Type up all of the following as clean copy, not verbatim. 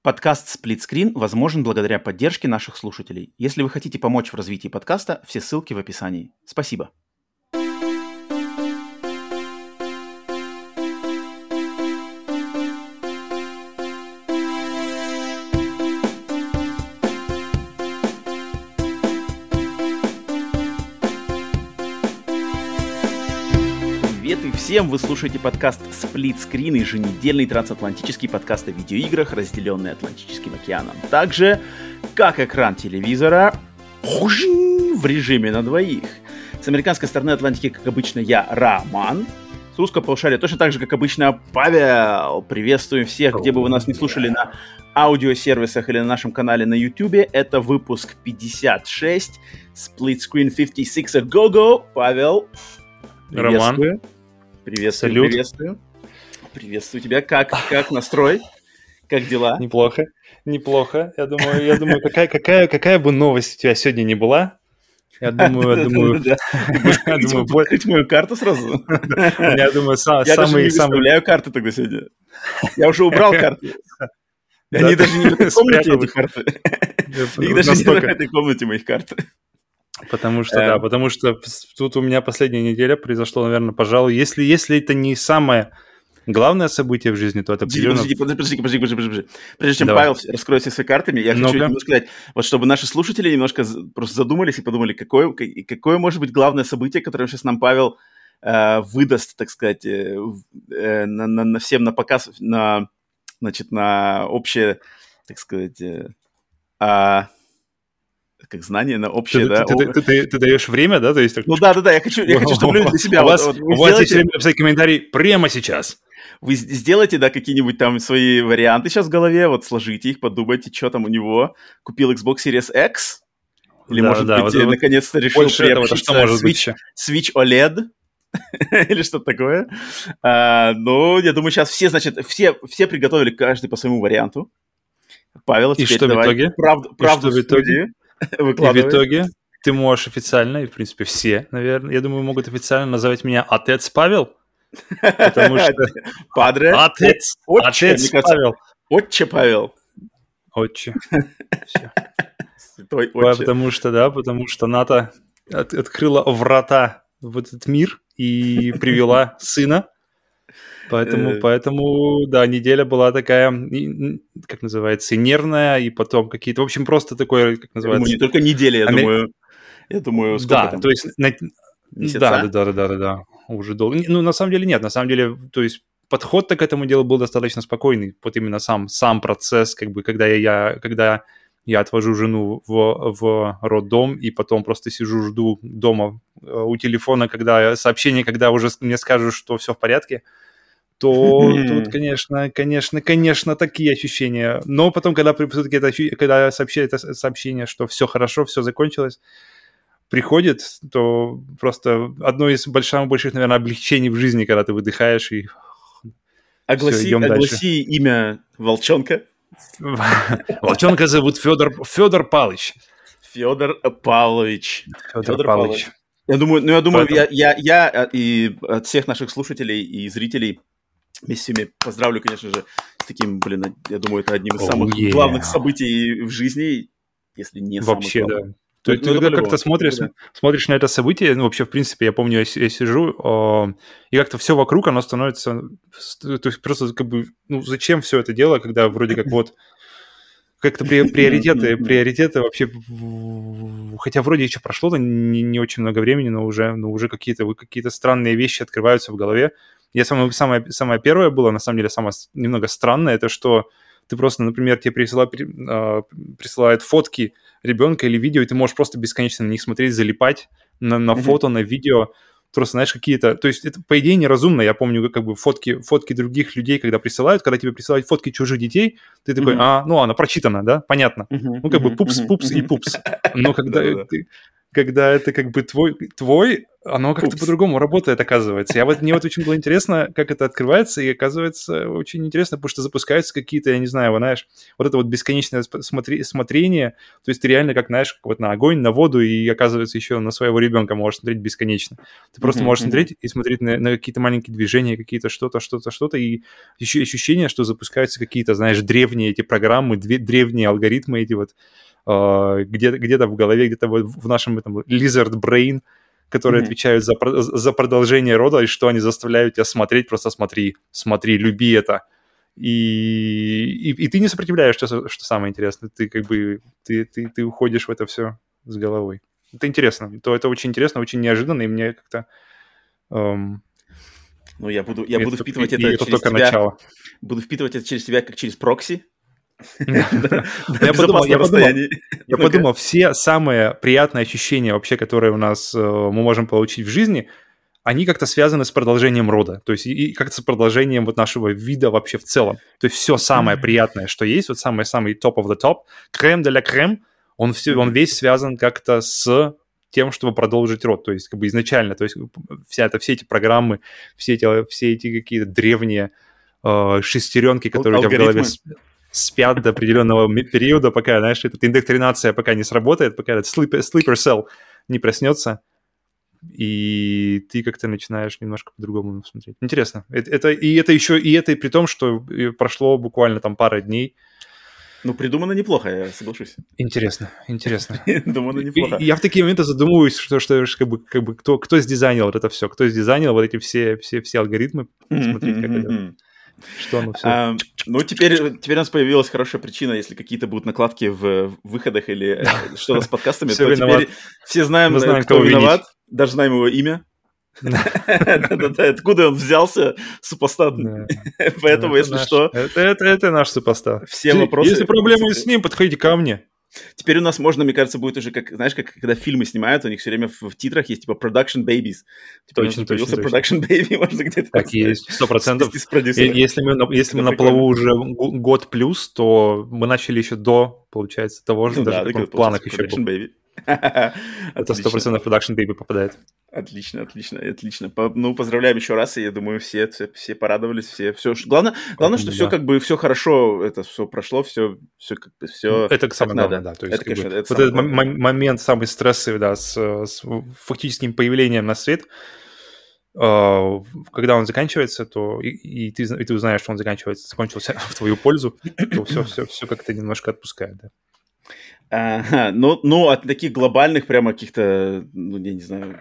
Подкаст «Сплитскрин» возможен благодаря поддержке наших слушателей. Если вы хотите помочь в развитии подкаста, все ссылки в описании. Спасибо. Привет и всем! Вы слушаете подкаст «Сплитскрин», еженедельный трансатлантический подкаст о видеоиграх, разделенный Атлантическим океаном. Также, как экран телевизора, в режиме на двоих. С американской стороны Атлантики, как обычно, я, Роман. С русского полушария точно так же, как обычно, Павел. Приветствуем всех, где бы вы нас не слушали, на аудиосервисах или на нашем канале на YouTube. Это выпуск 56, Splitscreen 56 a go-go. Павел, приветствую. Роман. Приветствую, Салют. приветствую. Приветствую тебя. Как настрой? Как дела? Неплохо. Я думаю, какая бы новость у тебя сегодня не была, я думаю, Открыть мою карту сразу? я думаю, Я даже не выставляю карты тогда сегодня. Я уже убрал карты. Они даже не в этой комнате, эти карты. Их даже не в этой комнате, моих карт. Потому что тут у меня последняя неделя произошло, наверное, пожалуй, если это не самое главное событие в жизни, то это определенно... Подожди. Прежде чем Павел раскроет все свои картами, я хочу немного сказать, вот чтобы наши слушатели немножко просто задумались и подумали, какое может быть главное событие, которое сейчас нам Павел выдаст, так сказать, всем на показ, на общее, так сказать... как знание на общее, да? Ты даешь время, да? То есть, ну да, я хочу, чтобы люди для себя... У вас есть время написать комментарий прямо сейчас. Вы сделайте, да, какие-нибудь там свои варианты сейчас в голове, вот сложите их, подумайте, что там у него. Купил Xbox Series X? Или, может быть, наконец-то решил приобщиться Switch OLED? Или что-то такое. Ну, я думаю, сейчас все приготовили каждый по своему варианту. Павел, и что в итоге? Правду в итоге? И в итоге ты можешь официально, и в принципе все, наверное, я думаю, могут официально называть меня Отец Павел, потому что... Падре? Отец Павел. Отче Павел. Отче. Все. Святой отче. Потому что НАТО открыла врата в этот мир и привела сына. Поэтому, да, неделя была такая, как называется, нервная, и потом какие-то, в общем, просто такое, как называется... не только неделя, я думаю, сколько да, там? То есть... Месяца? Да, уже долго. Ну, на самом деле нет, на самом деле, то есть подход-то к этому делу был достаточно спокойный, вот именно сам процесс, как бы, когда я отвожу жену в роддом, и потом просто сижу, жду дома у телефона, когда уже мне скажут, что все в порядке, то тут, конечно, такие ощущения. Но потом, когда сообщают это сообщение, что все хорошо, все закончилось, приходит, то просто одно из самых больших, наверное, облегчений в жизни, когда ты выдыхаешь и... Огласи имя волчонка. Волчонка зовут Федор Павлович. Федор Павлович. Я думаю, Поэтому... я и от всех наших слушателей и зрителей вместе с вами поздравлю, конечно же, с таким, я думаю, это одним из самых главных событий в жизни, если не вообще, самых главных. Да. То есть ты как-то смотришь на это событие, ну, вообще, в принципе, я помню, я сижу, и как-то все вокруг, оно становится... То есть просто как бы, ну, зачем все это дело, когда вроде как вот как-то приоритеты вообще... Хотя вроде еще прошло-то не очень много времени, но уже какие-то странные вещи открываются в голове. Самое первое было, на самом деле, самое немного странное, это что ты просто, например, тебе присылают фотки ребенка или видео, и ты можешь просто бесконечно на них смотреть, залипать на фото, на видео. Просто, знаешь, какие-то... То есть это, по идее, неразумно. Я помню, как бы фотки других людей, когда тебе присылают фотки чужих детей, ты такой, она прочитана, да? Понятно. Ну, как бы пупс и пупс. Но когда когда это как бы твой, оно как-то по-другому работает, оказывается. Мне вот очень было интересно, как это открывается, и оказывается очень интересно, потому что запускаются какие-то, я не знаю, знаешь, вот это вот бесконечное смотрение, то есть ты реально как, знаешь, как вот на огонь, на воду, и оказывается еще на своего ребенка можешь смотреть бесконечно. Ты просто можешь смотреть и смотреть на какие-то маленькие движения, какие-то что-то, и еще ощущение, что запускаются какие-то, знаешь, древние эти программы, древние алгоритмы эти вот, где-то в голове, где-то в нашем этом lizard brain, которые отвечают за продолжение рода, и что они заставляют тебя смотреть, просто смотри, люби это. И ты не сопротивляешься, что самое интересное. Ты как бы, ты уходишь в это все с головой. Это интересно. Это очень интересно, очень неожиданно, и мне как-то... Ну, я буду впитывать это через только тебя. Начало. Буду впитывать это через тебя, как через прокси. Я подумал, все самые приятные ощущения вообще, которые у нас мы можем получить в жизни, они как-то связаны с продолжением рода, то есть и как-то с продолжением вот нашего вида вообще в целом. То есть все самое приятное, что есть, вот самый top of the top, крем де ля крем, он весь связан как-то с тем, чтобы продолжить род, то есть как бы изначально, то есть все эти программы, все эти какие-то древние шестеренки, которые у тебя в голове спят до определенного периода, пока, знаешь, эта индоктринация пока не сработает, пока этот sleeper cell не проснется, и ты как-то начинаешь немножко по-другому смотреть. Интересно. Это при том, что прошло буквально там пара дней. Ну, придумано неплохо, я соглашусь. Интересно. Придумано неплохо. Я в такие моменты задумываюсь, что как бы кто сдизайнил вот это все, кто сдизайнил вот эти все алгоритмы, смотреть, как это... Что оно все... Ну, теперь у нас появилась хорошая причина, если какие-то будут накладки в выходах или что-то с подкастами, то теперь все знаем, кто виноват, даже знаем его имя. Откуда он взялся, супостат. Поэтому, если что... Это наш супостат. Все вопросы... Если проблемы с ним, подходите ко мне. Теперь у нас можно, мне кажется, будет уже, как, знаешь, как когда фильмы снимают, у них все время в титрах есть, типа, production babies. Точно. Production baby, можно где-то... Так и есть, 100%. Если мы на плаву уже год плюс, то мы начали еще до, получается, того же, даже в планах еще был. Это 100% production baby попадает. Отлично. Ну, поздравляем еще раз, и я думаю, все порадовались, все. Главное, что все как бы все хорошо, это все прошло, все как бы все. Это самое главное, да. То есть, вот этот момент самый стрессовый, да, с фактическим появлением на свет, когда он заканчивается, то и ты узнаешь, что он закончился в твою пользу, то все как-то немножко отпускает, да. Ну, от таких глобальных прямо каких-то, ну, я не знаю,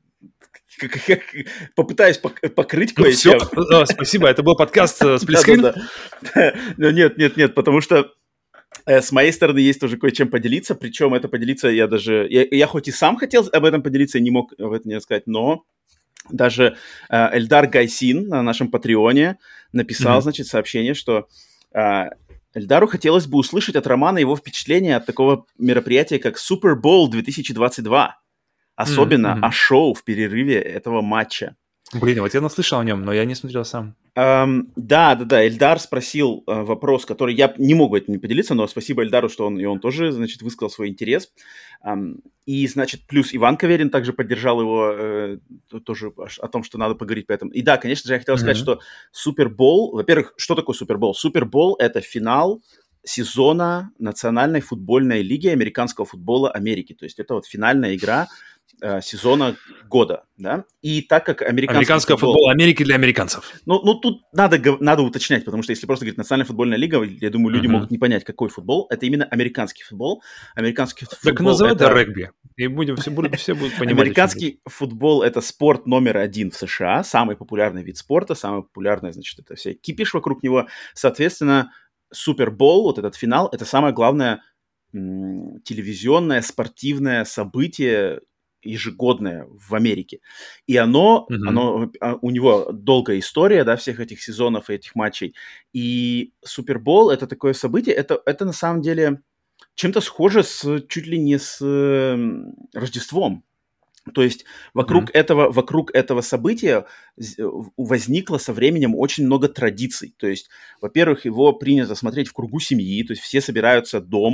попытаюсь покрыть кое-что. Все, спасибо, это был подкаст «Сплитскрин». Нет, потому что с моей стороны есть тоже кое-чем поделиться, причем это поделиться я хоть и сам хотел об этом поделиться, не мог об этом не рассказать, но даже Эльдар Гайсин на нашем Патреоне написал, значит, сообщение, что Эльдару хотелось бы услышать от Романа его впечатления от такого мероприятия, как Super Bowl 2022. Особенно о шоу в перерыве этого матча. Блин, вот я наслышал о нем, но я не смотрел сам. Да. Эльдар спросил вопрос, который я не могу этим не поделиться, но спасибо Эльдару, что он тоже, значит, высказал свой интерес. И, значит, плюс Иван Каверин также поддержал его тоже о том, что надо поговорить по этому. И да, конечно же, я хотел сказать, что Супербол... Во-первых, что такое Супербол? Супербол — это финал сезона Национальной футбольной лиги американского футбола Америки. То есть это вот финальная игра сезона года, да, и так как американский футбол Америки для американцев. Ну тут надо уточнять, потому что если просто говорить Национальная футбольная лига, я думаю, люди могут не понять, какой футбол. Это именно американский футбол. Американский футбол. Так называй это регби, и все будут понимать. Американский футбол — это спорт номер 1 в США, самый популярный вид спорта, самый популярный, значит, это вся кипиш вокруг него. Соответственно, Супербол, вот этот финал, это самое главное телевизионное спортивное событие ежегодное в Америке. И оно у него долгая история, да, всех этих сезонов и этих матчей. И Супербол — это такое событие, это на самом деле чем-то схоже чуть ли не с Рождеством. То есть вокруг этого события возникло со временем очень много традиций. То есть, во-первых, его принято смотреть в кругу семьи, то есть все собираются дома,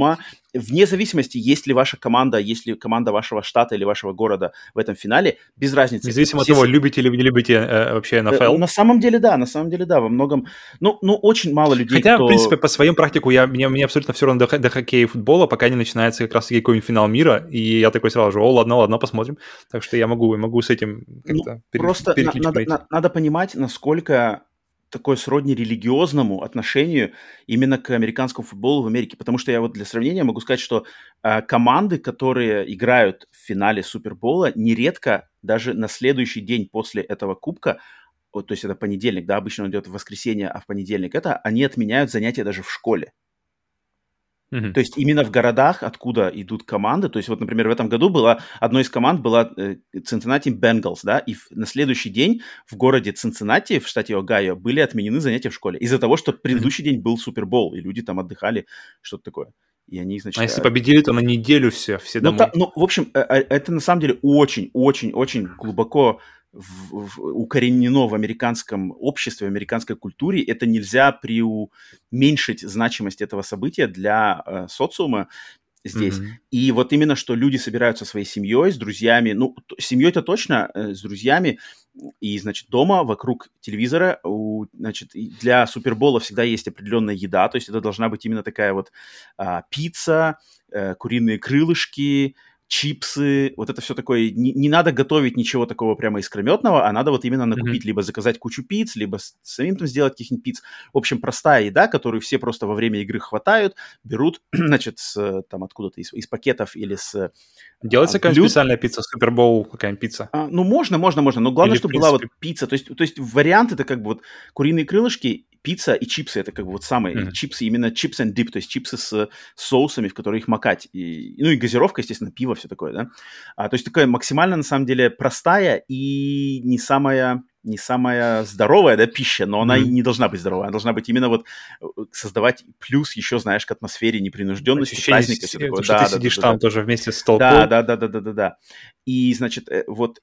вне зависимости, есть ли ваша команда, есть ли команда вашего штата или вашего города в этом финале, без разницы. Независимо от того, любите или не любите вообще НФЛ? На самом деле, да, во многом. Ну, очень мало людей, Хотя, кто... в принципе, по своим практику мне абсолютно все равно до хоккея и футбола, пока не начинается как раз-таки какой-нибудь финал мира, и я такой сразу же, ладно, посмотрим. Так что я могу с этим как-то просто перекличку найти. надо понимать, насколько такое сродни религиозному отношению именно к американскому футболу в Америке. Потому что я вот для сравнения могу сказать, что команды, которые играют в финале Супербола, нередко даже на следующий день после этого кубка, вот, то есть это понедельник, да, обычно он идет в воскресенье, а в понедельник они отменяют занятия даже в школе. Мгм. То есть именно в городах, откуда идут команды, то есть вот, например, в этом году одной из команд была Cincinnati Bengals, да, и на следующий день в городе Цинциннати, в штате Огайо, были отменены занятия в школе из-за того, что предыдущий день был Супербол, и люди там отдыхали, что-то такое. И они, значит... А если победили, то на неделю все домой. в общем, это на самом деле очень глубоко укоренено в американском обществе, в американской культуре. Это нельзя преуменьшить значимость этого события для социума здесь. Мгм. И вот именно, что люди собираются своей семьей, с друзьями, семьей-то точно, с друзьями, и, значит, дома вокруг телевизора, значит, для Супербола всегда есть определенная еда, то есть это должна быть именно такая вот пицца, куриные крылышки, чипсы, вот это все такое. Не надо готовить ничего такого прямо искрометного, а надо вот именно накупить, либо заказать кучу пиц, либо самим там сделать каких-нибудь пиц. В общем, простая еда, которую все просто во время игры хватают, берут, значит, там откуда-то из пакетов или с Делается какая-нибудь специальная пицца, Супербоул, какая-нибудь пицца? можно, но главное, Или, в чтобы была вот принципе... пицца. То есть вариант это как бы вот куриные крылышки, пицца и чипсы. Это как бы вот самые чипсы, именно chips and dip, то есть чипсы с соусами, в которые их макать. Ну и газировка, естественно, пиво, все такое, да. То есть такая максимально, на самом деле, простая и не самая здоровая, да, пища, но она и не должна быть здоровая. Она должна быть именно вот создавать плюс еще, знаешь, к атмосфере непринужденности, праздника, все такое. Что ты сидишь там тоже вместе с толпой. Да. И, значит, вот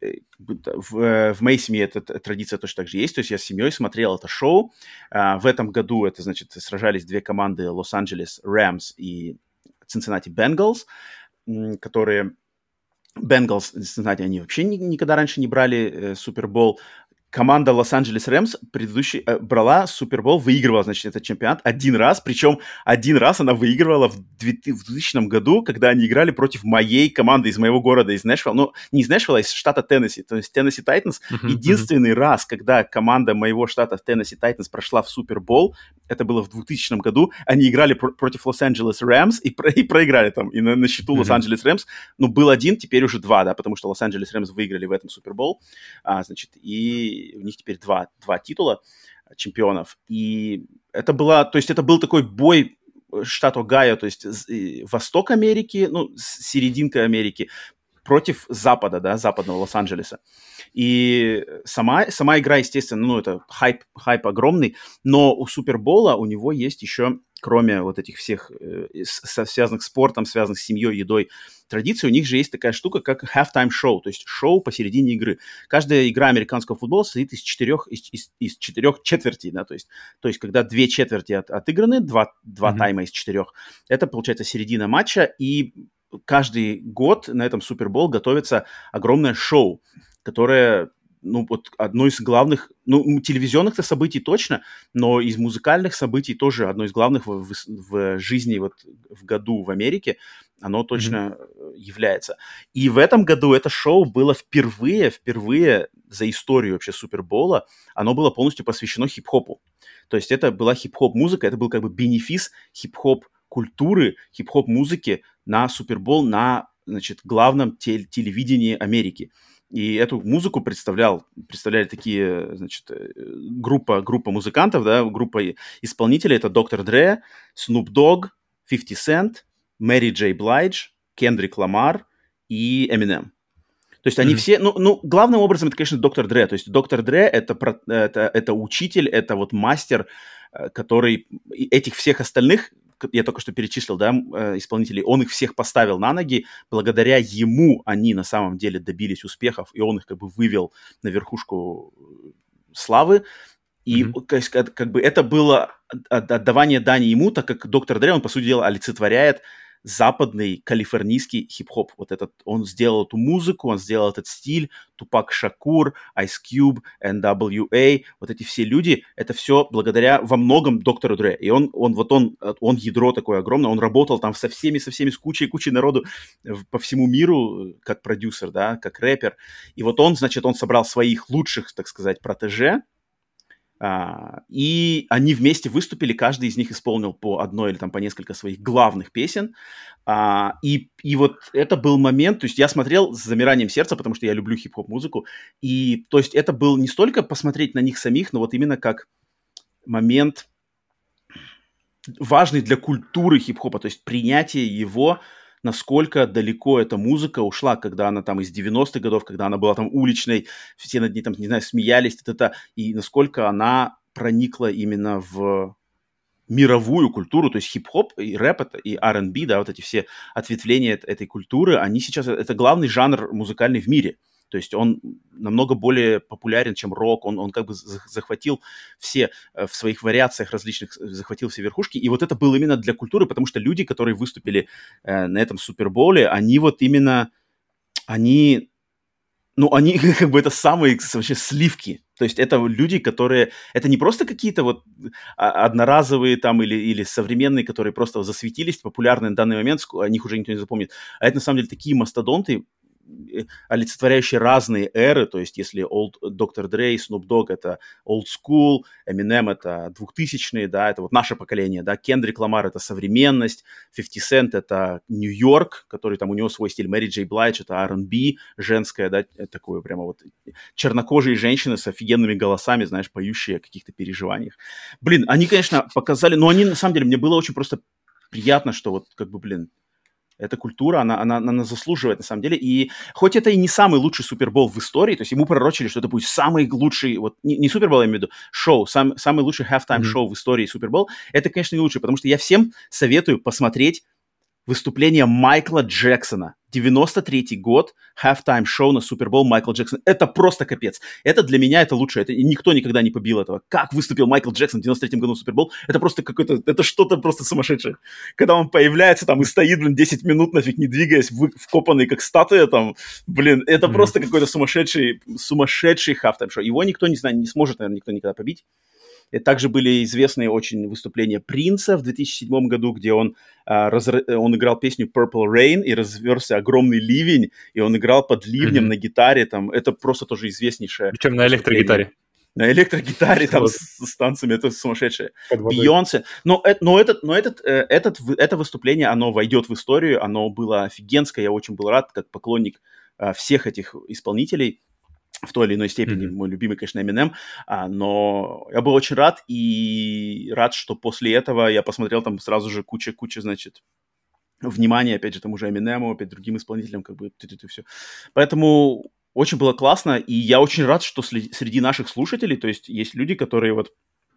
в моей семье эта традиция точно так же есть. То есть я с семьей смотрел это шоу. В этом году это, значит, сражались две команды Лос-Анджелес Рэмс и Cincinnati Bengals, которые... Bengals, знаете, они вообще никогда раньше не брали Супербол. Команда Лос-Анджелес Рэмс брала Супербол, выигрывала, значит, этот чемпионат один раз, причем один раз она выигрывала в 2000 году, когда они играли против моей команды из моего города, из Нэшвилла, ну, не из Нэшвилла, а из штата Теннесси, то есть Теннесси Тайтанс. Единственный раз, когда команда моего штата Теннесси Тайтанс прошла в Супербол, это было в 2000 году, они играли против Лос-Анджелес Рэмс и проиграли там, и на счету Лос-Анджелес Рэмс, ну, был один, теперь уже два, да, потому что Лос-Анджелес Рэмс выиграли в этом Супербол, значит, и у них теперь два титула чемпионов. И это был такой бой штат Огайо, то есть восток Америки, ну, серединка Америки против запада, да, западного Лос-Анджелеса. И сама игра, естественно, ну, это хайп огромный, но у Супербола у него есть еще, кроме вот этих всех связанных с спортом, связанных с семьей, едой, традиций, у них же есть такая штука, как halftime show, то есть шоу посередине игры. Каждая игра американского футбола состоит из четырех четвертей, да, то есть когда две четверти отыграны, два тайма из четырех, это, получается, середина матча, и каждый год на этом Супербол готовится огромное шоу, которое, ну, вот одно из главных, ну, телевизионных-то событий точно, но из музыкальных событий тоже одно из главных в жизни вот в году в Америке, оно точно является. И в этом году это шоу было впервые за историю вообще Супербола, оно было полностью посвящено хип-хопу. То есть это была хип-хоп музыка, это был как бы бенефис хип-хоп культуры, хип-хоп музыки на Супербол, на, значит, главном телевидении Америки. И эту музыку представляли такие, значит, группа музыкантов, да, группа исполнителей. Это Доктор Dre, Snoop Dogg, 50 Cent, Мэри Джей Блайдж, Кендрик Ламар и Eminem. То есть они все, ну, главным образом это, конечно, Доктор Dre. То есть Доктор Dre это учитель, это вот мастер, который этих всех остальных, я только что перечислил, да, исполнителей, он их всех поставил на ноги, благодаря ему они на самом деле добились успехов, и он их как бы вывел на верхушку славы, и как бы это было отдавание дани ему, так как Доктор Dre, он, по сути дела, олицетворяет западный калифорнийский хип-хоп. Вот этот, он сделал эту музыку, он сделал этот стиль, Тупак Шакур, Ice Cube, NWA, вот эти все люди, это все благодаря во многом доктору Дре. И он ядро такое огромное, он работал там со всеми, с кучей народу по всему миру, как продюсер, да, как рэпер. И вот он собрал своих лучших, так сказать, протеже, и они вместе выступили, каждый из них исполнил по одной или там по несколько своих главных песен. И вот это был момент, то есть я смотрел с замиранием сердца, потому что я люблю хип-хоп-музыку, и то есть это был не столько посмотреть на них самих, но вот именно как момент важный для культуры хип-хопа, то есть принятие его, насколько далеко эта музыка ушла, когда она там из 90-х годов, когда она была там уличной, все над ней там, не знаю, смеялись, и насколько она проникла именно в мировую культуру, то есть хип-хоп и рэп это, и R&B, да, вот эти все ответвления этой культуры, они сейчас, это главный жанр музыкальный в мире. То есть он намного более популярен, чем рок. Он как бы захватил все в своих вариациях различных, захватил все верхушки. И вот это было именно для культуры, потому что люди, которые выступили на этом Супербоуле, они вот именно, они как бы это самые вообще сливки. То есть это люди, которые... Это не просто какие-то вот одноразовые там или современные, которые просто засветились, популярны на данный момент, о них уже никто не запомнит. А это на самом деле такие мастодонты, олицетворяющие разные эры, то есть если Dr. Dre, Snoop Dogg — это old school, Eminem — это 2000-е, да, это вот наше поколение, да, Кендрик Ламар — это современность, 50 Cent — это Нью-Йорк, который там у него свой стиль, Мэри Джей Блайдж — это R&B женское, да, такое прямо вот чернокожие женщины с офигенными голосами, знаешь, поющие о каких-то переживаниях. Блин, они, конечно, показали, но они, на самом деле, мне было очень просто приятно, что вот как бы, блин, эта культура, она заслуживает, на самом деле. И хоть это и не самый лучший Супербол в истории, то есть ему пророчили, что это будет самый лучший, вот не Супербол, я имею в виду, шоу, самый лучший halftime-шоу в истории Супербол, это, конечно, не лучший, потому что я всем советую посмотреть выступление Майкла Джексона. 93-й год, halftime-шоу на Супербол Майкл Джексон. Это просто капец. Это для меня это лучшее. Это никто никогда не побил этого. Как выступил Майкл Джексон в 93-м году в Супербол? Это просто какое-то... Это что-то просто сумасшедшее. Когда он появляется там и стоит, 10 минут нафиг не двигаясь, вкопанный как статуя там, это просто какой-то сумасшедший halftime-шоу. Его никто не знает, не сможет, наверное, никто никогда побить. И также были известные очень выступления Принца в 2007 году, где он играл песню Purple Rain, и разверся огромный ливень, и он играл под ливнем на гитаре. Там, это просто тоже известнее. Причем на электрогитаре. На электрогитаре там с танцами, это сумасшедшее. Бейонсе. Но это выступление, оно войдет в историю, оно было офигенское, я очень был рад, как поклонник всех этих исполнителей. В той или иной степени мой любимый, конечно, Eminem, но я был очень рад, и рад, что после этого я посмотрел там сразу же куча, значит, внимания, опять же, тому же Eminem, опять другим исполнителям, как бы, все. Поэтому очень было классно, и я очень рад, что среди наших слушателей, то есть есть люди, которые вот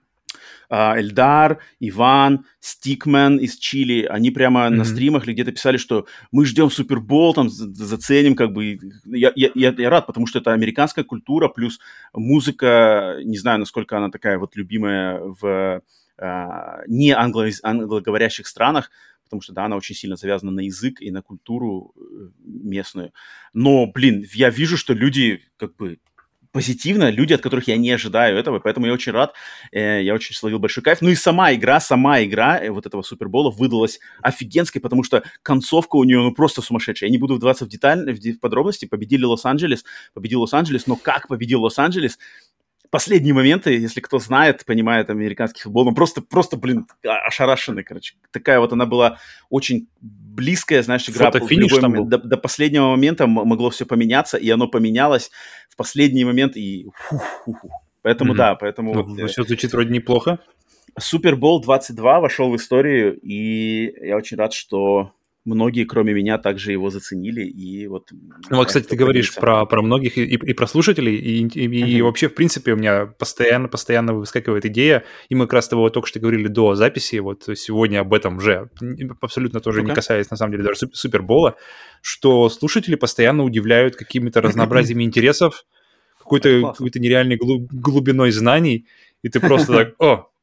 Эльдар, Иван, Стикмен из Чили, они прямо на стримах или где-то писали, что мы ждем Супербол, там, заценим, как бы. Я рад, потому что это американская культура, плюс музыка, не знаю, насколько она такая вот любимая в не англоговорящих странах, потому что, да, она очень сильно завязана на язык и на культуру местную. Но, блин, я вижу, что люди, как бы, позитивно, люди, от которых я не ожидаю этого, поэтому я очень рад, я очень словил большой кайф. Ну и сама игра вот этого Супербола выдалась офигенской, потому что концовка у нее, просто сумасшедшая. Я не буду вдаваться в подробности, победил Лос-Анджелес, но как победил Лос-Анджелес? Последние моменты, если кто знает, понимает американский футбол, он просто, блин, ошарашенный, короче. Такая вот она была очень близкая, знаешь, игра. Фото-финиш там был. До последнего момента могло все поменяться, и оно поменялось в последний момент, и Поэтому, да, поэтому... Ну, все звучит вроде неплохо. Супербол 22 вошел в историю, и я очень рад, что многие, кроме меня, также его заценили. И вот, ну, кстати, ты говоришь про многих и про слушателей, и вообще, в принципе, у меня постоянно выскакивает идея, и мы как раз того только что говорили до записи, вот сегодня об этом же, абсолютно тоже не касаясь, на самом деле, даже Супербола, что слушатели постоянно удивляют какими-то разнообразиями интересов, какой-то нереальной глубиной знаний, и ты просто так,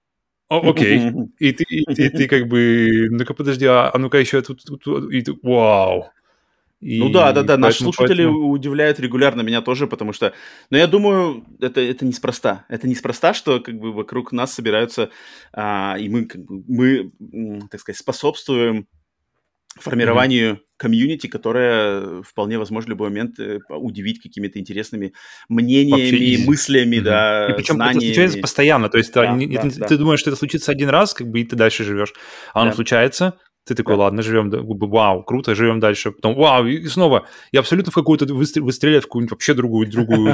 Окей. И ты как бы, ну-ка подожди, а ну-ка еще тут, и ты, вау. Ну да, И наши поэтому, слушатели удивляют регулярно меня тоже, потому что... Но я думаю, это неспроста. Это неспроста, что как бы вокруг нас собираются, и мы, как бы, так сказать, способствуем формированию комьюнити, которое вполне возможно в любой момент удивить какими-то интересными мнениями, мыслями, да, и причем это знаниями. случается постоянно, то есть ты думаешь, что это случится один раз, как бы, и ты дальше живешь, а оно случается, ты такой, ладно, живем, вау, круто, живем дальше, потом, вау, и снова, и абсолютно в какую-то выстреливать в какую-нибудь вообще другую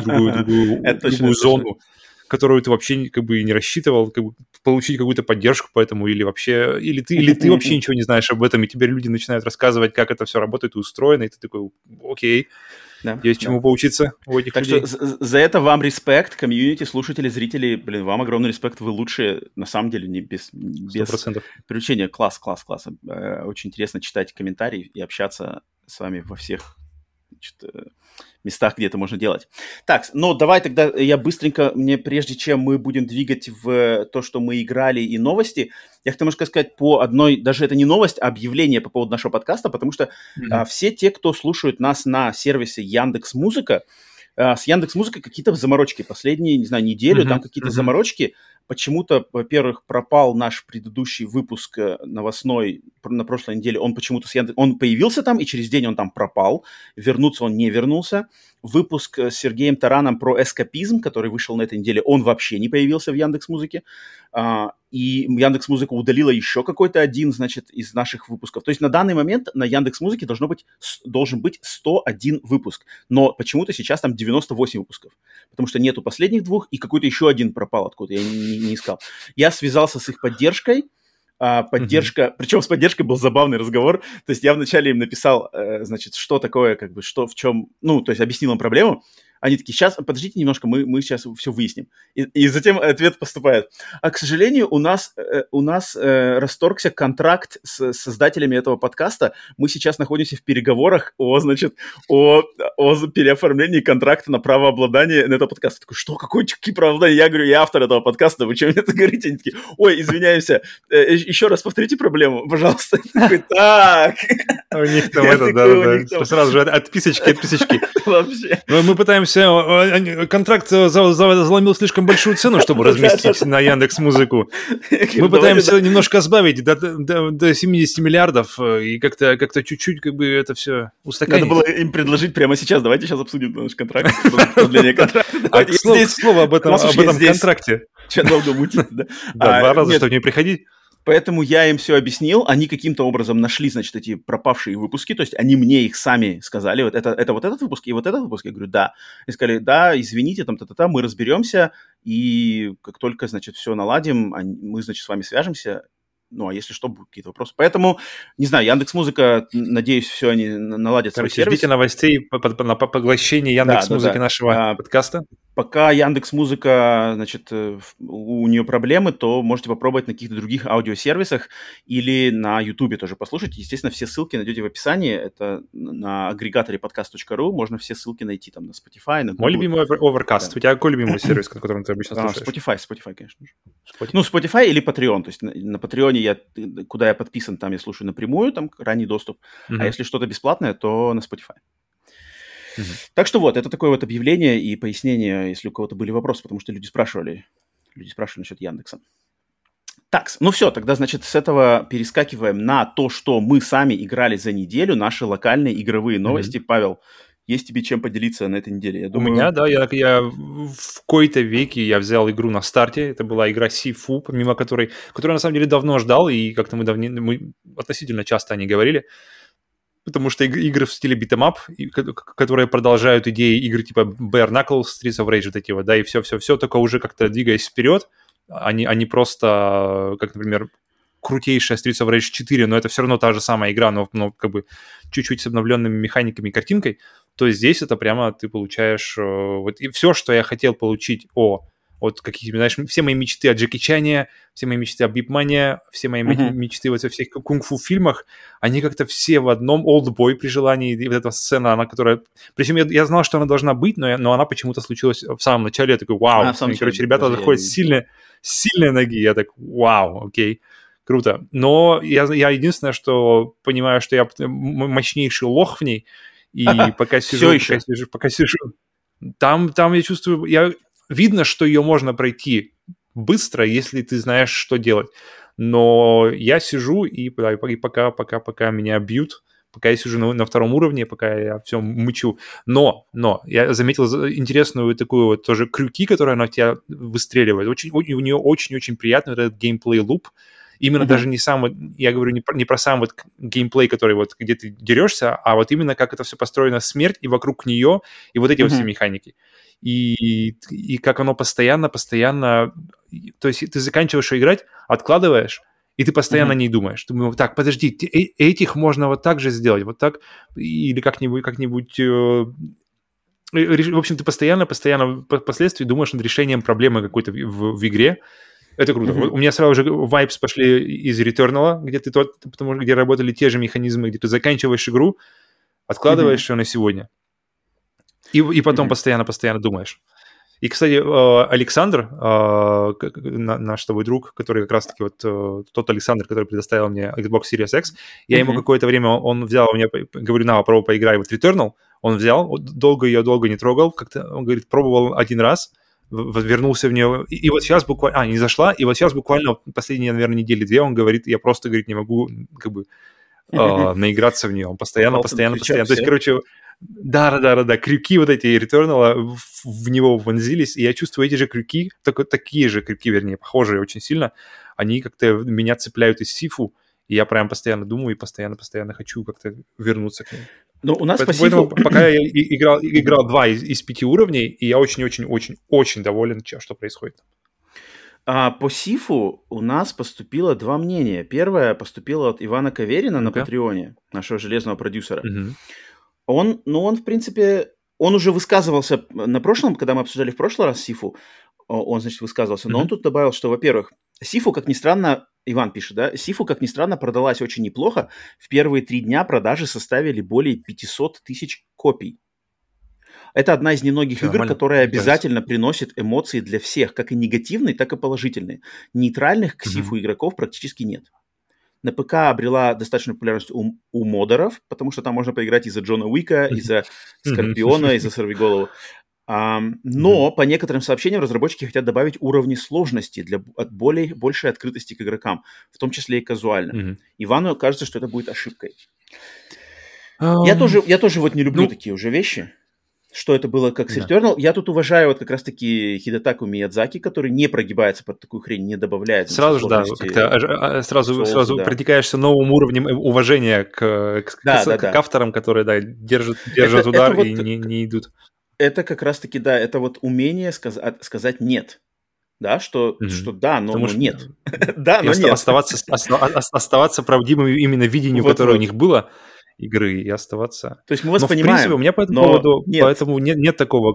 зону, которую ты вообще как бы не рассчитывал, как бы, получить какую-то поддержку по этому, или вообще, или ты вообще ничего не знаешь об этом, и теперь люди начинают рассказывать, как это все работает и устроено, и ты такой, окей, есть чему поучиться у этих людей. Так что за это вам респект, комьюнити, слушатели, зрители, блин, вам огромный респект, вы лучшие, на самом деле, не без привлечения. Класс. Очень интересно читать комментарии и общаться с вами во всех, значит, местах, где это можно делать. Так, ну давай тогда я быстренько, прежде чем мы будем двигать в то, что мы играли, и новости, я хотел немножко сказать по одной, даже это не новость, а объявление по поводу нашего подкаста, потому что все те, кто слушают нас на сервисе Яндекс.Музыка, с Яндекс.Музыкой какие-то заморочки. Последние, не знаю, неделю там какие-то заморочки. Почему-то, во-первых, пропал наш предыдущий выпуск новостной на прошлой неделе. Он почему-то он появился там, и через день он там пропал. Вернуться он не вернулся. Выпуск с Сергеем Тараном про эскапизм, который вышел на этой неделе, он вообще не появился в Яндекс.Музыке. И Яндекс.Музыка удалила еще какой-то один, значит, из наших выпусков. То есть на данный момент на Яндекс.Музыке должен быть 101 выпуск. Но почему-то сейчас там 98 выпусков. Потому что нету последних двух, и какой-то еще один пропал откуда, я не искал. Я связался с их поддержкой. Причем с поддержкой был забавный разговор. То есть я вначале им написал, значит, что такое, как бы, что в чем, ну, то есть объяснил им проблему. Они такие, сейчас, подождите немножко, мы сейчас все выясним. И затем ответ поступает. А, к сожалению, у нас расторгся контракт с создателями этого подкаста. Мы сейчас находимся в переговорах о переоформлении контракта на право обладания на этот подкаст. Я такой, что? Какие право обладания? Я говорю, я автор этого подкаста, вы что мне это говорите? Они такие, ой, извиняемся, еще раз повторите проблему, пожалуйста. Я такой, так. У них там это, да, сразу же отписочки. Вообще. Мы пытаемся, контракт заломил слишком большую цену, чтобы разместить на Яндекс.Музыку. Мы пытаемся немножко сбавить до 70 миллиардов и как-то чуть-чуть как бы это все устаканить. Надо было им предложить прямо сейчас. Давайте сейчас обсудим наш контракт. Продление контракта. К слову об этом контракте. Че долго мутить, да? Да, 2 раза, чтобы не приходить. Поэтому я им все объяснил, они каким-то образом нашли, значит, эти пропавшие выпуски, то есть они мне их сами сказали, вот это вот этот выпуск и вот этот выпуск. Я говорю, да. И сказали, да, извините, там, мы разберемся, и как только, значит, все наладим, мы, значит, с вами свяжемся. Ну, а если что, будут какие-то вопросы. Поэтому, не знаю, Яндекс.Музыка, надеюсь, все они наладят свой сервис. Ждите новостей по поглощению Яндекс.Музыки нашего подкаста. Пока Яндекс.Музыка, значит, у нее проблемы, то можете попробовать на каких-то других аудиосервисах или на Ютубе тоже послушать. Естественно, все ссылки найдете в описании. Это на агрегаторе podcast.ru. Можно все ссылки найти там на Spotify, на Google. Мой любимый Overcast. Да. У тебя какой любимый сервис, на котором ты обычно слушаешь? Spotify, конечно же. Ну, Spotify или Patreon. То есть на Patreon, куда я подписан, там я слушаю напрямую, там ранний доступ. А если что-то бесплатное, то на Spotify. Так что вот, это такое вот объявление и пояснение, если у кого-то были вопросы, потому что люди спрашивали насчет Яндекса. Так, ну все, тогда, значит, с этого перескакиваем на то, что мы сами играли за неделю, наши локальные игровые новости. Павел, есть тебе чем поделиться на этой неделе? Я думаю... У меня, да, я в кои-то веке я взял игру на старте, это была игра Сифу, помимо которой на самом деле давно ждал, и как-то мы относительно часто о ней говорили. Потому что игры в стиле beat'em up, которые продолжают идеи игр типа Bare Knuckles, Streets of Rage, вот эти вот, да, и все, только уже как-то двигаясь вперед, а не просто, как, например, крутейшая Streets of Rage 4, но это все равно та же самая игра, но как бы чуть-чуть с обновленными механиками и картинкой, то здесь это прямо ты получаешь вот и все, что я хотел получить вот какие-то, знаешь, все мои мечты о Джеки Чане, все мои мечты о Бипмане, все мои мечты вот во всех кунг-фу фильмах, они как-то все в одном. Олдбой при желании, и вот эта сцена, она, которая... Причем я знал, что она должна быть, но она почему-то случилась в самом начале. Я такой, вау. И, короче, ребята заходят с сильной ноги. Я так, вау, окей. Круто. Но я единственное, что понимаю, что я мощнейший лох в ней, и пока сижу, там я чувствую, видно, что ее можно пройти быстро, если ты знаешь, что делать. Но я сижу, и пока меня бьют, пока я сижу на втором уровне, пока я все мычу. Но я заметил интересную такую вот тоже крюки, которые она в тебя выстреливает. У нее очень-очень приятный вот этот геймплей-луп. Именно даже не сам, вот, я говорю не про сам вот геймплей, который вот где ты дерешься, а вот именно как это все построено, смерть и вокруг нее, и вот эти вот все механики. И как оно постоянно, то есть ты заканчиваешь играть, откладываешь, и ты постоянно не думаешь. Ты думаешь, так, подожди, этих можно вот так же сделать, вот так, или как-нибудь... В общем, ты постоянно впоследствии думаешь над решением проблемы какой-то в игре. Это круто. У меня сразу же vibes пошли из Returnal, где работали те же механизмы, где ты заканчиваешь игру, откладываешь ее на сегодня, и потом постоянно думаешь. И, кстати, Александр, наш с тобой друг, который как раз-таки вот тот Александр, который предоставил мне Xbox Series X, я ему какое-то время, он взял у меня, говорю, попробуй поиграй в Returnal, он взял, долго не трогал, как-то, он говорит, пробовал один раз, вернулся в нее, и вот сейчас буквально, не зашла, и вот сейчас буквально последние, наверное, недели две он говорит, я просто, говорит, не могу, как бы, наиграться в нее, он постоянно. То есть, короче, да, крюки вот эти Returnal в него вонзились, и я чувствую эти же крюки, такие же крюки, вернее, похожие очень сильно, они как-то меня цепляют из Сифу, и я прям постоянно думаю и постоянно хочу как-то вернуться к ним. Ну, у нас поэтому пока я играл 2 из 5 уровней, и я очень-очень-очень доволен, что происходит. По Сифу у нас поступило 2 мнения. Первое поступило от Ивана Каверина на Патреоне, нашего железного продюсера. Он, в принципе, он уже высказывался на прошлом, когда мы обсуждали в прошлый раз Сифу, он, значит, высказывался, но он тут добавил, что, во-первых, Сифу, как ни странно, Иван пишет, да, Сифу, как ни странно, продалась очень неплохо. В первые 3 дня продажи составили более 500 тысяч копий. Это одна из немногих игр, которая обязательно приносит эмоции для всех, как и негативные, так и положительные. Нейтральных к Сифу игроков практически нет. На ПК обрела достаточно популярность у модеров, потому что там можно поиграть из-за Джона Уика, из-за Скорпиона, из-за Сорвиголовы. Но по некоторым сообщениям разработчики хотят добавить уровни сложности для большей открытости к игрокам, в том числе и казуально. Ивану кажется, что это будет ошибкой. Я тоже вот не люблю такие уже вещи. Что это было как с Returnal. Я тут уважаю вот как раз-таки Хидетаку Миядзаки, который не прогибается под такую хрень, не добавляет. Сразу же, да, как-то сразу проникаешься новым уровнем уважения к авторам, которые, да, держат удар и не идут. Это как раз-таки, да, это вот умение сказать «нет». Да, что да, но нет. Да, но нет. Оставаться правдивым именно видению, которое у них было, игры, и оставаться. То есть мы вас понимаем. В принципе, у меня по этому поводу поэтому нет такого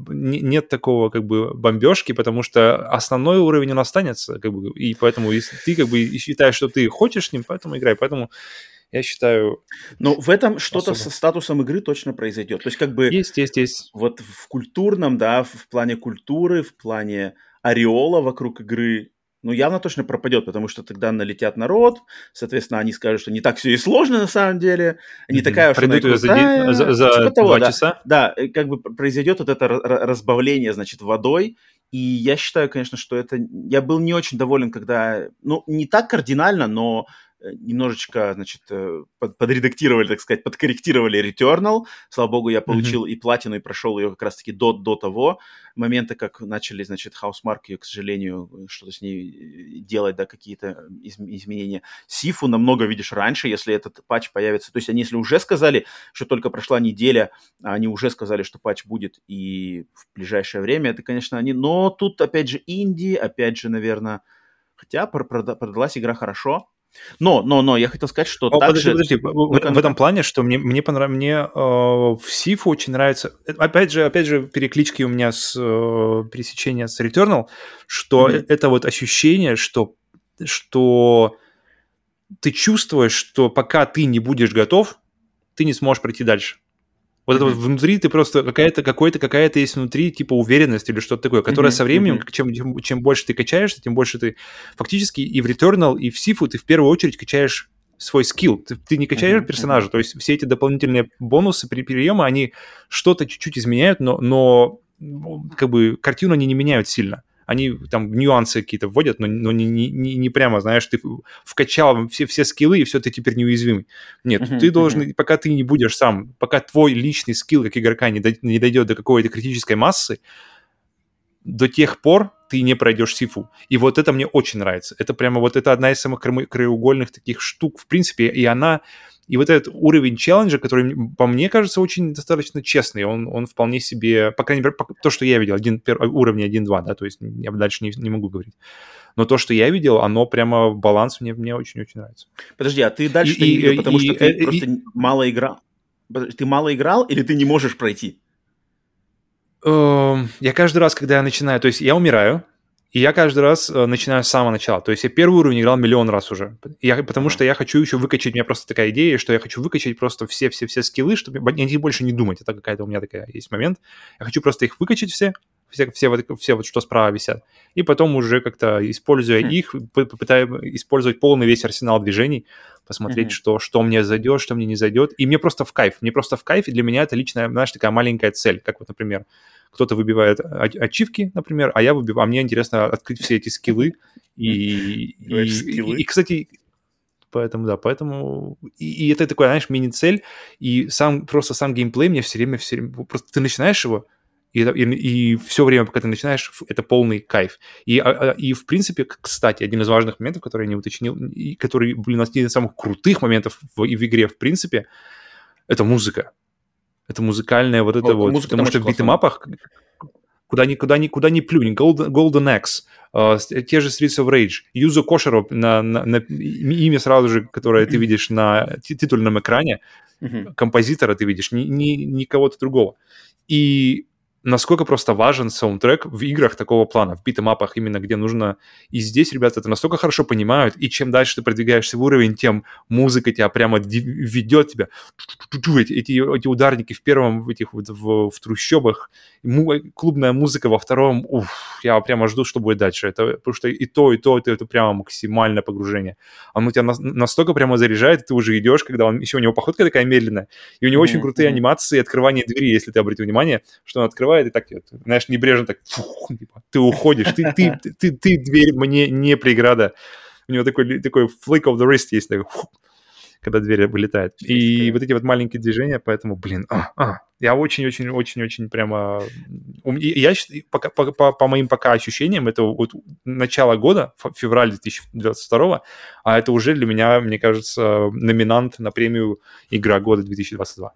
как бы бомбежки, потому что основной уровень он останется, как бы, и поэтому если ты как бы считаешь, что ты хочешь с ним, поэтому играй. Поэтому я считаю... Но в этом что-то со статусом игры точно произойдет. То есть как бы... Есть. Вот в культурном, да, в плане культуры, в плане ореола вокруг игры, явно точно пропадет, потому что тогда налетят народ, соответственно, они скажут, что не так все и сложно на самом деле, не такая уж она и крутая. За 2 часа. Да, как бы произойдет вот это разбавление, значит, водой, и я считаю, конечно, что это... Я был не очень доволен, когда... не так кардинально, но немножечко, значит, подредактировали, так сказать, подкорректировали Returnal. Слава богу, я получил и платину, и прошел ее как раз-таки до того момента, как начали, значит, Housemarque ее, к сожалению, что-то с ней делать, да, какие-то изменения. Сифу намного, видишь, раньше, если этот патч появится. То есть они, если уже сказали, что только прошла неделя, они уже сказали, что патч будет и в ближайшее время, это, конечно, они... Но тут, опять же, инди, опять же, наверное... Хотя продалась игра хорошо. Но, я хотел сказать, что также... Подожди. В этом плане, что мне понравилось, в Сифу очень нравится... Опять же, переклички у меня с пересечения с Returnal, что это вот ощущение, что ты чувствуешь, что пока ты не будешь готов, ты не сможешь пройти дальше. Вот это вот внутри ты просто какая-то есть внутри типа уверенность или что-то такое, которая со временем, чем больше ты качаешься, тем больше ты фактически и в Returnal, и в Сифу ты в первую очередь качаешь свой скилл. Ты не качаешь персонажа, то есть все эти дополнительные бонусы приемы, они что-то чуть-чуть изменяют, но как бы картину они не меняют сильно. Они там нюансы какие-то вводят, но не прямо, знаешь, ты вкачал все скиллы, и все, ты теперь неуязвимый. Нет, ты должен, пока ты не будешь сам, пока твой личный скилл как игрока не дойдет до какой-то критической массы, до тех пор ты не пройдешь Сифу. И вот это мне очень нравится. Это прямо вот это одна из самых краеугольных таких штук, в принципе, и вот этот уровень челленджа, который, по мне, кажется, очень достаточно честный, он вполне себе, по крайней мере, то, что я видел, уровень 1-2, да, то есть я дальше не могу говорить. Но то, что я видел, оно прямо, баланс мне очень-очень нравится. Подожди, а ты дальше не видел, потому что ты просто мало играл? Ты мало играл или ты не можешь пройти? Я каждый раз, когда я начинаю, то есть я умираю, и я каждый раз начинаю с самого начала. То есть я первый уровень играл миллион раз уже. Потому что я хочу еще выкачать, у меня просто такая идея, что я хочу выкачать просто все скиллы, чтобы я больше не думать. Это какая-то у меня такая есть момент. Я хочу просто их выкачать все вот, что справа висят. И потом уже как-то, используя их, попытаюсь использовать полный весь арсенал движений, посмотреть, что мне зайдет, что мне не зайдет. И мне просто в кайф. И для меня это лично, знаешь, такая маленькая цель. Как вот, например, кто-то выбивает ачивки, например, а мне интересно открыть все эти скиллы. И, кстати, поэтому и это такой, знаешь, мини-цель, и сам геймплей мне все время, просто ты начинаешь его, и все время, пока ты начинаешь, это полный кайф. И в принципе, кстати, один из важных моментов, который я не уточнил, и который, один из самых крутых моментов в игре, в принципе, это музыка. Это музыкальная вот это вот. Потому что в битэмапах, куда ни плюнь, Golden Axe, те же Streets of Rage, Юзо Кошеро на имя сразу же, которое ты видишь на титульном экране, композитора ты видишь, не кого-то другого. И насколько просто важен саундтрек в играх такого плана, в битэмапах именно, где нужно... И здесь ребята это настолько хорошо понимают, и чем дальше ты продвигаешься в уровень, тем музыка тебя прямо ведет тебя. Эти ударники в первом, в трущобах, клубная музыка во втором, я прямо жду, что будет дальше. Потому что и то, это прямо максимальное погружение. Оно тебя настолько прямо заряжает, ты уже идешь, когда еще у него походка такая медленная, и у него очень крутые анимации открывания двери, если ты обратил внимание, что он открывает, и так, знаешь, небрежно так, ты уходишь, ты дверь мне не преграда. У него такой flick of the wrist есть, такой, когда дверь вылетает. И вот эти вот маленькие движения, поэтому, я очень-очень-очень-очень прямо... Я считаю, по моим пока ощущениям, это вот начало года, февраль 2022, а это уже для меня, мне кажется, номинант на премию «Игра года 2022».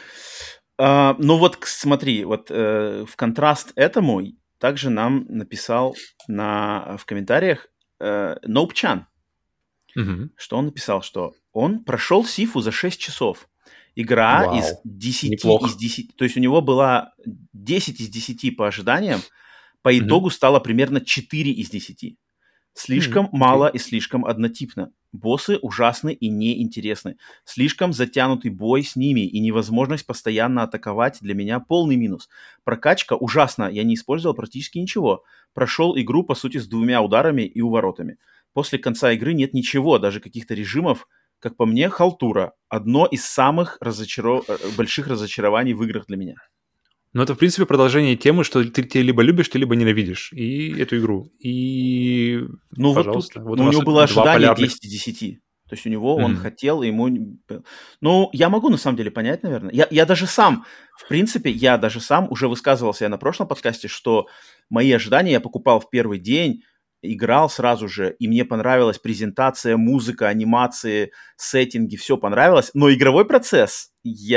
Ну вот смотри, вот в контраст этому также нам написал в комментариях Ноупчан, что он написал, что он прошел Сифу за 6 часов. Игра из 10 из 10, то есть у него была 10 из 10 по ожиданиям, по итогу стало примерно 4 из 10. Слишком мало и слишком однотипно. Боссы ужасны и неинтересны. Слишком затянутый бой с ними и невозможность постоянно атаковать для меня полный минус. Прокачка ужасна, я не использовал практически ничего. Прошел игру, по сути, с 2 ударами и уворотами. После конца игры нет ничего, даже каких-то режимов. Как по мне, халтура. Одно из самых больших разочарований в играх для меня. Ну, это, в принципе, продолжение темы, что ты либо любишь, ты либо ненавидишь и эту игру. И, ну, пожалуйста. Вот у него было ожидание 10 из 10. То есть у него он хотел, ему... Ну, я могу, на самом деле, понять, наверное. Я даже сам, в принципе, уже высказывался на прошлом подкасте, что мои ожидания я покупал в первый день, играл сразу же, и мне понравилась презентация, музыка, анимации, сеттинги, все понравилось. Но игровой процесс,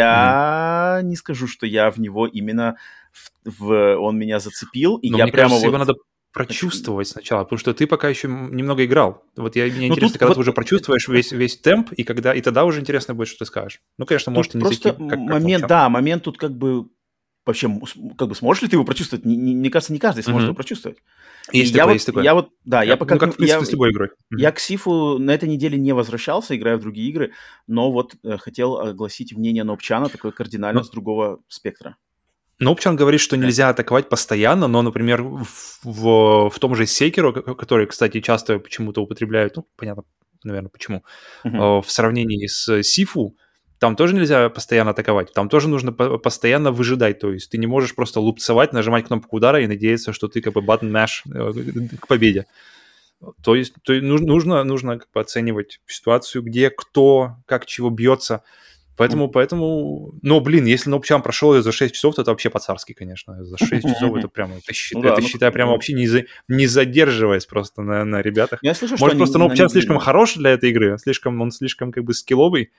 я не скажу, что я в него именно он меня зацепил, и но я мне прямо кажется, вот... прочувствовать сначала, потому что ты пока еще немного играл. Вот мне Ну, интересно, тут когда вот ты уже прочувствуешь весь темп, и тогда уже интересно будет, что ты скажешь. Ну, конечно, может, тут и не зайти, просто как момент, Молчан. да, момент тут как бы вообще, как бы сможешь ли ты его прочувствовать? Мне кажется, не каждый сможет его прочувствовать. И Есть я такое, вот, есть такое. я вот, да, я пока, Ну, как, в принципе, с любой игрой. я к Сифу на этой неделе не возвращался, играя в другие игры, но вот хотел огласить мнение Нобчана, такое кардинально Ну, с другого спектра. Нобчан говорит, что нельзя атаковать постоянно, но, например, в том же Секиро, который, кстати, часто почему-то употребляют, ну, понятно, наверное, почему, в сравнении с Сифу, там тоже нельзя постоянно атаковать, там тоже нужно постоянно выжидать, то есть ты не можешь просто лупцевать, нажимать кнопку удара и надеяться, что ты как бы button mash к победе. То есть нужно как бы оценивать ситуацию, где кто, как чего бьется. Поэтому, ну, блин, если Нобчан прошел ее за 6 часов, то это вообще по-царски, конечно. За 6 часов это прямо, это считай, прямо вообще не задерживаясь просто на ребятах. Я слышу, Может, что просто Нобчан слишком хорош для этой игры, он слишком как бы скилловый.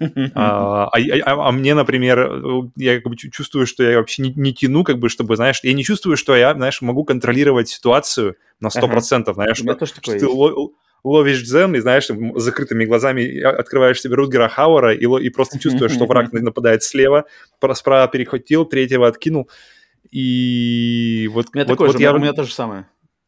А мне, например, я как бы чувствую, что я вообще не тяну, как бы, чтобы, знаешь, я не чувствую, что я, знаешь, могу контролировать ситуацию на 100%, знаешь, что ты ловишь дзен и, знаешь, закрытыми глазами открываешь себе Рутгера Хауэра и просто чувствуешь, что враг нападает слева, справа перехватил, третьего откинул. И вот у меня то же самое.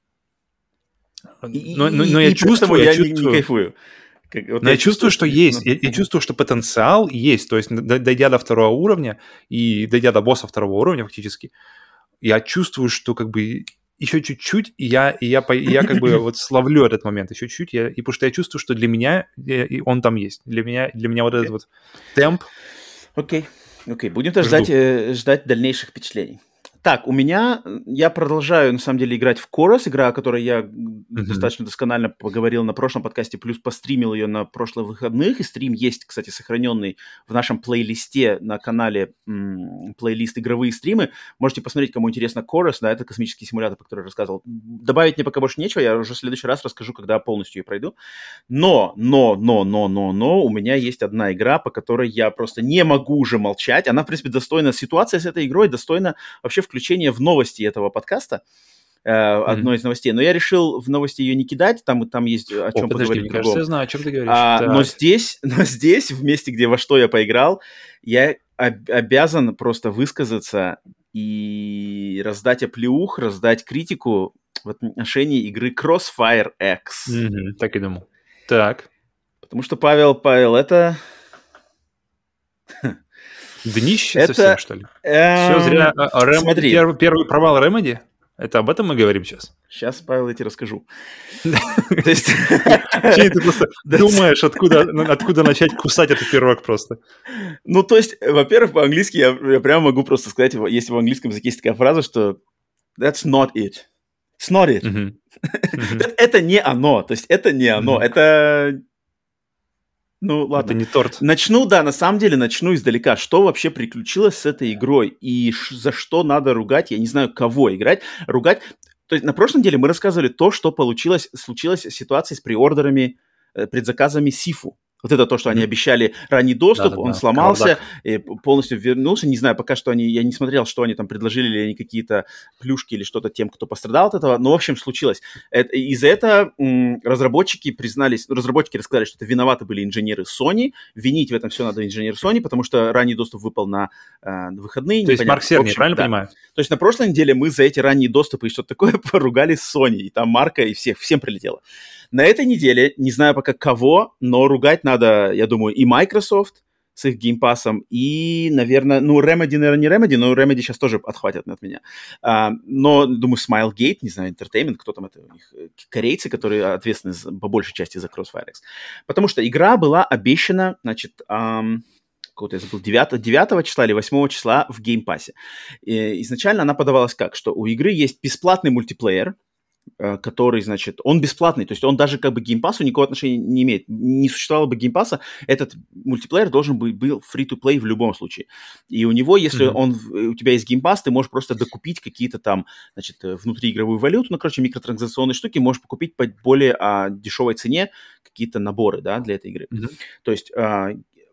Но я чувствую... не кайфую. Но я чувствую, что есть. Я чувствую, что потенциал есть. То есть, дойдя до второго уровня и дойдя до босса второго уровня фактически, я чувствую, что как бы еще чуть-чуть, и я как бы вот словлю этот момент еще чуть-чуть, и потому что я чувствую, что для меня он там есть. Для меня вот этот вот темп. Окей. Будем ждать дальнейших впечатлений. Так, я продолжаю, на самом деле, играть в Chorus, игра, о которой я достаточно досконально поговорил на прошлом подкасте, плюс постримил ее на прошлых выходных, и стрим есть, кстати, сохраненный в нашем плейлисте на канале, плейлист «Игровые стримы». Можете посмотреть, кому интересно Chorus, да, это космический симулятор, про который я рассказывал. Добавить мне пока больше нечего, я уже в следующий раз расскажу, когда полностью ее пройду. Но, у меня есть одна игра, по которой я просто не могу уже молчать. Она, в принципе, достойна, ситуация с этой игрой достойна вообще включение в новости этого подкаста, одной из новостей. Но я решил в новости ее не кидать, там есть о чем поговорить. Мне кажется, я знаю, о чем ты говоришь. Но здесь, в месте, где во что я поиграл, я обязан просто высказаться и раздать оплеух, раздать критику в отношении игры Crossfire X. Так и думал. Так. Потому что, Павел, это... Днище совсем, что ли? Все зря. Смотри. Первый провал Remedy? Это об этом мы говорим сейчас? Сейчас, Павел, я тебе расскажу. Ты просто думаешь, откуда начать кусать этот пирог просто? Ну, то есть, во-первых, по-английски я прямо могу просто сказать, если в английском языке есть такая фраза, что that's not it. It's not it. Это не оно. То есть, это не оно. Это... Ну, ладно. Это не торт. На самом деле начну издалека. Что вообще приключилось с этой игрой? И за что надо ругать? Я не знаю, кого играть. Ругать... То есть на прошлой неделе мы рассказывали то, что случилась ситуация с преордерами, предзаказами Сифу. Вот это то, что они обещали ранний доступ, он сломался, и полностью вернулся. Не знаю, пока что я не смотрел, что они там предложили, или они какие-то плюшки или что-то тем, кто пострадал от этого. Но, в общем, случилось. Из-за этого разработчики рассказали, что это виноваты были инженеры Sony. Винить в этом все надо инженер Sony, потому что ранний доступ выпал на выходные. То есть Марк Серни, правильно понимаю? То есть на прошлой неделе мы за эти ранние доступы и что-то такое поругали Sony. И там Марка и всем прилетело. На этой неделе, не знаю пока кого, но ругать надо, я думаю, и Microsoft с их геймпассом, и, наверное, Remedy, наверное, не Remedy, но Remedy сейчас тоже отхватят от меня. Но, думаю, Smilegate, не знаю, Entertainment, кто там это у них, корейцы, которые ответственны по большей части за Crossfire X. Потому что игра была обещана, значит, какого-то я забыл, 9 числа или 8 числа в геймпассе. Изначально она подавалась как, что у игры есть бесплатный мультиплеер, который, значит, он бесплатный, то есть он даже как бы к геймпассу никакого отношения не имеет. Не существовало бы геймпасса, этот мультиплеер должен быть был free-to-play в любом случае. И у него, если у тебя есть геймпасс, ты можешь просто докупить какие-то там, значит, внутриигровую валюту, микротранзакционные штуки, можешь покупить по более дешевой цене какие-то наборы, да, для этой игры. То есть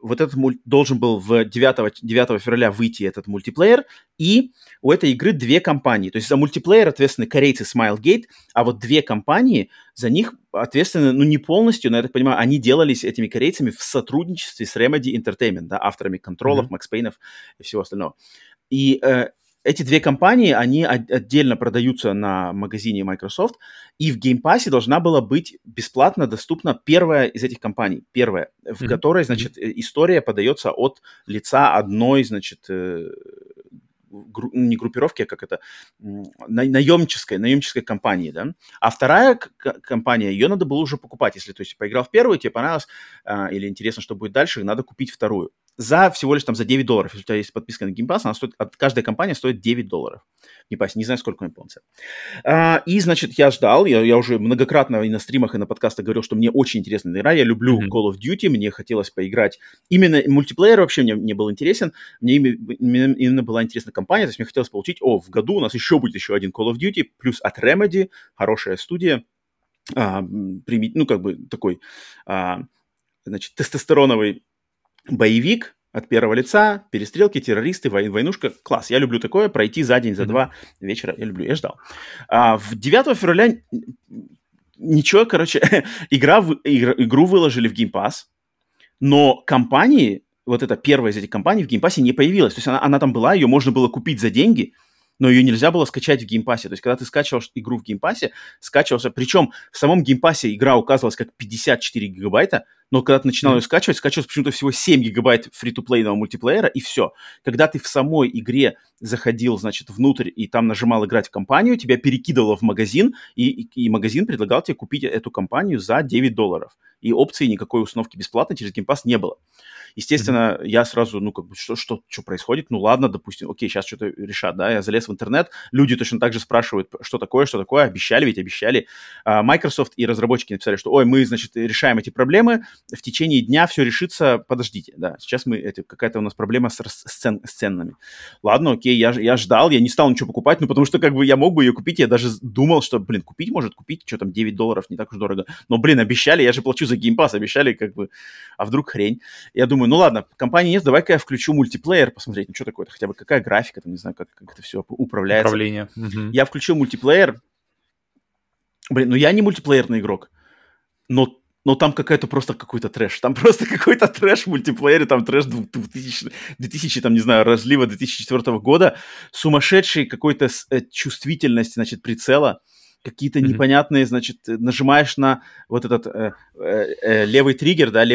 вот этот должен был в 9 февраля выйти этот мультиплеер, и у этой игры две компании. То есть за мультиплеер ответственны корейцы Smilegate, а вот две компании за них ответственны, ну, не полностью, но, я так понимаю, они делались этими корейцами в сотрудничестве с Remedy Entertainment, да, авторами контролов, Макс Пейнов и всего остального. И эти две компании, они отдельно продаются на магазине Microsoft, и в Game Pass должна была быть бесплатно доступна первая из этих компаний, первая, в которой, значит, история подается от лица одной, значит, не группировки, а как это, наемнической компании, да. А вторая компания, ее надо было уже покупать, если, то есть, поиграл в первую, тебе понравилось, или интересно, что будет дальше, надо купить вторую. За всего лишь там за $9. Если у тебя есть подписка на Game Pass, она стоит, каждая компания стоит $9. Game Pass, не знаю, сколько он полностью. И, значит, я ждал, я уже многократно и на стримах, и на подкастах говорил, что мне очень интересная игра, я люблю Call of Duty, мне хотелось поиграть. Именно мультиплеер вообще мне был интересен, мне именно была интересна компания, то есть мне хотелось получить, в году у нас будет еще один Call of Duty, плюс от Remedy, хорошая студия, ну, как бы такой, значит, тестостероновый боевик от первого лица, перестрелки, террористы, войнушка. Класс, я люблю такое, пройти за день, за два вечера. Я люблю, я ждал. В 9 февраля ничего, короче, игру выложили в Game Pass, но компании, вот эта первая из этих компаний в Game Pass не появилась. То есть она там была, ее можно было купить за деньги, но ее нельзя было скачать в Game Pass. То есть, когда ты скачивал игру в Game Pass, скачивался... Причем в самом Game Pass игра указывалась как 54 гигабайта, но когда ты начинал ее скачивалось почему-то всего 7 гигабайт фри-то-плейного мультиплеера, и все. Когда ты в самой игре заходил, значит, внутрь, и там нажимал играть в компанию, тебя перекидывало в магазин, и магазин предлагал тебе купить эту компанию за $9. И опции никакой установки бесплатной через Game Pass не было. Естественно, я сразу, ну, как бы, что происходит? Ну, ладно, допустим, окей, сейчас что-то решат, да, я залез в интернет, люди точно так же спрашивают, что такое, обещали. Microsoft и разработчики написали, что, мы, значит, решаем эти проблемы, в течение дня все решится, подождите, да, сейчас какая-то у нас проблема с ценами. Ладно, окей, я ждал, я не стал ничего покупать, ну, потому что, как бы, я мог бы ее купить, я даже думал, что, купить, что там, $9, не так уж дорого, но, обещали, я же плачу за Game Pass, обещали, как бы, а вдруг хрень. Я думаю, ну ладно, компании нет, давай-ка я включу мультиплеер, посмотреть, ну что такое-то, хотя бы какая графика, там, не знаю, как это все управляется. Управление. Я включил мультиплеер. Ну я не мультиплеерный игрок, но там какой-то трэш. Там просто какой-то трэш в мультиплеере, там трэш 2000 там, не знаю, разлива 2004 года, сумасшедший какой-то чувствительность, значит, прицела, какие-то непонятные, значит, нажимаешь на вот этот левый триггер, да,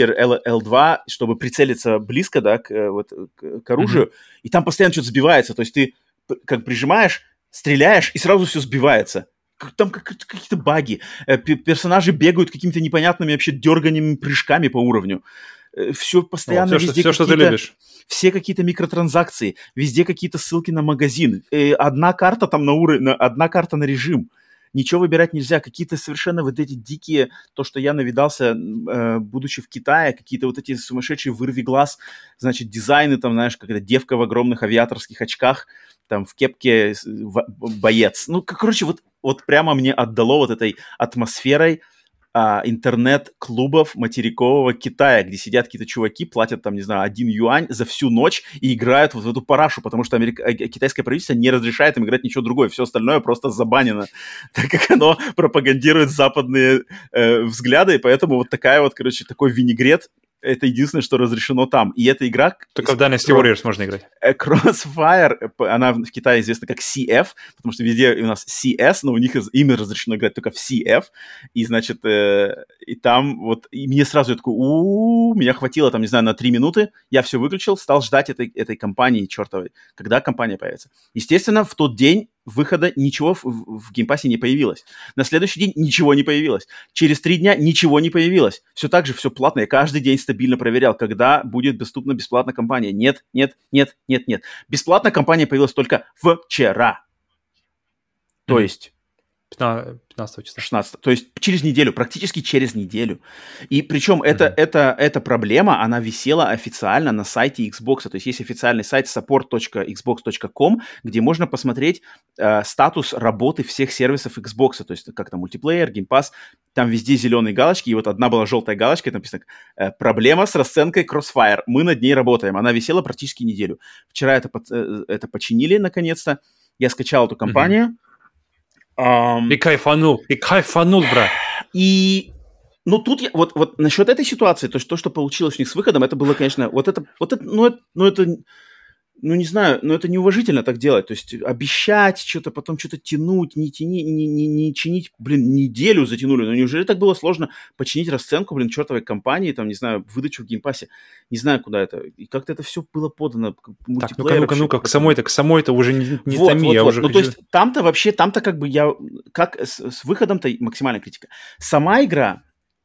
L2, чтобы прицелиться близко, да, к оружию, и там постоянно что-то сбивается, то есть ты как прижимаешь, стреляешь, и сразу все сбивается. Там какие-то баги, персонажи бегают какими-то непонятными вообще дерганными прыжками по уровню. Все постоянно везде все, что ты любишь. Все какие-то микротранзакции, везде какие-то ссылки на магазин. Одна карта там одна карта на режим. Ничего выбирать нельзя. Какие-то совершенно вот эти дикие, то, что я навидался, будучи в Китае, какие-то вот эти сумасшедшие вырви глаз, значит, дизайны там, знаешь, какая-то девка в огромных авиаторских очках, там в кепке боец. Ну, короче, вот прямо мне отдало вот этой атмосферой интернет-клубов материкового Китая, где сидят какие-то чуваки, платят там, не знаю, 1 юань за всю ночь и играют вот в эту парашу, потому что китайское правительство не разрешает им играть ничего другое, все остальное просто забанено, так как оно пропагандирует западные взгляды, и поэтому вот такая вот, короче, такой винегрет, это единственное, что разрешено там. И эта игра... Только в Dynasty Warriors можно играть. Crossfire, она в Китае известна как CF, потому что везде у нас CS, но у них им разрешено играть только в CF. И, значит, и там вот... И мне сразу я такой, меня хватило там, не знаю, на 3 минуты. Я все выключил, стал ждать этой компании чертовой, когда компания появится. Естественно, в тот день выхода ничего в геймпассе не появилось. На следующий день ничего не появилось. Через 3 дня ничего не появилось. Все так же, все платно. Я каждый день стабильно проверял, когда будет доступна бесплатная компания. Нет. Бесплатная компания появилась только вчера. То есть 15 числа. 16. То есть через неделю, практически через неделю. И причем эта проблема, она висела официально на сайте Xbox. То есть есть официальный сайт support.xbox.com, где можно посмотреть статус работы всех сервисов Xbox. То есть как там мультиплеер, Game Pass. Там везде зеленые галочки. И вот одна была желтая галочка, и там написано «Проблема с расценкой Crossfire. Мы над ней работаем». Она висела практически неделю. Вчера это починили наконец-то. Я скачал эту компанию. И кайфанул, брат. И, ну, тут я, вот насчет этой ситуации, то, что получилось у них с выходом, это было, конечно, не знаю, но это неуважительно так делать. То есть обещать что-то, потом что-то тянуть, не чинить, неделю затянули. Ну, неужели так было сложно починить расценку, чертовой компании, там, не знаю, выдачу в геймпассе? Не знаю, куда это. И как-то это все было подано. Так, ну-ка, к самой-то уже не томи. Я уже ну, то есть там-то как бы с выходом-то максимальная критика. Сама игра.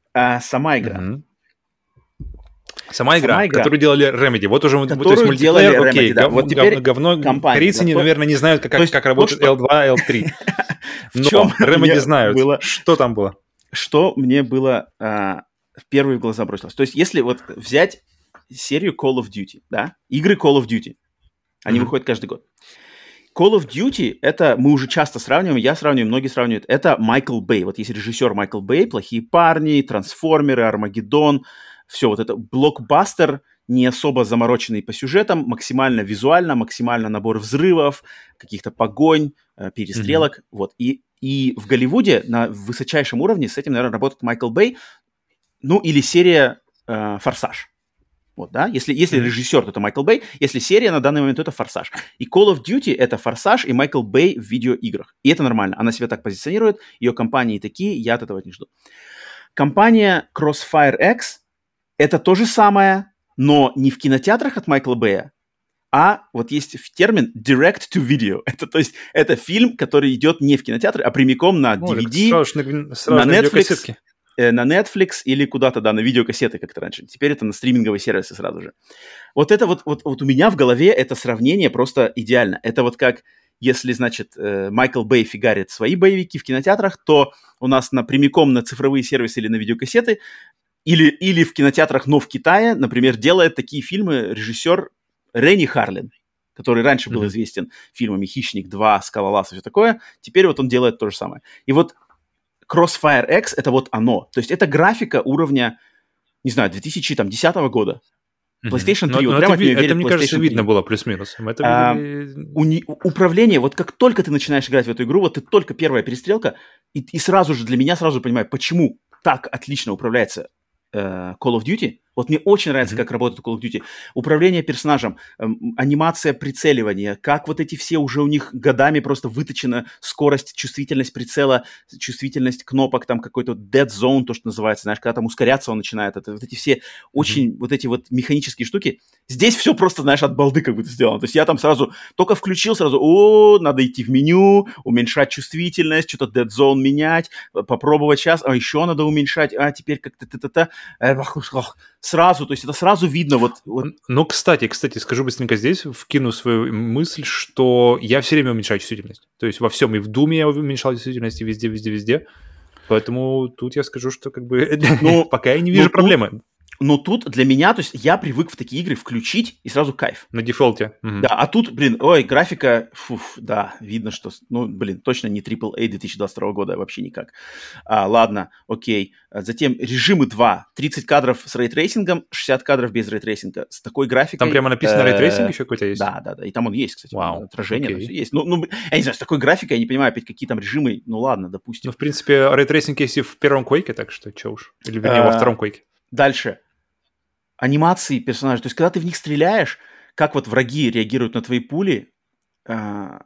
Сама игра, которую делали Remedy. Вот уже, то есть мультиплеер, окей, да. Вот теперь говно, корейцы, наверное, не знают, как работает L2, L3. Но Remedy знают. Что там было? Что мне было первое в глаза бросилось. То есть если вот взять серию Call of Duty, да, игры Call of Duty, они выходят каждый год. Call of Duty, это мы уже часто сравниваем, я сравниваю, многие сравнивают, это Майкл Бэй. Вот есть режиссер Майкл Бэй, «Плохие парни», «Трансформеры», «Армагеддон», все, вот это блокбастер, не особо замороченный по сюжетам, максимально визуально, максимально набор взрывов, каких-то погонь, перестрелок, вот. И в Голливуде на высочайшем уровне с этим, наверное, работает Майкл Бэй, ну, или серия «Форсаж». Вот, да? Если режиссер, то это Майкл Бэй, если серия на данный момент, то это «Форсаж». И Call of Duty — это «Форсаж» и Майкл Бэй в видеоиграх. И это нормально. Она себя так позиционирует, ее компании такие, я от этого не жду. Компания Crossfire X — это то же самое, но не в кинотеатрах от Майкла Бэя, а вот есть термин direct to video. Это, то есть это фильм, который идет не в кинотеатры, а прямиком на DVD, на Netflix или куда-то, да, на видеокассеты как-то раньше. Теперь это на стриминговые сервисы сразу же. Вот это вот у меня в голове это сравнение просто идеально. Это вот как если, значит, Майкл Бэй фигарит свои боевики в кинотеатрах, то у нас прямиком на цифровые сервисы или на видеокассеты или в кинотеатрах, но в Китае, например, делает такие фильмы режиссер Ренни Харлин, который раньше был известен фильмами «Хищник 2», «Скалолаз» и все такое. Теперь вот он делает то же самое. И вот Crossfire X — это вот оно. То есть это графика уровня, не знаю, 2010 года. PlayStation 3. Вот прямо это, мне кажется, видно было плюс-минус. Управление, вот как только ты начинаешь играть в эту игру, вот ты только первая перестрелка, и сразу же для меня сразу понимаю, почему так отлично управляется Call of Duty. Вот мне очень нравится, как работает Call of Duty. Управление персонажем, анимация прицеливания, как вот эти все уже у них годами просто выточена скорость, чувствительность прицела, чувствительность кнопок, там какой-то dead zone, то, что называется, знаешь, когда там ускоряться он начинает. Это вот эти все очень вот эти вот механические штуки. Здесь все просто, знаешь, от балды как будто сделано. То есть я там сразу только включил, сразу, надо идти в меню, уменьшать чувствительность, что-то dead zone менять, попробовать сейчас, еще надо уменьшать, теперь как-то сразу, то есть это сразу видно. Вот. Ну, кстати, скажу быстренько здесь, вкину свою мысль, что я все время уменьшаю чувствительность. То есть во всем, и в Думе я уменьшал чувствительность, и везде. Поэтому тут я скажу, что как бы пока я не вижу проблемы. Но тут для меня, то есть я привык в такие игры включить и сразу кайф. На дефолте. Да, а тут, графика, да, видно, что, точно не AAA 2022 года, вообще никак. Ладно, окей. Затем режимы 2, 30 кадров с рейтрейсингом, 60 кадров без рейтрейсинга. С такой графикой... Там прямо написано рейтрейсинг еще какой-то есть? Да, и там он есть, кстати. Вау, отражение, там все есть. Я не знаю, с такой графикой, я не понимаю, опять какие там режимы, ладно, допустим. В принципе, рейтрейсинг есть и в первом Quake, так что чё уж. Или, вернее, во втором Quake. Дальше. Анимации персонажей. То есть, когда ты в них стреляешь, как вот враги реагируют на твои пули, оно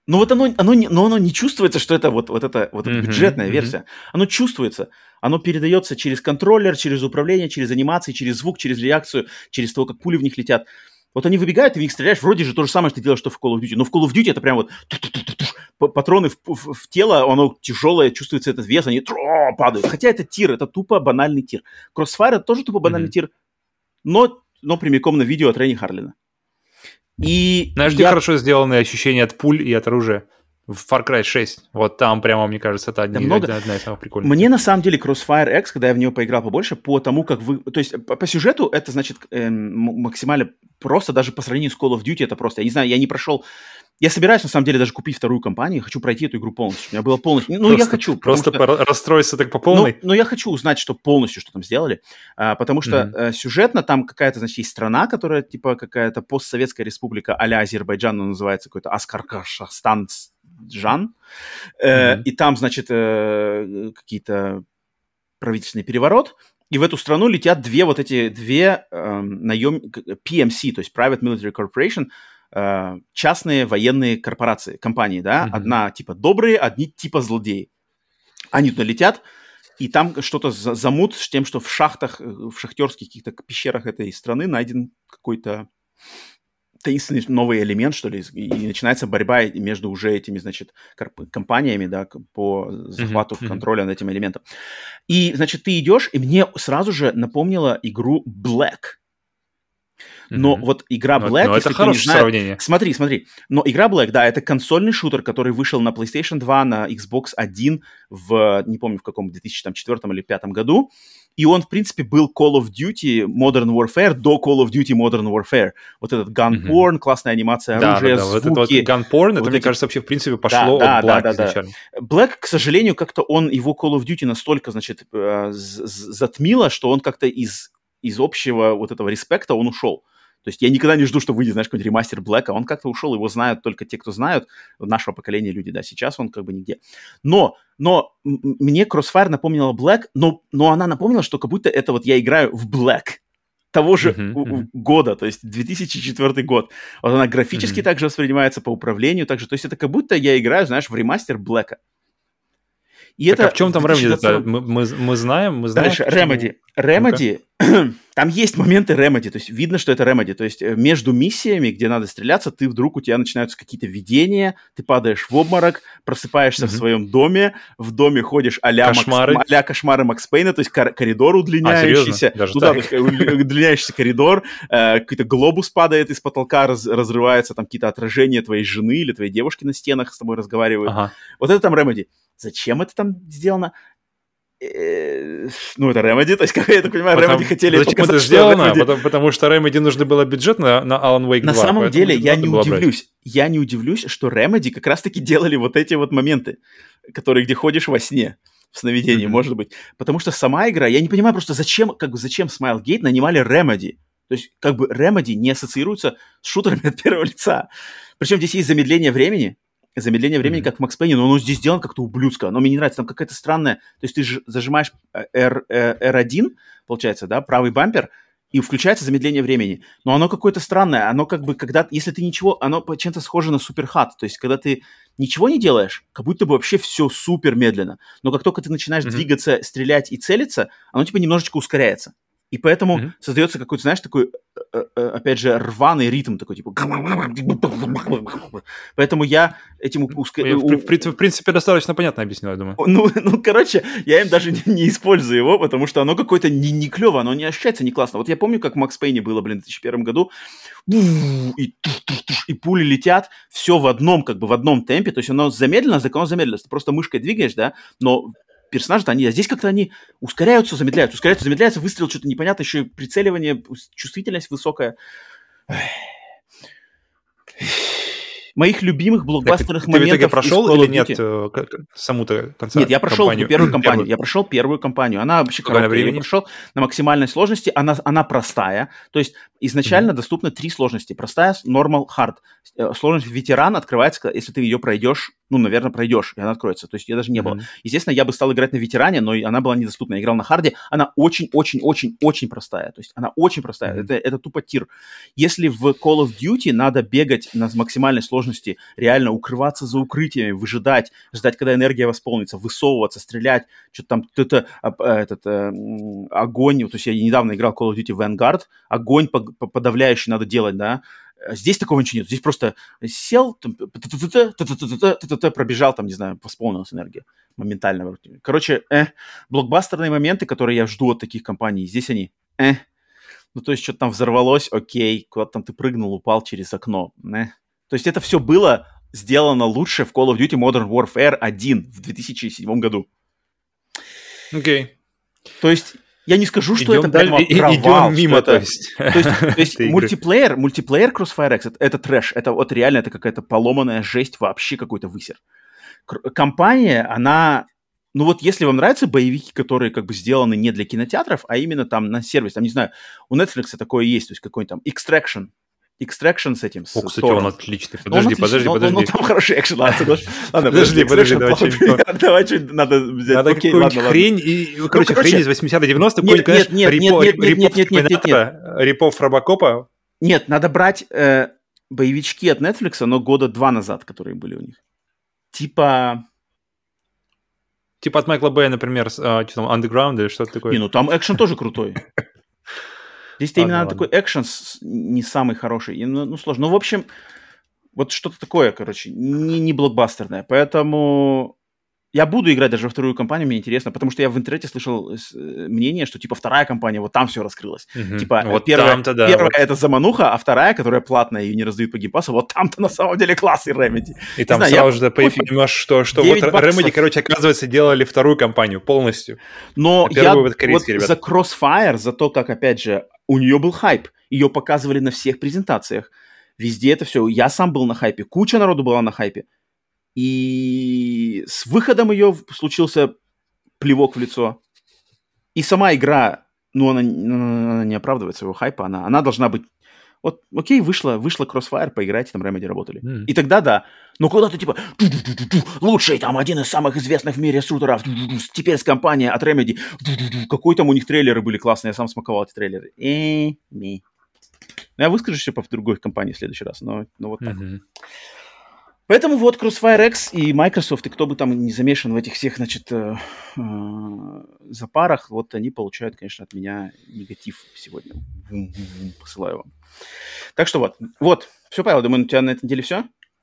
не чувствуется, что это вот эта бюджетная версия. Оно чувствуется. Оно передается через контроллер, через управление, через анимации, через звук, через реакцию, через то, как пули в них летят. Вот они выбегают, ты в них стреляешь, вроде же то же самое, что ты делаешь, что в Call of Duty. Но в Call of Duty это прям вот патроны в тело, оно тяжелое, чувствуется этот вес, они падают. Хотя это тир, это тупо банальный тир. Crossfire это тоже тупо банальный тир, но прямиком на видео от Ренни Харлина. И знаешь, где хорошо сделаны ощущения от пуль и от оружия? В Far Cry 6. Вот там прямо, мне кажется, это одна из самых прикольных. Мне на самом деле Crossfire X, когда я в нее поиграл побольше, по тому, как вы... То есть по сюжету это, значит, максимально просто, даже по сравнению с Call of Duty это просто... Я не знаю, я не прошел... Я собираюсь, на самом деле, даже купить вторую кампанию, хочу пройти эту игру полностью. У меня было полностью... Ну, я хочу. Просто расстроиться так по полной? Ну, я хочу узнать, что полностью, что там сделали, потому что сюжетно там какая-то, значит, есть страна, которая, типа, какая-то постсоветская республика а-ля Азербайджан, она называется какой-то Аскаркашастан, и там, значит, какие-то правительственный переворот, и в эту страну летят две PMC, то есть Private Military Corporation, частные военные корпорации, компании, да, одна типа добрые, одни типа злодеи. Они туда летят, и там что-то замут с тем, что в шахтах, в шахтерских каких-то пещерах этой страны найден какой-то таинственный новый элемент, что ли, и начинается борьба между уже этими, значит, компаниями, да, по захвату контроля над этим элементом. И, значит, ты идешь, и мне сразу же напомнила игру Black. Но вот игра Black... Но это хорошее сравнение. Смотри. Но игра Black, да, это консольный шутер, который вышел на PlayStation 2, на Xbox 1 не помню в каком, 2004 или 2005 году. И он, в принципе, был Call of Duty Modern Warfare до Call of Duty Modern Warfare. Вот этот gun-porn, классная анимация оружия, звуки. Вот этот gun-porn, это, мне кажется, вообще, в принципе, пошло от Black изначально. Black, к сожалению, как-то его Call of Duty настолько, значит, затмило, что он как-то из общего вот этого респекта он ушел. То есть я никогда не жду, что выйдет, знаешь, какой-нибудь ремастер Блэка. Он как-то ушел, его знают только те, кто знают, нашего поколения люди, да. Сейчас он как бы нигде. Но мне Crossfire напомнила Black, но она напомнила, что как будто это вот я играю в Black того же года, то есть 2004 год. Вот она графически также воспринимается, по управлению также. То есть это как будто я играю, знаешь, в ремастер Блэка. И так, это... А в чем там Remedy? Мы знаем. Дальше, Remedy. Там есть моменты Remedy, то есть видно, что это Remedy. То есть между миссиями, где надо стреляться, у тебя начинаются какие-то видения, ты падаешь в обморок, просыпаешься в своем доме, в доме ходишь а-ля кошмары Макс Пейна, то есть коридор удлиняющийся. Удлиняющийся коридор, какой-то глобус падает из потолка, разрывается, там какие-то отражения твоей жены или твоей девушки на стенах с тобой разговаривают. Вот это там Remedy. Зачем это там сделано? Ну, это Remedy, то есть, как я так понимаю, Remedy хотели показать, это сделано, потому что Remedy нужно было бюджет на Alan Wake 2. На самом деле, я не удивлюсь, что Remedy как раз-таки делали вот эти вот моменты, которые, где ходишь во сне, в сновидении, может быть. Потому что сама игра, я не понимаю просто, зачем Smilegate нанимали Remedy. То есть, как бы Remedy не ассоциируется с шутерами от первого лица. Причем здесь есть замедление времени, как в Макс Пейне, но оно здесь сделано как-то ублюдско. Оно мне не нравится. Там какая-то странная... То есть ты же зажимаешь R1, получается, да, правый бампер, и включается замедление времени. Но оно какое-то странное. Оно как бы, когда... Если ты ничего... Оно чем-то схоже на суперхат. То есть когда ты ничего не делаешь, как будто бы вообще все супер медленно. Но как только ты начинаешь двигаться, стрелять и целиться, оно типа немножечко ускоряется. И поэтому создается какой-то, знаешь, такой, опять же, рваный ритм такой, типа... Поэтому я этим... В принципе, достаточно понятно объяснил, я думаю. Ну, короче, я им даже не использую его, потому что оно какое-то не клево, оно не ощущается не классно. Вот я помню, как в Макс Пейне было, в 2001 году, и пули летят, все в одном темпе, то есть оно замедлилось, так оно замедлилось. Ты просто мышкой двигаешь, да, но... Персонажи-то а здесь как-то они ускоряются, замедляются, выстрел что-то непонятно, еще и прицеливание, чувствительность высокая. Моих любимых блокбастерных моментов. Ты в итоге прошел или нет саму-то концертную? Нет, я прошел первую кампанию. Я прошел первую кампанию. Она вообще короткая. Я прошел на максимальной сложности. Она простая. То есть изначально доступны 3 сложности. Простая, normal, hard. Сложность ветеран открывается, если ты ее пройдешь. Ну, наверное, пройдешь, и она откроется. То есть ее даже не было. Естественно, я бы стал играть на ветеране, но она была недоступна. Я играл на харде. Она очень-очень-очень-очень простая. То есть она очень простая. Это тупо тир. Если в Call of Duty надо бегать на максимальной сложности, реально укрываться за укрытиями, выжидать, ждать, когда энергия восполнится, высовываться, стрелять, что-то там, огонь. То есть я недавно играл в Call of Duty Vanguard. Огонь подавляющий надо делать, да. Здесь такого ничего нет. Здесь просто сел, пробежал, там, не знаю, восполнилась энергия моментально. Короче, блокбастерные моменты, которые я жду от таких компаний, здесь они, Ну, то есть что-то там взорвалось, окей, куда-то там ты прыгнул, упал через окно, То есть это все было сделано лучше в Call of Duty Modern Warfare 1 в 2007 году. Окей. То есть я не скажу, что это прямо провал. Идем мимо, то есть мультиплеер Crossfire X это трэш. Это вот реально это какая-то поломанная жесть, вообще какой-то высер. Компания, она... Ну вот если вам нравятся боевики, которые как бы сделаны не для кинотеатров, а именно там на сервис, там, не знаю, у Netflix такое есть, то есть какой-нибудь там Extraction с этим. Кстати, он отличный. Подожди. Ну, там хороший экшен, ладно. Подожди, давай чуть надо взять. Надо какую-нибудь хрень, хрень из 80-90, какой-нибудь, рипов Робокопа. Нет, надо брать боевички от Netflix, но года 2 назад, которые были у них. Типа от Майкла Бэя, например, Underground или что-то такое. Не, ну там экшен тоже крутой. Здесь-то именно такой экшен не самый хороший. Ну, сложно. Ну, в общем, вот что-то такое, короче, не блокбастерное. Поэтому я буду играть даже во вторую кампанию, мне интересно, потому что я в интернете слышал мнение, что, типа, вторая кампания, вот там все раскрылось. Типа, вот первая это замануха, а вторая, которая платная и не раздают по геймпассу, вот там-то на самом деле класс и Remedy. И там сразу же появилось, что вот Remedy, короче, оказывается, делали вторую кампанию полностью. Но я вот за Crossfire, за то, как, опять же, у нее был хайп, ее показывали на всех презентациях, везде это все. Я сам был на хайпе, куча народу была на хайпе. И с выходом ее случился плевок в лицо. И сама игра, ну, она не оправдывает своего хайпа. Она должна быть... Вот, окей, вышла Crossfire, поиграйте, там Remedy работали. И тогда да. Но когда ты типа... Лучший, там, один из самых известных в мире шутеров. Теперь с компанией от Remedy. Какой там у них трейлеры были классные. Я сам смаковал эти трейлеры. Я выскажу все по другой компании в следующий раз. Но вот так. Поэтому вот Crossfire X и Microsoft, и кто бы там не замешан в этих всех, значит, запарах, вот они получают, конечно, от меня негатив сегодня. Посылаю вам. Так что вот. Все, Павел, думаю, у тебя на этой неделе все?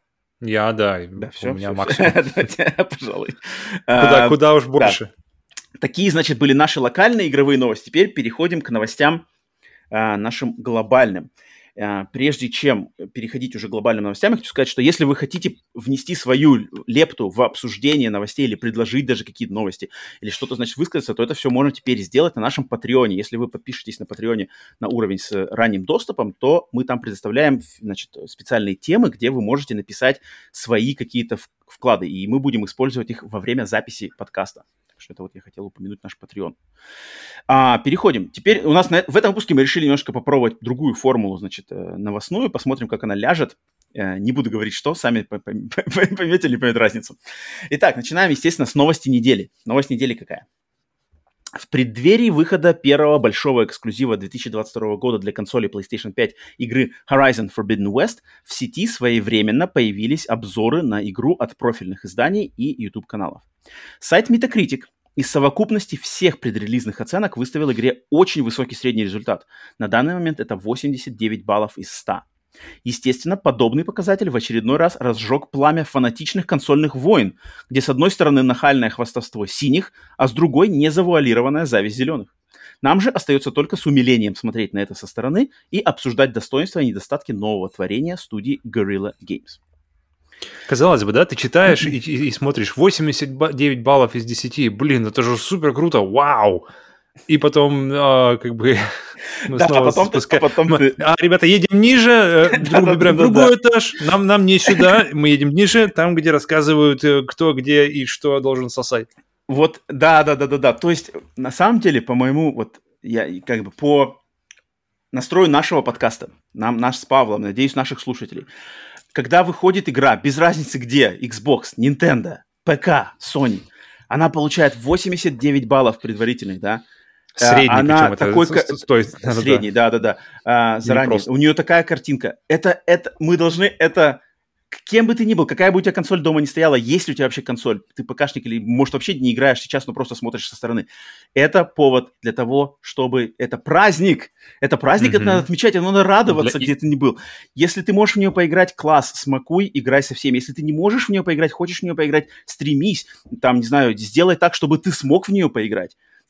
Да, все, у меня максимум. Пожалуй. Куда уж больше. Такие, значит, были наши локальные игровые новости. Теперь переходим к новостям нашим глобальным. Прежде чем переходить уже к глобальным новостям, я хочу сказать, что если вы хотите внести свою лепту в обсуждение новостей или предложить даже какие-то новости, или что-то, значит, высказаться, то это все можно теперь сделать на нашем Патреоне. Если вы подпишетесь на Патреоне на уровень с ранним доступом, то мы там предоставляем, значит, специальные темы, где вы можете написать свои какие-то вклады, и мы будем использовать их во время записи подкаста. Что это вот я хотел упомянуть наш Patreon. Переходим. Теперь у нас в этом выпуске мы решили немножко попробовать другую формулу, значит, новостную. Посмотрим, как она ляжет. Не буду говорить, что. Сами поймете или поймете разницу. Итак, начинаем, естественно, с новости недели. Новость недели какая? В преддверии выхода первого большого эксклюзива 2022 года для консоли PlayStation 5 игры Horizon Forbidden West в сети своевременно появились обзоры на игру от профильных изданий и YouTube-каналов. Сайт Metacritic из совокупности всех предрелизных оценок выставил игре очень высокий средний результат. На данный момент это 89 баллов из 100. Естественно, подобный показатель в очередной раз разжег пламя фанатичных консольных войн, где с одной стороны нахальное хвастовство синих, а с другой незавуалированная зависть зеленых. Нам же остается только с умилением смотреть на это со стороны и обсуждать достоинства и недостатки нового творения студии Guerrilla Games. Казалось бы, да, ты читаешь и смотришь 89 баллов из 10, блин, это же супер круто, вау! И потом, как бы, мы снова спускаем. Ребята, едем ниже, выбираем другой этаж, нам не сюда, мы едем ниже, там, где рассказывают, кто, где и что должен сосать. Вот, да. То есть, на самом деле, по-моему, вот, я как бы по настрою нашего подкаста, наш с Павлом, надеюсь, наших слушателей, когда выходит игра, без разницы где, Xbox, Nintendo, ПК, Sony, она получает 89 баллов предварительных, да? Средний, она причем такой, это стоит. Средний, да. Заранее. У нее такая картинка. Мы должны это... Кем бы ты ни был, какая бы у тебя консоль дома ни стояла, есть ли у тебя вообще консоль, ты ПКшник или, может, вообще не играешь сейчас, но просто смотришь со стороны. Это повод для того, чтобы... Это праздник! Это праздник, это надо отмечать, это надо радоваться, где ты ни был. Если ты можешь в нее поиграть, класс, смакуй, играй со всеми. Если ты не можешь в нее поиграть, хочешь в нее поиграть, стремись, там, не знаю, сделай так, чтобы ты смог в нее поиграть.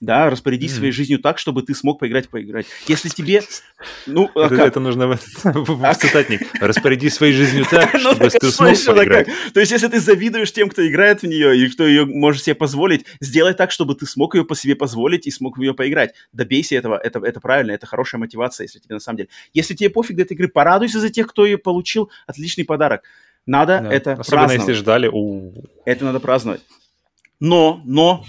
Да, распорядись своей жизнью так, чтобы ты смог поиграть. Если тебе... Ну, это нужно в цитатник. Распорядись своей жизнью так, чтобы ты смог поиграть. То есть, если ты завидуешь тем, кто играет в нее, и кто ее может себе позволить, сделай так, чтобы ты смог ее по себе позволить и смог в нее поиграть. Добейся этого, это правильно, это хорошая мотивация, если тебе на самом деле... Если тебе пофиг до этой игры, порадуйся за тех, кто ее получил. Отличный подарок. Надо это особенно праздновать. Если ждали. Это надо праздновать. Но,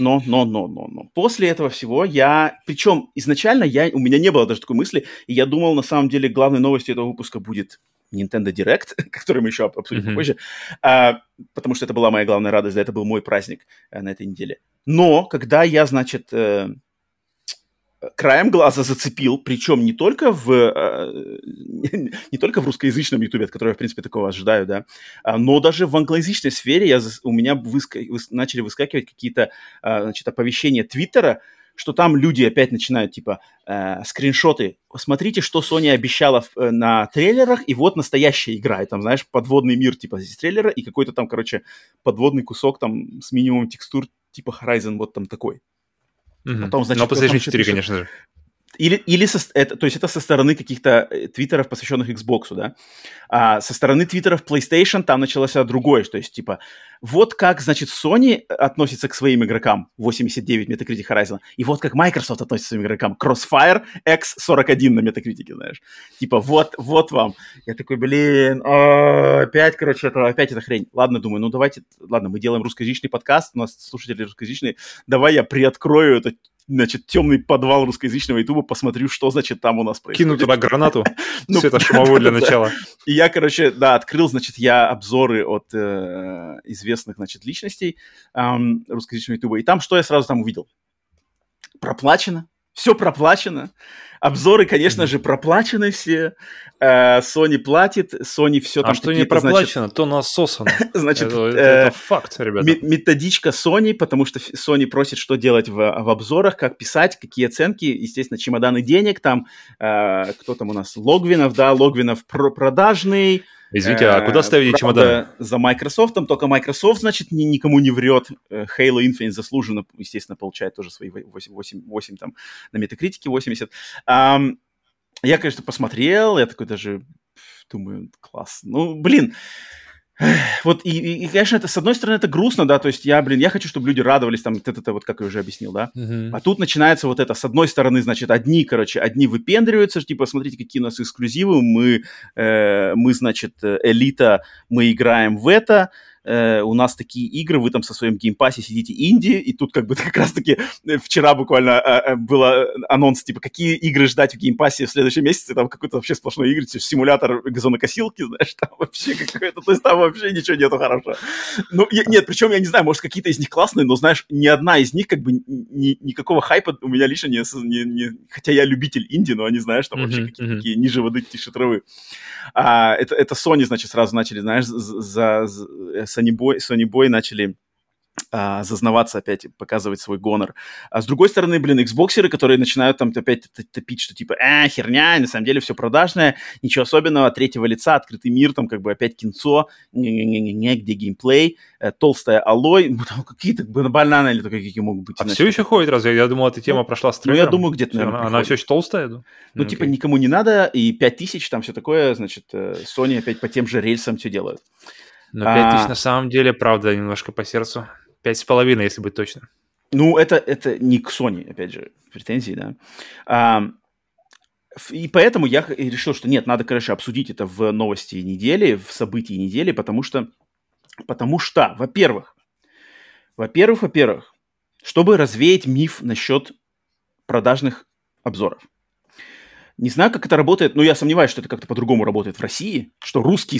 после этого всего причем изначально у меня не было даже такой мысли, и я думал, на самом деле, главной новостью этого выпуска будет Nintendo Direct, который мы еще обсудим попозже, потому что это была моя главная радость, это был мой праздник на этой неделе. Но, когда я, значит, краем глаза зацепил, причем не только в русскоязычном ютубе, от которого я, в принципе, такого ожидаю, да, но даже в англоязычной сфере у меня начали выскакивать какие-то, значит, оповещения Твиттера, что там люди опять начинают, типа, скриншоты. Смотрите, что Sony обещала на трейлерах, и вот настоящая игра. И там, знаешь, подводный мир, типа, из трейлера, и какой-то там, короче, подводный кусок там с минимумом текстур, типа Horizon, вот там такой. Потом, значит, но PlayStation 4, конечно же. То есть это со стороны каких-то твиттеров, посвященных Xbox, да. А со стороны твиттеров PlayStation там началось другое, то есть, типа, вот как, значит, Sony относится к своим игрокам, 89 Metacritic Horizon, и вот как Microsoft относится к своим игрокам, Crossfire X41 на Metacritic, знаешь. Типа, вот вам. Я такой, опять эта хрень. Ладно, думаю, ладно, мы делаем русскоязычный подкаст, у нас слушатели русскоязычные, давай я приоткрою это, значит, темный подвал русскоязычного ютуба, посмотрю, что, значит, там у нас происходит. Кину туда гранату, светошумовую для начала. И я, короче, открыл, значит, обзоры от известных, значит, личностей русскоязычного ютуба. И там, что я сразу там увидел? Проплачено. Все проплачено. Обзоры, конечно же, проплачены все. Sony платит, Sony все там... А что не проплачено, то насосано. Значит, это факт, ребята. Методичка Sony, потому что Sony просит, что делать в обзорах, как писать, какие оценки. Естественно, чемоданы денег. Там, кто там у нас? Логвинов продажный. Извините, а куда ставили чемоданы? За Microsoft, только Microsoft, значит, никому не врет. Halo Infinite заслуженно, естественно, получает тоже свои 8 там, на Метакритике 80. Я, конечно, посмотрел, я такой даже думаю, класс. Ну, блин, вот, и, конечно, это, с одной стороны, это грустно, да, то есть я хочу, чтобы люди радовались, там, вот как я уже объяснил, да, а тут начинается вот это, с одной стороны, значит, одни выпендриваются, типа, смотрите, какие у нас эксклюзивы, мы, значит, элита, мы играем в это, у нас такие игры, вы там со своим геймпассе сидите инди, и тут как бы как раз-таки вчера буквально был анонс, типа, какие игры ждать в геймпассе в следующем месяце, там какой-то вообще сплошной игры, симулятор газонокосилки, знаешь, там вообще какой-то, то есть там вообще ничего нету хорошего. Ну, нет, причем я не знаю, может, какие-то из них классные, но, знаешь, ни одна из них как бы никакого хайпа у меня лично не хотя я любитель инди, но они, знаешь, там вообще какие-то такие ниже воды тише травы. Это Sony, значит, сразу начали, знаешь, Sony Boy начали зазнаваться опять, показывать свой гонор. А с другой стороны, Xboxеры, которые начинают там опять топить, что типа, херня, на самом деле все продажное, ничего особенного, от третьего лица, открытый мир, там как бы опять кинцо, где геймплей, толстая алой, какие-то бананы или какие могут быть. А все еще ходит разве? Я думал, эта тема прошла с трейлером. Ну, я думаю, где-то, наверное, она все еще толстая, да? Ну, типа, никому не надо, и 5000, там все такое, значит, Sony опять по тем же рельсам все делают. Но 5000 на самом деле, правда, немножко по сердцу. 5,5, если быть точным. Ну, это не к Sony, опять же, претензии, да. И поэтому я решил, что нет, надо, короче, обсудить это в новости недели, в событии недели, потому что, во-первых, чтобы развеять миф насчет продажных обзоров. Не знаю, как это работает, но я сомневаюсь, что это как-то по-другому работает в России, что русский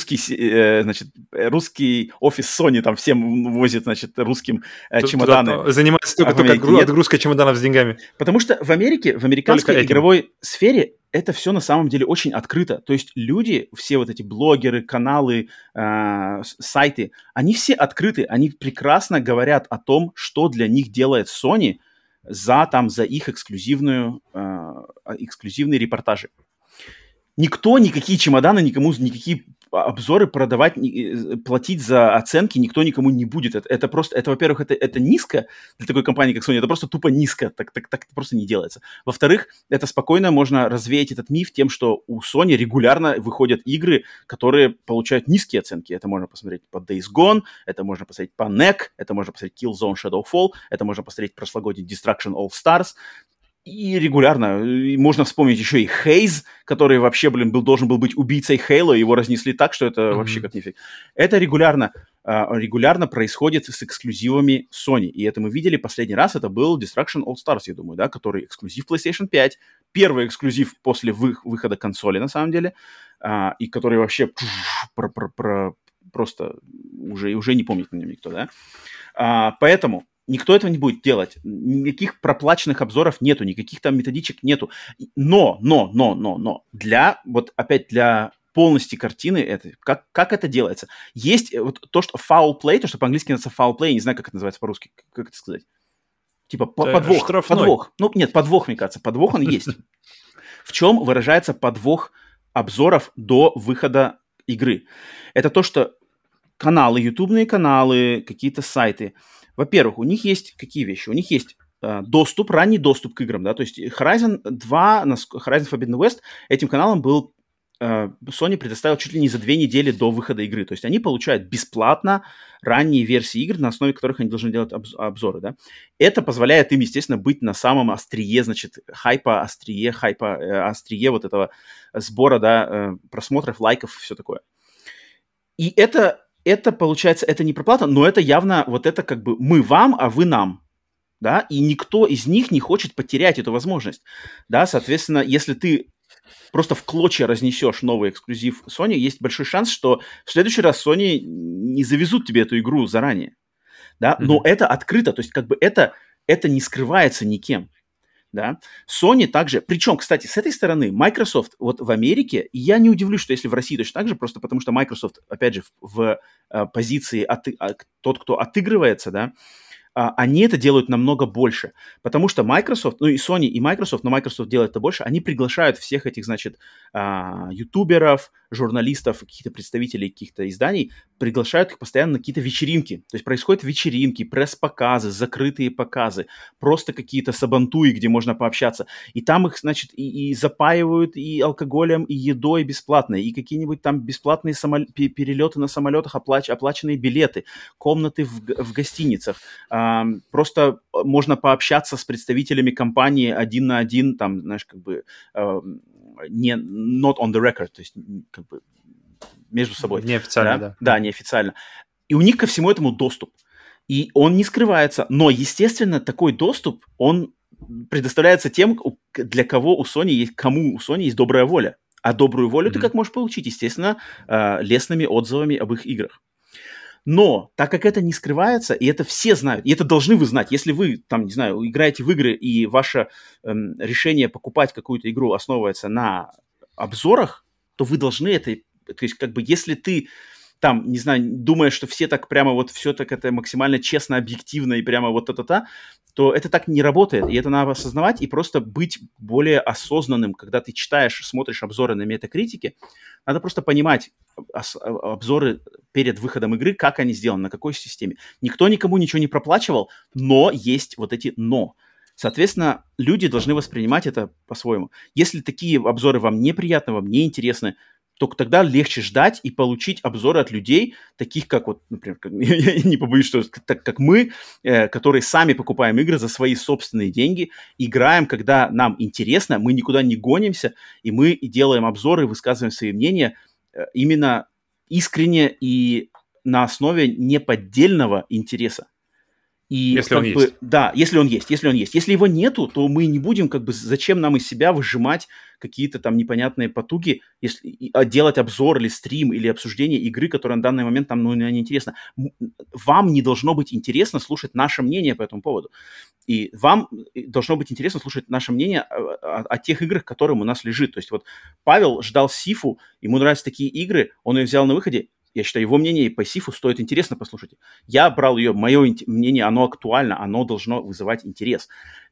офис Sony там всем возит, значит, русским чемоданы. Занимается только отгрузкой чемоданов с деньгами. Потому что в американской игровой сфере это все на самом деле очень открыто. То есть люди, все вот эти блогеры, каналы, сайты, они все открыты, они прекрасно говорят о том, что для них делает Sony за их эксклюзивные репортажи. Никто, никакие чемоданы никакие обзоры продавать, платить за оценки никто никому не будет. Это просто, во-первых, это низко для такой компании, как Sony, это просто тупо низко, так просто не делается. Во-вторых, это спокойно можно развеять этот миф тем, что у Sony регулярно выходят игры, которые получают низкие оценки. Это можно посмотреть по Days Gone, это можно посмотреть по NEC, это можно посмотреть Killzone Shadowfall, это можно посмотреть прошлогодний Destruction All Stars. И регулярно. Можно вспомнить еще и Haze, который вообще, должен был быть убийцей Halo, его разнесли так, что это вообще как нифиг. Это регулярно происходит с эксклюзивами Sony. И это мы видели последний раз, это был Destruction All Stars, я думаю, да, который эксклюзив PlayStation 5. Первый эксклюзив после выхода консоли, на самом деле. И который вообще просто уже не помнит на нем никто, да. Поэтому никто этого не будет делать. Никаких проплаченных обзоров нету, никаких там методичек нету. Но, для полности картины, как это делается? Есть вот то, что foul play, то, что по-английски называется foul play, я не знаю, как это называется по-русски, как это сказать? Типа подвох. Ну, нет, подвох, мне кажется, подвох он есть. В чем выражается подвох обзоров до выхода игры? Это то, что каналы, ютубные каналы, какие-то сайты, во-первых, у них есть какие вещи? У них есть ранний доступ к играм, да, то есть Horizon 2, Horizon Forbidden West, этим каналам был Sony предоставил чуть ли не за 2 недели до выхода игры, то есть они получают бесплатно ранние версии игр, на основе которых они должны делать обзоры, да. Это позволяет им, естественно, быть на самом острие, значит, острие вот этого сбора, да, просмотров, лайков, все такое. И это получается, это не проплата, но это явно вот это как бы мы вам, а вы нам, да, и никто из них не хочет потерять эту возможность, да, соответственно, если ты просто в клочья разнесешь новый эксклюзив Sony, есть большой шанс, что в следующий раз Sony не завезут тебе эту игру заранее, да, но это открыто, то есть как бы это не скрывается никем. Да. Sony также, причем, кстати, с этой стороны Microsoft вот в Америке, и я не удивлюсь, что если в России точно так же, просто потому что Microsoft, опять же, в позиции тот, кто отыгрывается, да, они это делают намного больше, потому что Microsoft, ну и Sony, и Microsoft, но Microsoft делает это больше, они приглашают всех этих, значит, ютуберов, журналистов, каких-то представителей каких-то изданий, приглашают их постоянно на какие-то вечеринки. То есть происходят вечеринки, пресс-показы, закрытые показы, просто какие-то сабантуи, где можно пообщаться. И там их, значит, и запаивают и алкоголем, и едой бесплатно, и какие-нибудь там бесплатные перелеты на самолетах, оплаченные билеты, комнаты в гостиницах. Просто можно пообщаться с представителями компании один на один, там, знаешь, как бы не not on the record, то есть как бы между собой. Неофициально, да. Да, неофициально. И у них ко всему этому доступ. И он не скрывается. Но, естественно, такой доступ, он предоставляется тем, для кого кому у Sony есть добрая воля. А добрую волю ты как можешь получить? Естественно, лестными отзывами об их играх. Но, так как это не скрывается, и это все знают, и это должны вы знать, если вы, там, не знаю, играете в игры, и ваше решение покупать какую-то игру основывается на обзорах, то вы должны это, то есть, как бы, если ты, там, не знаю, думаешь, что все так прямо вот все так это максимально честно, объективно, и прямо вот это-то, то это так не работает, и это надо осознавать, и просто быть более осознанным, когда ты читаешь, смотришь обзоры на Metacritic, надо просто понимать обзоры перед выходом игры, как они сделаны, на какой системе. Никто никому ничего не проплачивал, но есть вот эти «но». Соответственно, люди должны воспринимать это по-своему. Если такие обзоры вам неприятны, вам неинтересны, то тогда легче ждать и получить обзоры от людей, таких как, вот, например, я не побоюсь, что так как мы, которые сами покупаем игры за свои собственные деньги, играем, когда нам интересно, мы никуда не гонимся, и мы делаем обзоры, высказываем свои мнения именно искренне и на основе неподдельного интереса. И если он есть. Да, если он есть. Если его нету, то мы не будем, как бы, зачем нам из себя выжимать какие-то там непонятные потуги, делать обзор или стрим, или обсуждение игры, которая на данный момент там, не интересна. Вам не должно быть интересно слушать наше мнение по этому поводу. И вам должно быть интересно слушать наше мнение о тех играх, которым у нас лежит. То есть вот Павел ждал Сифу, ему нравятся такие игры, он ее взял на выходе. Я считаю, его мнение по Сифу стоит интересно послушать. Я брал ее, мое мнение, оно актуально, оно должно вызывать интерес.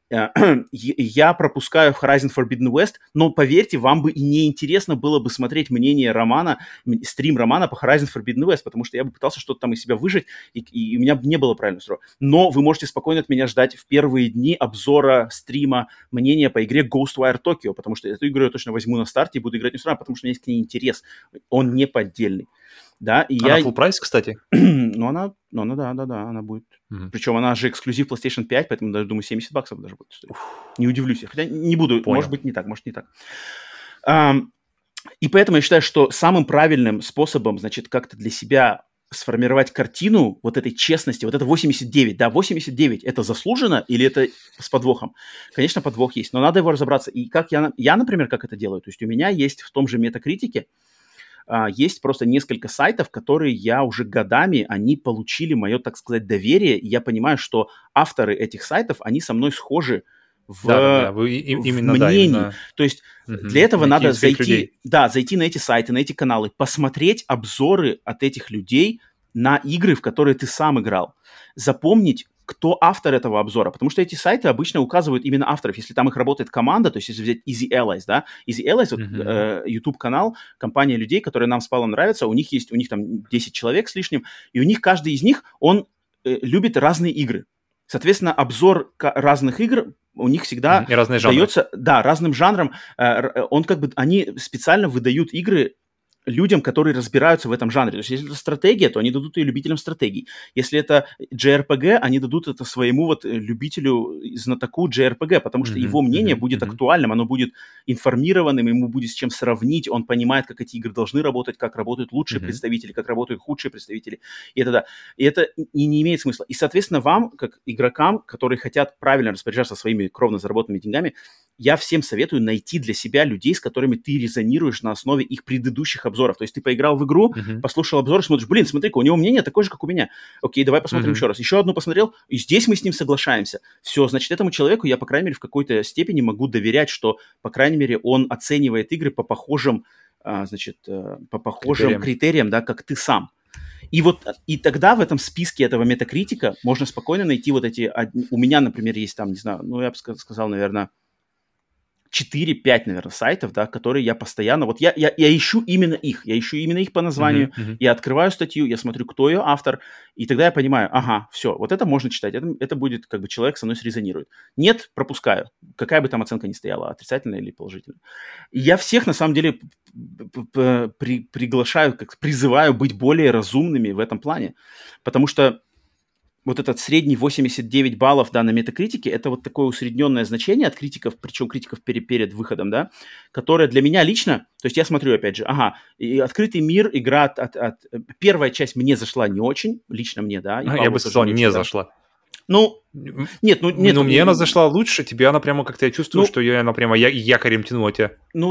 я пропускаю Horizon Forbidden West, но поверьте, вам бы и не интересно было бы смотреть мнение Романа, стрим Романа по Horizon Forbidden West, потому что я бы пытался что-то там из себя выжать, и у меня бы не было правильного строя. Но вы можете спокойно от меня ждать в первые дни обзора, стрима, мнения по игре Ghostwire Tokyo, потому что эту игру я точно возьму на старте и буду играть не сразу, потому что у меня есть к ней интерес. Он не поддельный. Да, и она full прайс, кстати? Она, да, она будет. Причем она же эксклюзив PlayStation 5, поэтому даже, думаю, $70 даже будет стоить. Не удивлюсь я. Хотя не буду, Понял. Может быть, не так. И поэтому я считаю, что самым правильным способом, значит, как-то для себя сформировать картину вот этой честности, вот это 89, да, 89, это заслуженно или это с подвохом? Конечно, подвох есть, но надо его разобраться. И как я, например, как это делаю? То есть у меня есть в том же Метакритике есть просто несколько сайтов, которые я уже годами, они получили мое, так сказать, доверие, и я понимаю, что авторы этих сайтов, они со мной схожи в мнении. То есть для этого надо зайти на эти сайты, на эти каналы, посмотреть обзоры от этих людей на игры, в которые ты сам играл, запомнить, кто автор этого обзора, потому что эти сайты обычно указывают именно авторов, если там их работает команда, то есть если взять Easy Allies, да, Easy Allies, YouTube-канал, компания людей, которые нам с Павлом нравятся, у них там 10 человек с лишним, и у них каждый из них, он любит разные игры. Соответственно, обзор разных игр у них всегда дается, да, разным жанрам, они специально выдают игры людям, которые разбираются в этом жанре. То есть, если это стратегия, то они дадут ее любителям стратегий. Если это JRPG, они дадут это своему вот любителю, знатоку JRPG, потому что его мнение будет актуальным, оно будет информированным, ему будет с чем сравнить, он понимает, как эти игры должны работать, как работают лучшие представители, как работают худшие представители. И это не имеет смысла. И, соответственно, вам, как игрокам, которые хотят правильно распоряжаться своими кровно заработанными деньгами, я всем советую найти для себя людей, с которыми ты резонируешь на основе их предыдущих обзоров. То есть ты поиграл в игру, послушал обзор, смотришь, блин, смотри-ка, у него мнение такое же, как у меня. Окей, давай посмотрим еще раз. Еще одну посмотрел, и здесь мы с ним соглашаемся. Все, значит, этому человеку я, по крайней мере, в какой-то степени могу доверять, что, по крайней мере, он оценивает игры по похожим, критериям, да, как ты сам. И тогда в этом списке этого метакритика можно спокойно найти вот эти... У меня, например, есть там, не знаю, я бы сказал, наверное, 4-5, наверное, сайтов, да, которые я постоянно... Вот я ищу именно их. Я ищу именно их по названию. Я открываю статью, я смотрю, кто ее автор, и тогда я понимаю, ага, все, вот это можно читать. Это будет, как бы, человек со мной срезонирует. Нет, пропускаю. Какая бы там оценка ни стояла, отрицательная или положительная. И я всех, на самом деле, призываю быть более разумными в этом плане. Потому что вот этот средний 89 баллов, да, на метакритике, это вот такое усредненное значение от критиков, причем критиков перед выходом, да, которое для меня лично, то есть я смотрю, опять же, и «Открытый мир», игра первая часть мне зашла не очень, лично мне, да. Я бы сказал, не зашла. Нет. Мне она зашла лучше, тебе она прямо как-то, я чувствую, что она прямо якорем тянула тебя.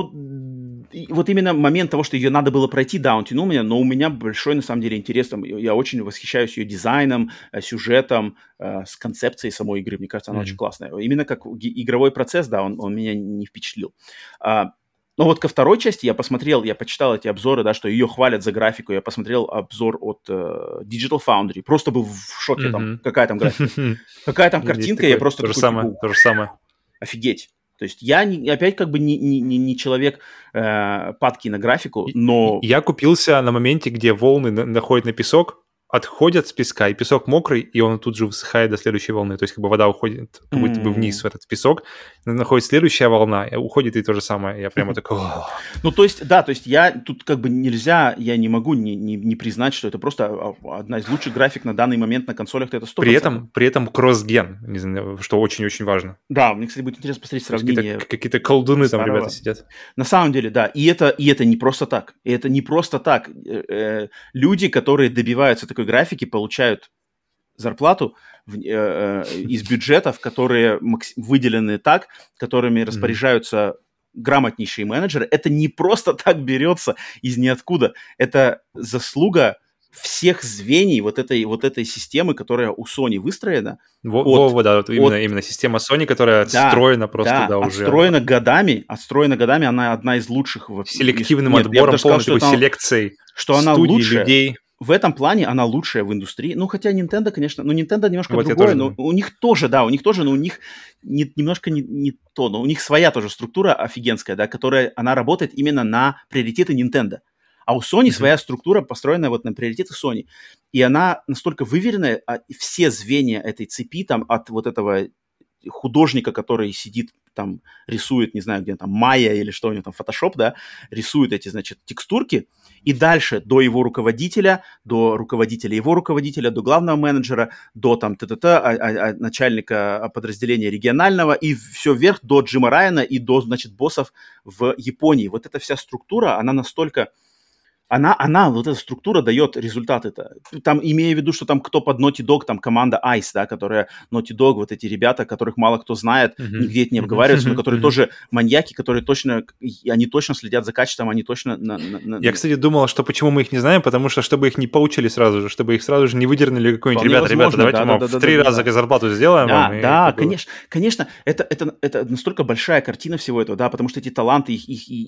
Вот именно момент того, что ее надо было пройти, да, он тянул меня, но у меня большой, на самом деле, интерес. Я очень восхищаюсь ее дизайном, сюжетом, с концепцией самой игры. Мне кажется, она очень классная. Именно как игровой процесс, да, он меня не впечатлил. Но вот ко второй части я почитал эти обзоры, да, что ее хвалят за графику. Я посмотрел обзор от Digital Foundry. Просто был в шоке, там, какая там графика. Какая там картинка, я просто такой... То же самое. Офигеть. То есть я опять как бы не человек падкий на графику, но... Я купился на моменте, где волны находят на песок, отходят с песка, и песок мокрый, и он тут же высыхает до следующей волны. То есть как бы вода уходит как будто бы вниз в этот песок, находит следующая волна, уходит и то же самое. Я прямо такой... То есть я тут как бы я не могу не признать, что это просто одна из лучших график на данный момент на консолях, это 100%. При этом кросс-ген, что очень-очень важно. Да, мне, кстати, будет интересно посмотреть сравнение. Какие-то колдуны там ребята сидят. На самом деле, да, и это не просто так. Это не просто так. Люди, которые добиваются такой графики, получают зарплату из бюджетов, которые выделены так, которыми распоряжаются грамотнейшие менеджеры. Это не просто так берется из ниоткуда. Это заслуга всех звеньев вот этой системы, которая у Sony выстроена. Именно система Sony, которая отстроена просто, уже. Отстроена годами, она одна из лучших. Селективным отбором, полной такой селекцией что она студий, лучшая людей. в этом плане она лучшая в индустрии. Ну, хотя Nintendo, конечно, Nintendo немножко другое, но у них тоже, но у них немножко не то, но у них своя тоже структура офигенская, да, которая, она работает именно на приоритеты Nintendo. А у Sony своя структура, построенная вот на приоритеты Sony. И она настолько выверенная, все звенья этой цепи, там, от вот этого художника, который сидит там, рисует, не знаю, где там, Maya или что у него там, Photoshop, да, рисует эти, значит, текстурки, и дальше до его руководителя, до руководителя его руководителя, до главного менеджера, до там начальника подразделения регионального, и все вверх до Джима Райана и до, значит, боссов в Японии. Вот эта вся структура, она настолько... Она, вот эта структура дает результаты-то. Там, имея в виду, что там кто под Naughty Dog, там команда ICE, да, которая Naughty Dog, вот эти ребята, которых мало кто знает, нигде это не обговаривается, но которые тоже маньяки, которые точно, они точно следят за качеством, они точно... Я, кстати, думал, что почему мы их не знаем, потому что чтобы их не поучили сразу же, чтобы их сразу же не выдернули какой-нибудь, ребята, давайте мы в 3 раза зарплату сделаем. Да, конечно, это настолько большая картина всего этого, да, потому что эти таланты,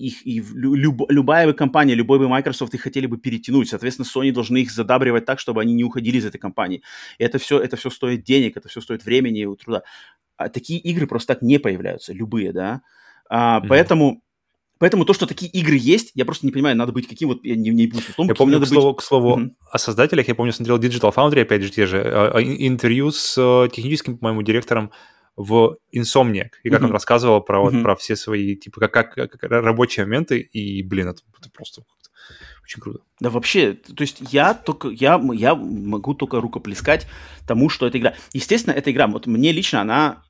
любая бы компания, любой бы Microsoft их хотели бы перетянуть. Соответственно, Sony должны их задабривать так, чтобы они не уходили из этой компании. И это все стоит денег, это все стоит времени и труда. А такие игры просто так не появляются, любые, да. Поэтому то, что такие игры есть, я просто не понимаю, надо быть каким вот... Я не буду я помню, к слову, о создателях, я помню, смотрел Digital Foundry, опять же, те же, интервью с техническим, по-моему, директором в Insomniac, и как он рассказывал про все свои, типа, как рабочие моменты, и, блин, это просто очень круто. Да вообще, то есть я могу только рукоплескать тому, что эта игра... Естественно, эта игра, вот мне лично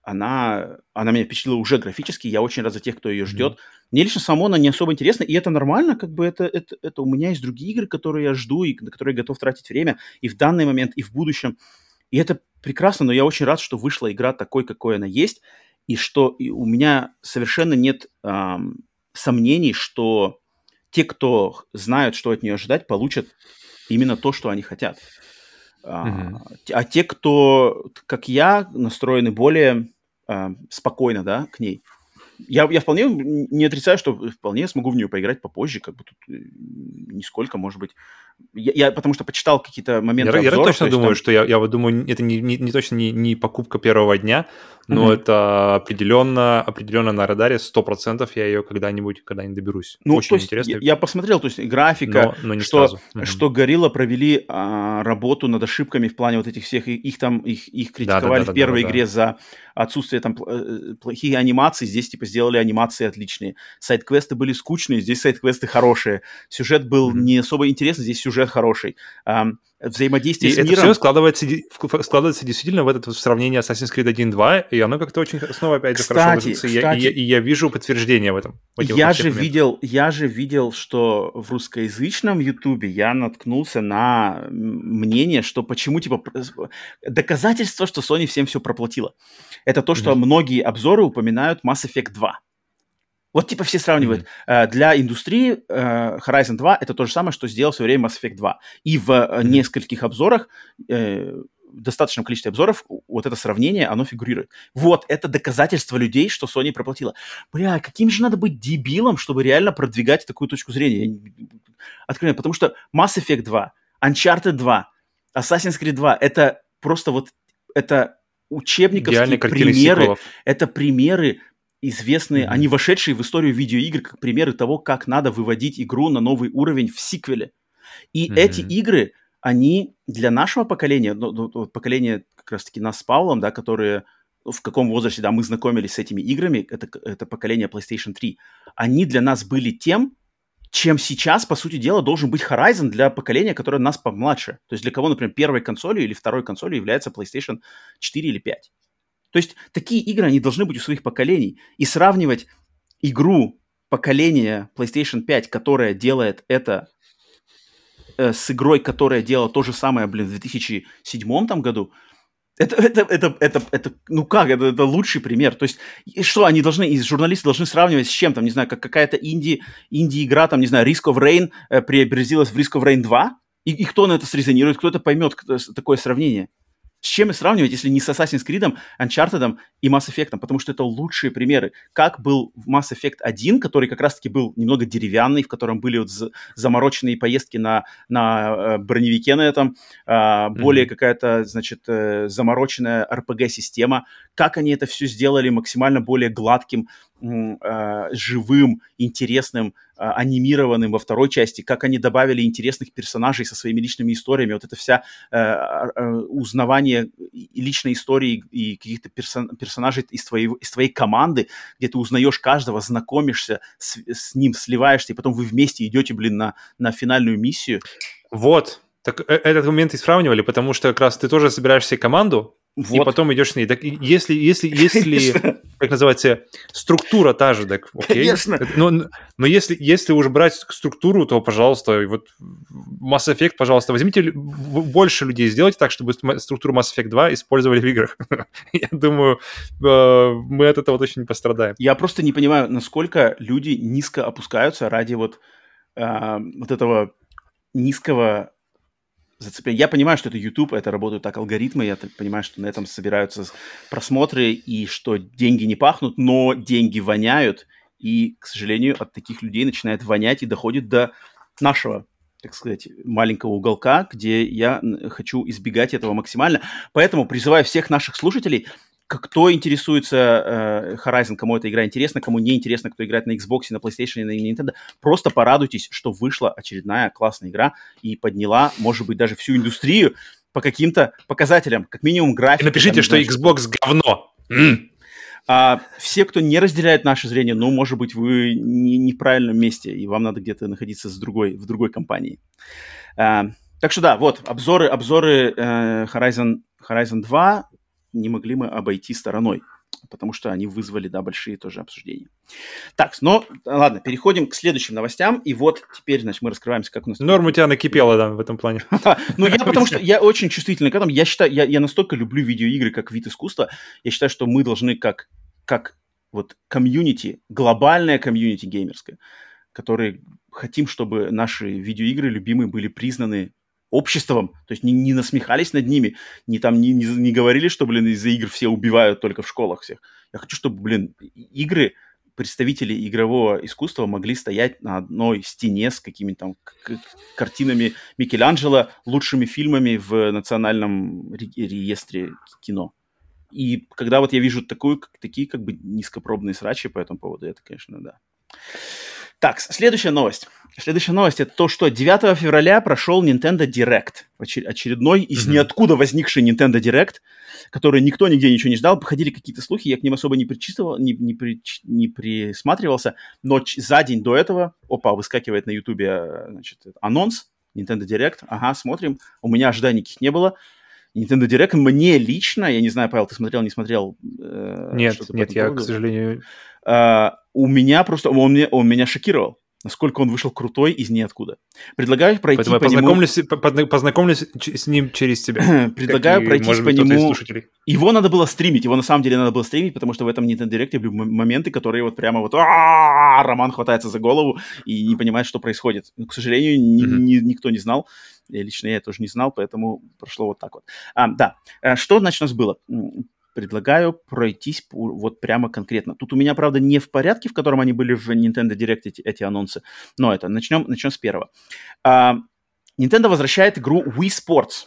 она меня впечатлила уже графически, я очень рад за тех, кто ее ждет. Мне лично самому она не особо интересна, и это нормально, как бы это у меня есть другие игры, которые я жду, и на которые я готов тратить время, и в данный момент, и в будущем. И это прекрасно, но я очень рад, что вышла игра такой, какой она есть, и что у меня совершенно нет сомнений, что те, кто знают, что от нее ожидать, получат именно то, что они хотят. А те, кто, как я, настроены более спокойно, да, к ней, я вполне не отрицаю, что вполне смогу в нее поиграть попозже, как бы тут нисколько, может быть. Я потому что почитал какие-то моменты обзоров. Я точно думаю, там... что я думаю, это не точно не покупка первого дня, но это определенно на радаре 100%, я ее когда-нибудь доберусь. Ну, очень то есть интересно. Я посмотрел, то есть графика, но не что Gorilla провели работу над ошибками в плане вот этих всех, их критиковали в первой игре за отсутствие там плохих анимаций, здесь типа сделали анимации отличные. Сайд-квесты были скучные, здесь сайд-квесты хорошие. Сюжет был не особо интересный, здесь сюжет хороший. Взаимодействие с миром... это все складывается действительно в это сравнение Assassin's Creed 1.2, и оно как-то очень снова опять же хорошо ложится. И я вижу подтверждение в этом. Я же видел, что в русскоязычном Ютубе я наткнулся на мнение, что почему, типа, доказательство, что Sony всем все проплатила. Это то, что многие обзоры упоминают Mass Effect 2. Вот, типа, все сравнивают. Для индустрии Horizon 2 это то же самое, что сделал в свое время Mass Effect 2. И в нескольких обзорах, в достаточном количестве обзоров, вот это сравнение, оно фигурирует. Вот, это доказательство людей, что Sony проплатила. Бля, каким же надо быть дебилом, чтобы реально продвигать такую точку зрения? Откровенно, потому что Mass Effect 2, Uncharted 2, Assassin's Creed 2, это просто вот, это учебниковские примеры, это примеры, известные, они вошедшие в историю видеоигр как примеры того, как надо выводить игру на новый уровень в сиквеле. И эти игры, они для нашего поколения, поколения как раз-таки нас с Павлом, да, которые в каком возрасте, да, мы знакомились с этими играми, это поколение PlayStation 3, они для нас были тем, чем сейчас, по сути дела, должен быть Horizon для поколения, которое нас помладше. То есть для кого, например, первой консолью или второй консолью является PlayStation 4 или 5. То есть такие игры, они должны быть у своих поколений. И сравнивать игру поколения PlayStation 5, которая делает это, с игрой, которая делала то же самое, в 2007 там году, это ну как, это лучший пример. То есть, что они должны, журналисты должны сравнивать с чем там, не знаю, как какая-то инди-игра, там, не знаю, Risk of Rain преобразилась в Risk of Rain 2, и кто на это срезонирует, кто это поймет, такое сравнение. С чем сравнивать, если не с Assassin's Creed, Uncharted и Mass Effect? Потому что это лучшие примеры. Как был в Mass Effect 1, который как раз-таки был немного деревянный, в котором были вот замороченные поездки на броневике на этом, более какая-то, значит, замороченная RPG-система. Как они это все сделали максимально более гладким, живым, интересным, анимированным во второй части, как они добавили интересных персонажей со своими личными историями, вот это вся узнавание личной истории и каких-то персонажей из твоей команды, где ты узнаешь каждого, знакомишься с ним, сливаешься, и потом вы вместе идете, на финальную миссию. Вот. Так этот момент и сравнивали, потому что как раз ты тоже собираешь себе команду, вот. И потом идешь с ней. Так если как называется, структура та же, так окей. Конечно. Но если уже брать структуру, то, пожалуйста, вот Mass Effect, пожалуйста, возьмите больше людей, сделайте так, чтобы структуру Mass Effect 2 использовали в играх. Я думаю, мы от этого точно не пострадаем. Я просто не понимаю, насколько люди низко опускаются ради вот этого низкого зацепление. Я понимаю, что это YouTube, это работают так алгоритмы, я так понимаю, что на этом собираются просмотры и что деньги не пахнут, но деньги воняют, и, к сожалению, от таких людей начинает вонять и доходит до нашего, так сказать, маленького уголка, где я хочу избегать этого максимально. Поэтому призываю всех наших слушателей, кто интересуется Horizon, кому эта игра интересна, кому не интересна, кто играет на Xbox, на PlayStation, на Nintendo, просто порадуйтесь, что вышла очередная классная игра и подняла, может быть, даже всю индустрию по каким-то показателям, как минимум графики. И напишите, что Xbox говно. Все, кто не разделяет наше зрение, может быть, вы не в правильном месте, и вам надо где-то находиться в другой компании. Так что да, вот, обзоры Horizon 2 не могли мы обойти стороной, потому что они вызвали, да, большие тоже обсуждения. Так, ладно, переходим к следующим новостям, и вот теперь, значит, мы раскрываемся, как у нас... Норма у тебя накипела, да, в этом плане. Потому что я очень чувствительный к этому, я считаю, я настолько люблю видеоигры как вид искусства, я считаю, что мы должны как вот комьюнити, глобальное комьюнити геймерское, которые хотим, чтобы наши видеоигры любимые были признаны обществом, то есть не насмехались над ними, не говорили, что, из-за игр все убивают только в школах всех. Я хочу, чтобы, игры, представители игрового искусства могли стоять на одной стене с какими-то там картинами Микеланджело, лучшими фильмами в национальном реестре кино. И когда вот я вижу такие как бы низкопробные срачи по этому поводу, это, конечно, да. Так, следующая новость. Следующая новость – это то, что 9 февраля прошел Nintendo Direct. Очередной из ниоткуда возникший Nintendo Direct, который никто нигде ничего не ждал. Ходили какие-то слухи, я к ним особо не присматривался. Но за день до этого, выскакивает на Ютубе, значит, анонс Nintendo Direct. Ага, смотрим. У меня ожиданий никаких не было. Nintendo Direct мне лично, я не знаю, Павел, ты смотрел, не смотрел? Нет, я, к сожалению... Он меня шокировал, насколько он вышел крутой из ниоткуда. Предлагаю пройти по нему... Познакомлюсь с ним через тебя. Предлагаю пройтись по нему. Его надо было стримить, его на самом деле надо было стримить, потому что в этом Nintendo Direct были моменты, которые вот прямо вот Роман хватается за голову и не понимает, что происходит. Но, к сожалению, никто не знал. Лично я тоже не знал, поэтому прошло вот так вот. Да, что, значит, у нас было? Предлагаю пройтись вот прямо конкретно. Тут у меня, правда, не в порядке, в котором они были в Nintendo Direct эти анонсы, но начнем с первого. Nintendo возвращает игру Wii Sports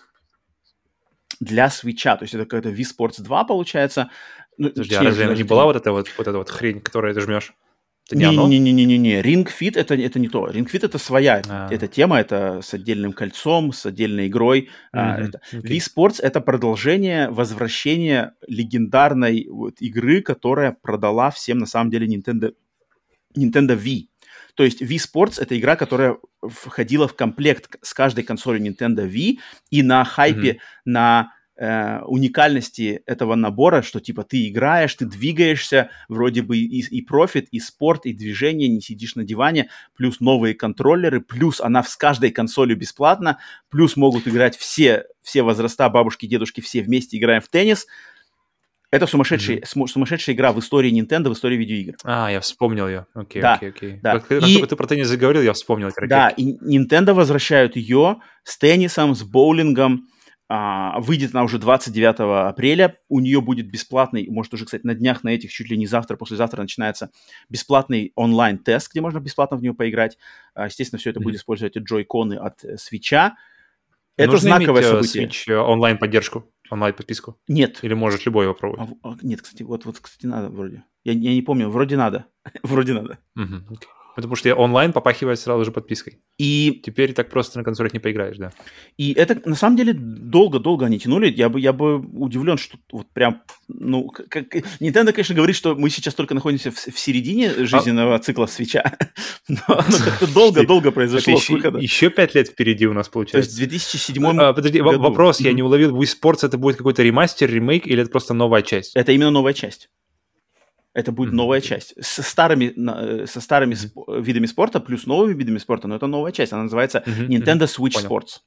для Switch, то есть это какая-то Wii Sports 2 получается. Подожди, а разве не была вот эта вот хрень, которую ты жмешь? Не-не-не, Ring Fit это не то. Ring Fit это своя эта тема, это с отдельным кольцом, с отдельной игрой. Wii Sports это продолжение, возвращение легендарной игры, которая продала всем на самом деле Nintendo Wii. То есть Wii Sports это игра, которая входила в комплект с каждой консолью Nintendo Wii, и на хайпе, на уникальности этого набора, что типа ты играешь, ты двигаешься, вроде бы и профит, и спорт, и движение, не сидишь на диване, плюс новые контроллеры, плюс она с каждой консолью бесплатно, плюс могут играть все возраста, бабушки, дедушки, все вместе играем в теннис. Это сумасшедшая игра в истории Nintendo, в истории видеоигр. Я вспомнил ее. Окей. Да. Как только ты про теннис заговорил, я вспомнил. Да, и Nintendo возвращают ее с теннисом, с боулингом, Выйдет она уже 29 апреля. У нее будет бесплатный, может уже, кстати, на днях, на этих, чуть ли не завтра, послезавтра начинается бесплатный онлайн-тест, где можно бесплатно в нее поиграть. Естественно, все это будет использовать джойконы от Switch'а. Это знаковое событие. Switch онлайн-поддержку, онлайн-подписку? Нет. Или можешь любой попробовать? Нет, кстати, вот, кстати, надо вроде. Я не помню, вроде надо. Вроде надо. Okay. Потому что онлайн попахивает сразу же подпиской. И теперь так просто на консолях не поиграешь, да. И это, на самом деле, долго-долго они тянули. Я бы удивлен, что вот прям, как Nintendo, конечно, говорит, что мы сейчас только находимся в середине жизненного цикла Switch'а, но как-то долго-долго произошло с выхода. Еще 5 лет впереди у нас получается. То есть в 2007 году. Подожди, вопрос, я не уловил. Wii Sports это будет какой-то ремастер, ремейк, или это просто новая часть? Это именно новая часть. Это будет новая часть. Со старыми видами спорта плюс новыми видами спорта, но это новая часть. Она называется Nintendo Switch Sports.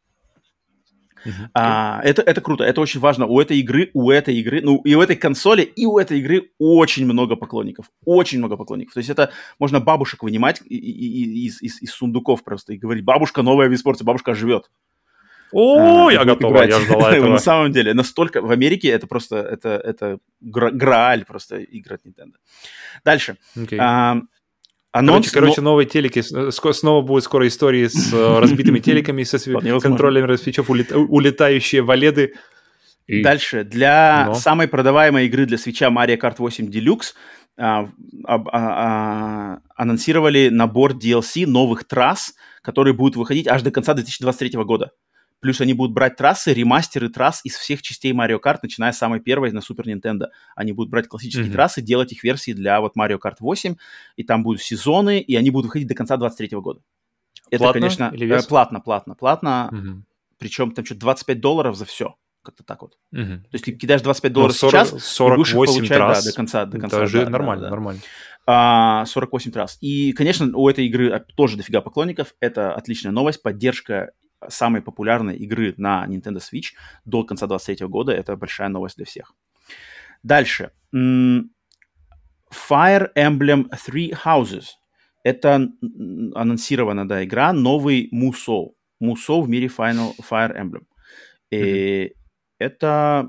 Это круто, это очень важно. У этой игры, ну и у этой консоли, и у этой игры очень много поклонников. Очень много поклонников. То есть это можно бабушек вынимать из сундуков просто и говорить: бабушка, новая в спорте, бабушка живет. О, я готова, я ждала этого. На самом деле, настолько в Америке это просто, это грааль просто играть Nintendo. Дальше. Анонс, короче, новые телеки. Снова будут скоро истории с разбитыми телеками, со контроллерами свитчов, улетающие валеды. Дальше. Для самой продаваемой игры для свитча Mario Kart 8 Deluxe анонсировали набор DLC новых трасс, которые будут выходить аж до конца 2023 года. Плюс они будут брать трассы, ремастеры трасс из всех частей Mario Kart, начиная с самой первой на Super Nintendo. Они будут брать классические трассы, делать их версии для вот Mario Kart 8, и там будут сезоны, и они будут выходить до конца 2023 года. Это, платно, конечно, или вес? Платно. Причем там что-то $25 за все. Как-то так вот. То есть ты кидаешь $25 сейчас, 48 и будешь получать трасс. Да, до конца. Это нормально. 48 трасс. И, конечно, у этой игры тоже дофига поклонников. Это отличная новость. Поддержка самой популярной игры на Nintendo Switch до конца 2023 года. Это большая новость для всех. Дальше. Fire Emblem Three Houses. Это анонсирована, игра. Новый Musou. Musou в мире Fire Emblem. И это...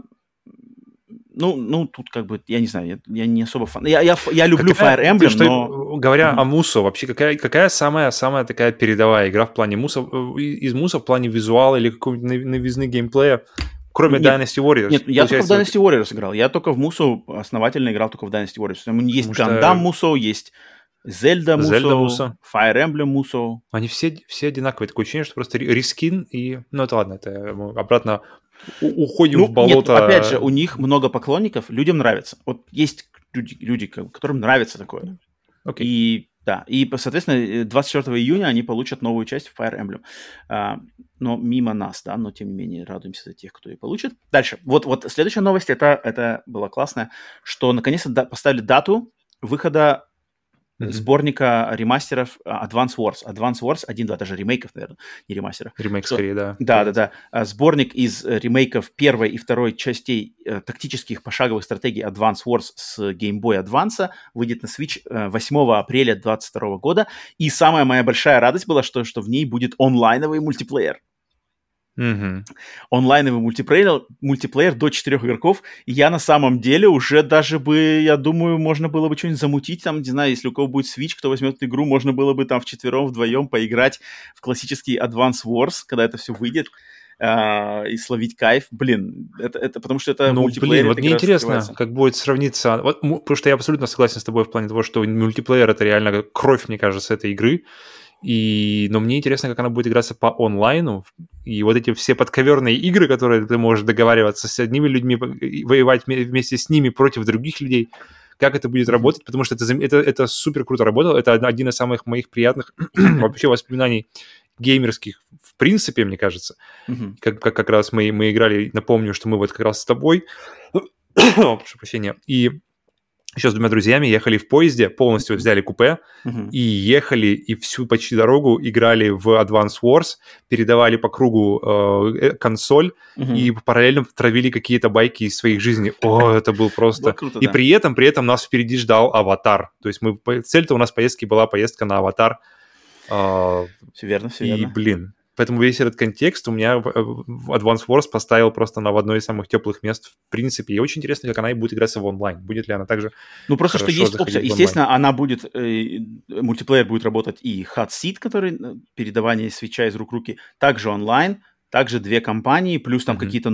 Ну, тут как бы, я не знаю, я не особо фан. Я люблю Fire Emblem, но... Говоря о Musou, вообще, какая самая такая передовая игра в плане Musou, из Musou в плане визуала или какой-нибудь новизны геймплея, кроме Dynasty Warriors? Нет, я только в Dynasty Warriors играл. Я только в Musou основательно играл только в Dynasty Warriors. Там есть Gundam Musou, есть Zelda Musou, Fire Emblem Musou. Они все одинаковые. Такое ощущение, что просто рескин и... Ну, это ладно, это мы обратно уходим в болото. Нет, опять же, у них много поклонников, людям нравится. Вот есть люди, которым нравится такое. Okay. И, соответственно, 24 июня они получат новую часть Fire Emblem. Но мимо нас, но тем не менее радуемся за тех, кто ее получит. Дальше. Вот следующая новость, это была классная, что наконец-то поставили дату выхода сборника ремастеров Advance Wars 1-2, даже ремейков, наверное, не ремастеров. Ремейк скорее, да. Да. Сборник из ремейков первой и второй частей тактических пошаговых стратегий Advance Wars с Game Boy Advance выйдет на Switch 8 апреля 2022 года. И самая моя большая радость была, что в ней будет онлайновый мультиплеер. Онлайновый мультиплеер до 4 игроков. И я на самом деле уже даже бы, я думаю, можно было бы что-нибудь замутить там, не знаю, если у кого будет Switch, кто возьмет эту игру, можно было бы там вчетвером, вдвоем поиграть в классический Advance Wars, когда это все выйдет, и словить кайф. Блин, это потому что это мультиплеер. Вот мне интересно, как будет сравниться, потому что я абсолютно согласен с тобой в плане того, что мультиплеер — это реально кровь, мне кажется, этой игры. Но мне интересно, как она будет играться по онлайну, и вот эти все подковерные игры, которые ты можешь договариваться с одними людьми, воевать вместе с ними против других людей, как это будет работать, потому что это супер круто работало, это один из самых моих приятных вообще воспоминаний геймерских, в принципе, мне кажется. Как раз мы играли, напомню, что мы вот как раз с тобой, прошу прощения, и еще с 2 друзьями ехали в поезде, полностью взяли купе и ехали, и всю почти дорогу играли в Advance Wars, передавали по кругу консоль и параллельно травили какие-то байки из своих жизней. О, это было просто... Круто, и при этом нас впереди ждал Аватар. То есть цель-то у нас поездки была поездка на Аватар. Все верно. И, блин, Поэтому весь этот контекст у меня в Advance Wars поставил просто в одно из самых теплых мест в принципе. И очень интересно, как она и будет играться в онлайн. Будет ли она также Ну, просто что есть опция. заходить в онлайн. Естественно, она будет, мультиплеер будет работать и Hot Seat, который передавание свитча из рук в руки, также онлайн, также 2 компании, плюс там какие-то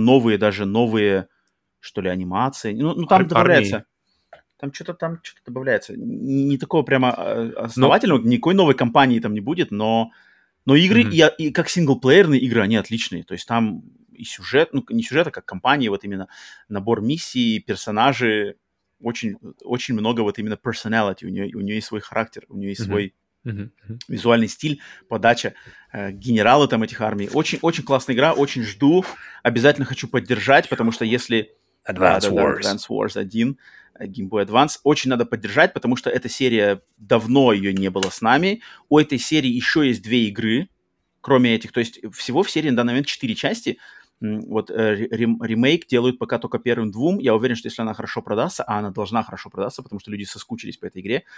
новые, что ли, анимации. Ну там добавляется. Там что-то добавляется. Не такого прямо основательного, никакой новой компании там не будет, но игры, и как синглплеерные игры, они отличные. То есть там и сюжет, ну не сюжет, а как компания, вот именно набор миссий, персонажи, очень, очень много вот именно personality, у нее есть свой характер, у нее есть свой визуальный стиль, подача, генералы там этих армий. Очень, очень классная игра, очень жду, обязательно хочу поддержать, потому что если... Advance Wars 1, Game Boy Advance. Очень надо поддержать, потому что эта серия, давно ее не было с нами. У этой серии еще есть 2 игры, кроме этих. То есть всего в серии на данный момент 4 части. Вот ремейк делают пока только первым 2. Я уверен, что если она хорошо продастся, а она должна хорошо продаться, потому что люди соскучились по этой игре,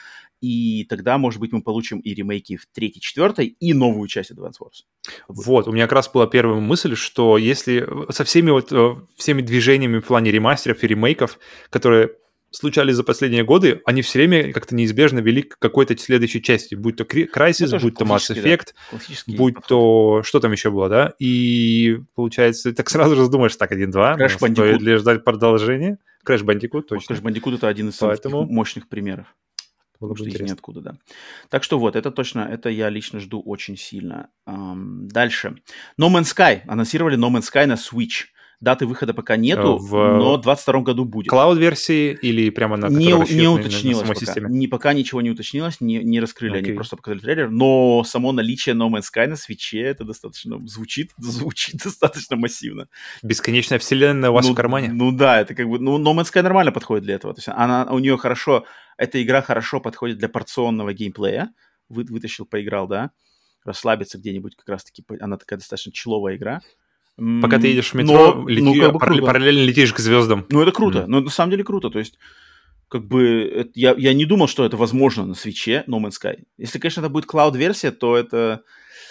и тогда, может быть, мы получим и ремейки в 3, 4 и новую часть Advance Wars. Вот, у меня как раз была первая мысль, что если со всеми движениями в плане ремастеров и ремейков, которые случались за последние годы, они все время как-то неизбежно вели к какой-то следующей части, будь то Crysis, будь то Mass Effect, будь то... Что там еще было, да? И получается, так сразу же думаешь, так, 1-2, стоит ли ждать продолжения? Crash Bandicoot, точно. Crash Bandicoot — это один из самых мощных примеров. Потому что их ниоткуда, да. Так что вот, это точно, это я лично жду очень сильно. Дальше. No Man's Sky. Анонсировали No Man's Sky на Switch. Даты выхода пока нету, но в 2022 году будет. Клауд-версии или прямо на не уточнилось на пока. Пока ничего не уточнилось, не раскрыли, они просто показали трейлер. Но само наличие No Man's Sky на Switch, это достаточно звучит достаточно массивно. Бесконечная вселенная у вас в кармане? Ну да, это как бы... No Man's Sky нормально подходит для этого. То есть у нее хорошо... Эта игра хорошо подходит для порционного геймплея. Вытащил, поиграл, да? Расслабиться где-нибудь как раз-таки. Она такая достаточно чилловая игра. Пока ты едешь в метро, параллельно летишь к звездам. Ну, это круто. Ну, на самом деле круто. То есть, как бы, я не думал, что это возможно на Свитче, No Man's Sky. Если, конечно, это будет клауд-версия, то это...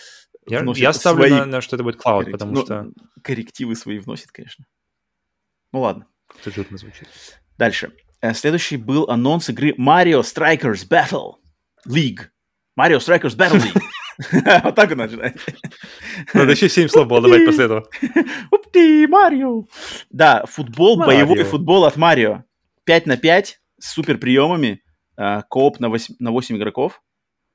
Я ставлю на что это будет клауд, потому что... Коррективы свои вносит, конечно. Ну, ладно. Это жутко звучит. Дальше. Следующий был анонс игры Mario Strikers Battle League. Mario Strikers Battle League. Вот так он начинает. Надо еще 7 слов было добавить после этого. Упти, Марио. Да, боевой футбол от Марио. 5 на 5 с супер приемами. Кооп на 8 игроков.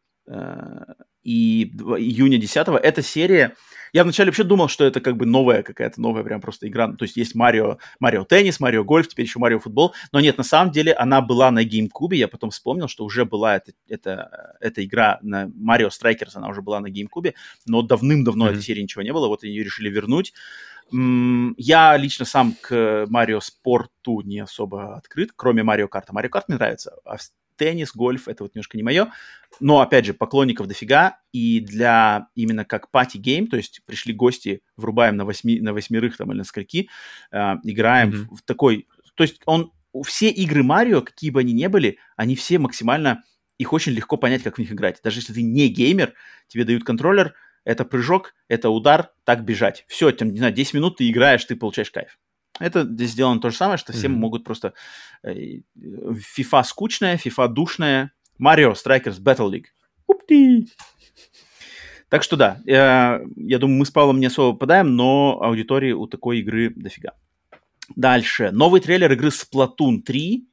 И июня 10-го. Эта серия... Я вначале вообще думал, что это как бы новая прям просто игра. То есть есть Марио Теннис, Марио Гольф, теперь еще Марио Футбол. Но нет, на самом деле она была на GameCube. Я потом вспомнил, что уже была эта игра на Mario Strikers, она уже была на GameCube. Но давным-давно этой серии ничего не было. Вот ее решили вернуть. Я лично сам к Марио Спорту не особо открыт, кроме Марио Карта. Марио Карт мне нравится, а теннис, гольф — это вот немножко не мое. Но, опять же, поклонников дофига, и для именно как пати-гейм, то есть пришли гости, врубаем на 8 там или на скольки, играем в такой... То есть все игры Марио, какие бы они ни были, они все максимально... Их очень легко понять, как в них играть. Даже если ты не геймер, тебе дают контроллер, это прыжок, это удар, так бежать. Все, там, не знаю, 10 минут ты играешь, ты получаешь кайф. Это здесь сделано то же самое, что все могут просто... FIFA скучная, FIFA душная. Mario Strikers Battle League. Упти! Так что да, я думаю, мы с Павлом не особо попадаем, но аудитории у такой игры дофига. Дальше. Новый трейлер игры Splatoon 3,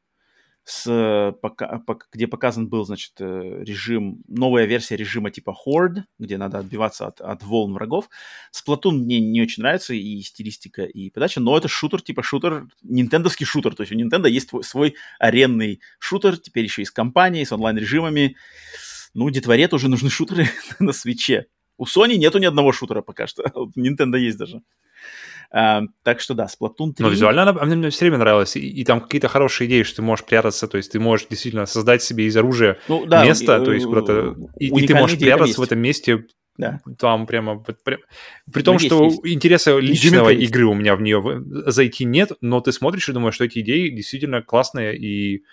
где показан был, значит, новая версия режима типа Horde, где надо отбиваться от волн врагов. Splatoon мне не очень нравится, и стилистика, и подача, но это шутер, нинтендовский шутер. То есть у Nintendo есть свой аренный шутер, теперь еще и с компанией, с онлайн-режимами. Ну, детворе тоже нужны шутеры на Switch'е. У Sony нету ни одного шутера пока что, у Nintendo есть даже. Так что да, Splatoon 3... Но визуально она мне все время нравилась, и там какие-то хорошие идеи, что ты можешь прятаться, то есть ты можешь действительно создать себе из оружия место, то есть куда-то... И ты можешь прятаться в этом месте, да. Там прямо... При том, что интереса личного игры у меня в нее зайти нет, но ты смотришь и думаешь, что эти идеи действительно классные, и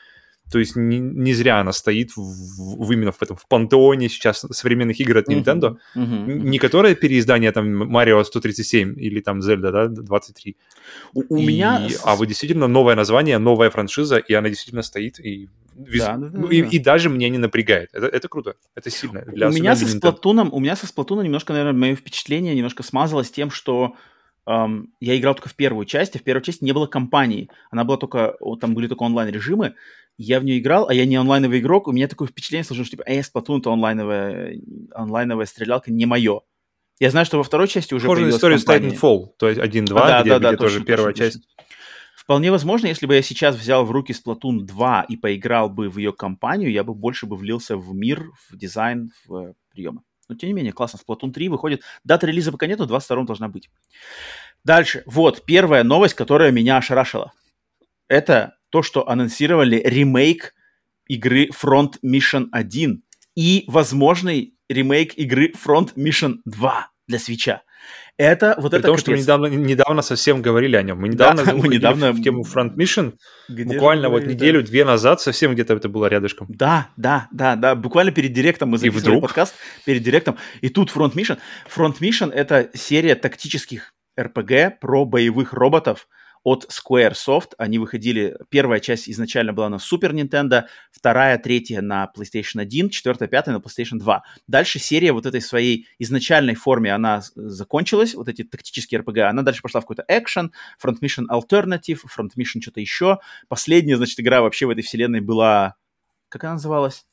То есть не зря она стоит именно в пантеоне сейчас современных игр от Nintendo. Не которое переиздание там Mario 137 или там Zelda, да, 23. А вот действительно новое название, новая франшиза, и она действительно стоит и даже меня не напрягает. Это круто, это сильно. У меня со Splatoon немножко, наверное, мое впечатление немножко смазалось тем, что я играл только в первую часть, а в первой части не было кампании. Она была только, там были только онлайн-режимы. Я в нее играл, а я не онлайновый игрок. У меня такое впечатление сложилось, что типа, Splatoon — это онлайновая стрелялка не мое. Я знаю, что во второй части уже появилась история с Titanfall, то есть 1.2, где тоже первая часть. Вполне возможно, если бы я сейчас взял в руки Splatoon 2 и поиграл бы в ее кампанию, я бы больше влился в мир, в дизайн, в приемы. Но, тем не менее, классно. Splatoon 3 выходит. Дата релиза пока нету, в 22-м должна быть. Дальше. Вот, первая новость, которая меня ошарашила. Это то, что анонсировали ремейк игры Front Mission 1 и возможный ремейк игры Front Mission 2 для Switch'а. Это вот это. Потому что мы недавно совсем говорили о нем. Мы недавно в тему Front Mission, буквально вот неделю-две назад, совсем где-то это было рядышком. Да. Буквально перед директом мы записывали подкаст, перед директом, и тут Front Mission. Front Mission — это серия тактических RPG про боевых роботов от Squaresoft. Они выходили... Первая часть изначально была на Super Nintendo, вторая, третья на PlayStation 1, четвертая, пятая на PlayStation 2. Дальше серия вот этой своей изначальной форме, она закончилась, вот эти тактические RPG. Она дальше пошла в какой-то экшен, Front Mission Alternative, Front Mission что-то еще. Последняя, значит, игра вообще в этой вселенной была... Как она называлась?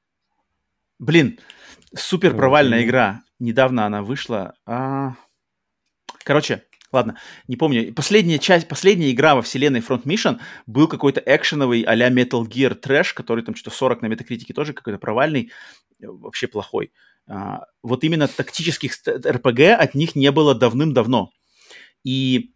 Супер провальная игра. Недавно она вышла. Короче... Ладно, не помню. Последняя игра во вселенной Front Mission был какой-то экшеновый а-ля Metal Gear трэш, который там что-то 40 на метакритике тоже какой-то провальный, вообще плохой. Вот именно тактических RPG от них не было давным-давно. И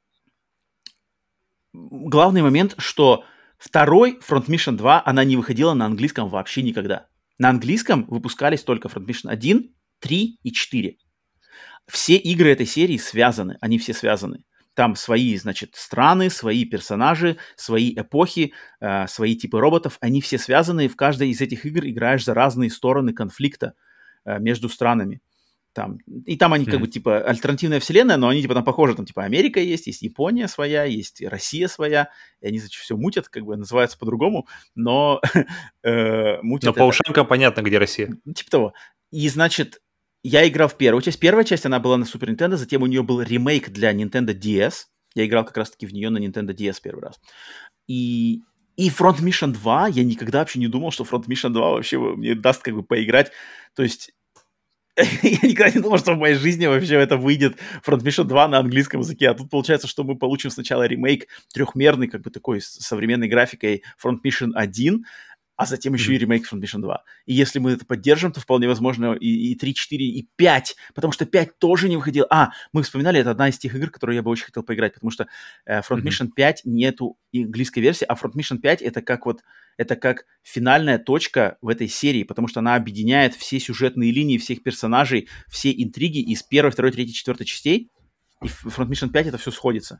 главный момент, что второй Front Mission 2, она не выходила на английском вообще никогда. На английском выпускались только Front Mission 1, 3 и 4. Все игры этой серии связаны, они все связаны. Там свои, значит, страны, свои персонажи, свои эпохи, свои типы роботов, они все связаны, и в каждой из этих игр играешь за разные стороны конфликта между странами. И там они как бы типа альтернативная вселенная, но они типа там похожи, там типа Америка есть Япония своя, есть Россия своя, и они, значит, все мутят, как бы называются по-другому, но мутят. Но по ушанкам понятно, где Россия. Типа того. И, значит, я играл в первую часть. Первая часть, она была на Super Nintendo, затем у нее был ремейк для Nintendo DS. Я играл как раз-таки в нее на Nintendo DS первый раз. И Front Mission 2, я никогда вообще не думал, что Front Mission 2 вообще мне даст как бы поиграть. То есть я никогда не думал, что в моей жизни вообще это выйдет Front Mission 2 на английском языке. А тут получается, что мы получим сначала ремейк трехмерный, как бы такой с современной графикой Front Mission 1, а затем еще и ремейк Front Mission 2. И если мы это поддержим, то вполне возможно и 3, 4, и 5, потому что 5 тоже не выходил. Мы вспоминали, это одна из тех игр, которые я бы очень хотел поиграть, потому что Front Mission 5 нету английской версии, а Front Mission 5 это как финальная точка в этой серии, потому что она объединяет все сюжетные линии, всех персонажей, все интриги из 1, 2, 3, 4 частей, и в Front Mission 5 это все сходится.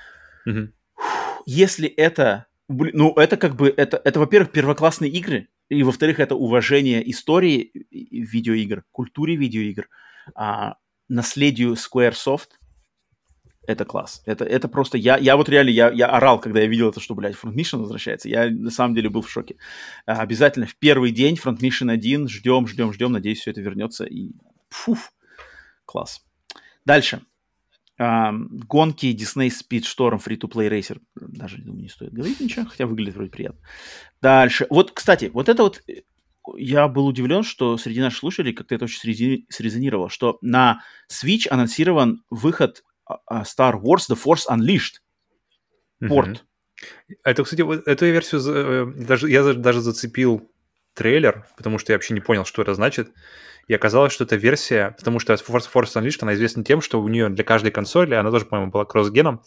Если это... это как бы, это, во-первых, первоклассные игры, и, во-вторых, это уважение истории видеоигр, культуре видеоигр, наследию Squaresoft. Это класс. Это просто... Я вот реально, я орал, когда я видел это, что, блядь, Front Mission возвращается. Я, на самом деле, был в шоке. Обязательно в первый день Front Mission 1 ждем. Надеюсь, все это вернется. И класс. Дальше. Гонки Disney Speedstorm Free-to-Play Racer. Даже, думаю, не стоит говорить ничего, хотя выглядит вроде приятно. Дальше. Вот, кстати, вот это вот... Я был удивлен, что среди наших слушателей как-то это очень срезонировало, что на Switch анонсирован выход Star Wars The Force Unleashed. Порт. Это, кстати, эту версию... Я даже зацепил трейлер, потому что я вообще не понял, что это значит. И оказалось, что это версия, потому что Force Unleashed, она известна тем, что у нее для каждой консоли, она тоже, по-моему, была кросс-геном,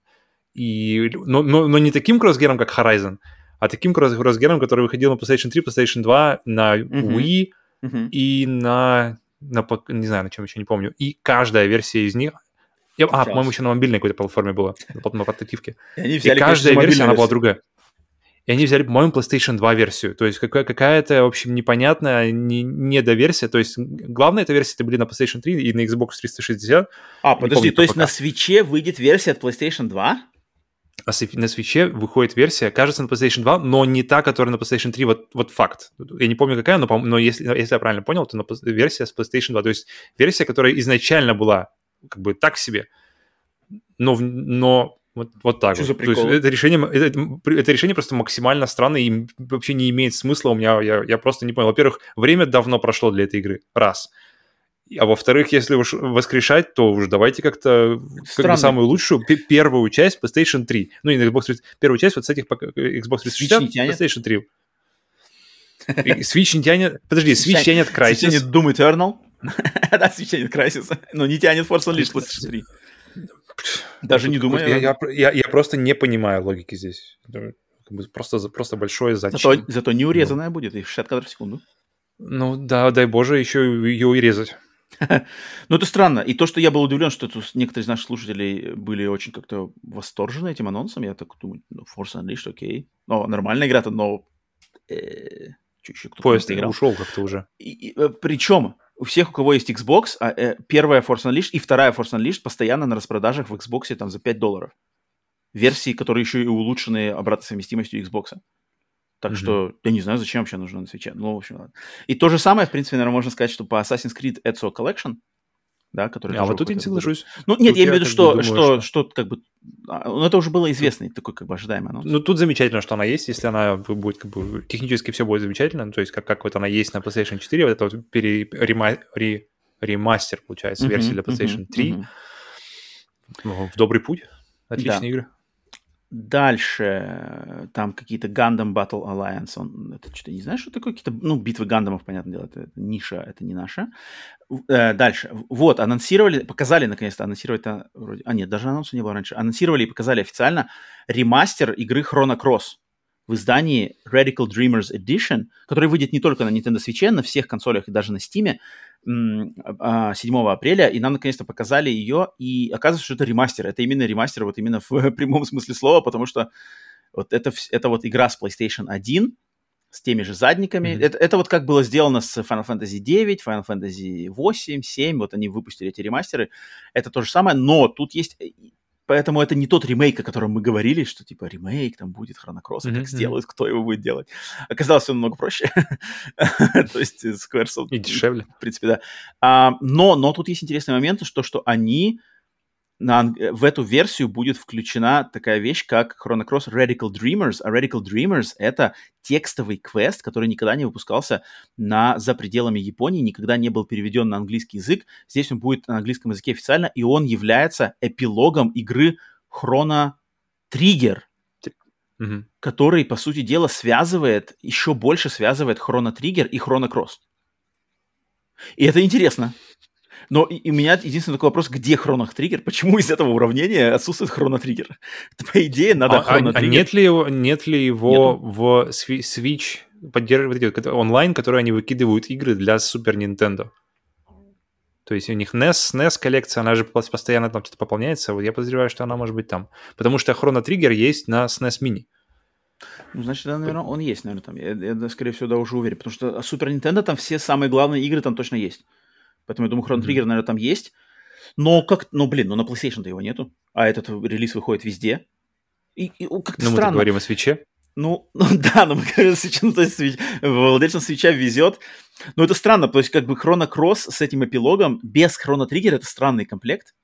но не таким кросс-геном, как Horizon, а таким кросс-геном, который выходил на PlayStation 3, PlayStation 2, на Wii и на... Не знаю, на чем еще, не помню. И каждая версия из них... по-моему, еще на мобильной какой-то платформе была, на портативке. И каждая версия, она была другая. и они взяли, по-моему, PlayStation 2 версию. То есть какая-то, в общем, непонятная недоверсия. То есть главная эта версия, это были на PlayStation 3 и на Xbox 360. Подожди, то есть на Switch'е выйдет версия от PlayStation 2? А на Switch'е выходит версия, кажется, на PlayStation 2, но не та, которая на PlayStation 3. Вот факт. Я не помню, какая, но если я правильно понял, то версия с PlayStation 2. То есть версия, которая изначально была как бы так себе, но вот так. Что вот. за прикол? То есть это решение просто максимально странное и вообще не имеет смысла у меня. Я просто не понял. Во-первых, время давно прошло для этой игры. Раз. А во-вторых, если уж воскрешать, то уж давайте как-то самую лучшую, первую часть PlayStation 3. Ну, и на Xbox 360. Первую часть вот с этих Xbox 360, PlayStation 3. Switch не тянет... Подожди, Switch тянет Crysis. Switch тянет Doom Eternal. Да, Switch тянет Crysis. Но не тянет Force Unleashed PlayStation 3. Даже не думаю. Я просто не понимаю логики здесь. Просто большое зачем. Зато не урезанная будет, и 60 кадров в секунду. Ну да, дай боже, еще ее урезать. Ну, это странно. И то, что я был удивлен, что некоторые из наших слушателей были очень как-то восторжены этим анонсом, я так думаю, Force Unleashed, окей. Но нормальная игра-то, но... Чуть-чуть кто-то поезд ушел как-то уже. Причем у всех, у кого есть Xbox, первая Force Unleashed и вторая Force Unleashed постоянно на распродажах в Xbox там за $5. Версии, которые еще и улучшены обратной совместимостью Xbox. Так что я не знаю, зачем вообще нужно на Switch. Ну, в общем, ладно. И то же самое, в принципе, наверное, можно сказать, что по Assassin's Creed Ezio Collection, да, который... вот тут я не соглашусь. Ну, нет, я имею в виду, что как бы... Ну, это уже было известный такой, как бы, ожидаемый анонс. Ну, тут замечательно, что она есть, если она будет, как бы, технически все будет замечательно, то есть как вот она есть на PlayStation 4, вот это вот ремастер, получается, версия для PlayStation 3. В добрый путь. Отличные игры. Дальше там какие-то Gundam Battle Alliance. Это что-то не знаю, что такое. Какие-то, битвы гандамов, понятное дело, это ниша, это не наша. Дальше. Вот, показали, наконец-то, анонсировали-то вроде... нет, даже анонса не было раньше. Анонсировали и показали официально ремастер игры Chrono Cross в издании Radical Dreamers Edition, который выйдет не только на Nintendo Switch, на всех консолях и даже на Steam 7 апреля, и нам наконец-то показали ее, и оказывается, что это ремастер. Это именно ремастер, вот именно в прямом смысле слова, потому что вот это вот игра с PlayStation 1 с теми же задниками. Это вот как было сделано с Final Fantasy 9, Final Fantasy 8, 7, вот они выпустили эти ремастеры. Это то же самое, но тут есть... Поэтому это не тот ремейк, о котором мы говорили, что типа ремейк там будет Chrono Cross, как сделают, кто его будет делать. Оказалось, все намного проще. То есть Squaresoft... И дешевле. В принципе, да. Но тут есть интересный момент, что они... в эту версию будет включена такая вещь, как Chrono Cross Radical Dreamers. А Radical Dreamers — это текстовый квест, который никогда не выпускался за пределами Японии, никогда не был переведен на английский язык. Здесь он будет на английском языке официально, и он является эпилогом игры Chrono Trigger, который, по сути дела, еще больше связывает Chrono Trigger и Chrono Cross. И это интересно. Но и у меня единственный такой вопрос, где Chrono Trigger? Почему из этого уравнения отсутствует Chrono Trigger? По идее, надо Chrono Trigger. Нет ли его в Switch поддерживает онлайн, который они выкидывают игры для Super Nintendo? То есть у них NES коллекция, она же постоянно там что-то пополняется. Вот я подозреваю, что она может быть там. Потому что Chrono Trigger есть на SNES Mini. Ну, значит, да, наверное, он есть, наверное, там. Я скорее всего, да, уже уверен. Потому что Super Nintendo там все самые главные игры там точно есть. Поэтому я думаю, Chrono Trigger, наверное, там есть. Но на PlayStation-то его нету. А этот релиз выходит везде. И как-то странно. Мы говорим о Switch'е. Ну да, но мы говорим о Switch'е, то есть владельцам Switch'а везет. Но это странно, то есть как бы Chrono Cross с этим эпилогом без Chrono Trigger — это странный комплект.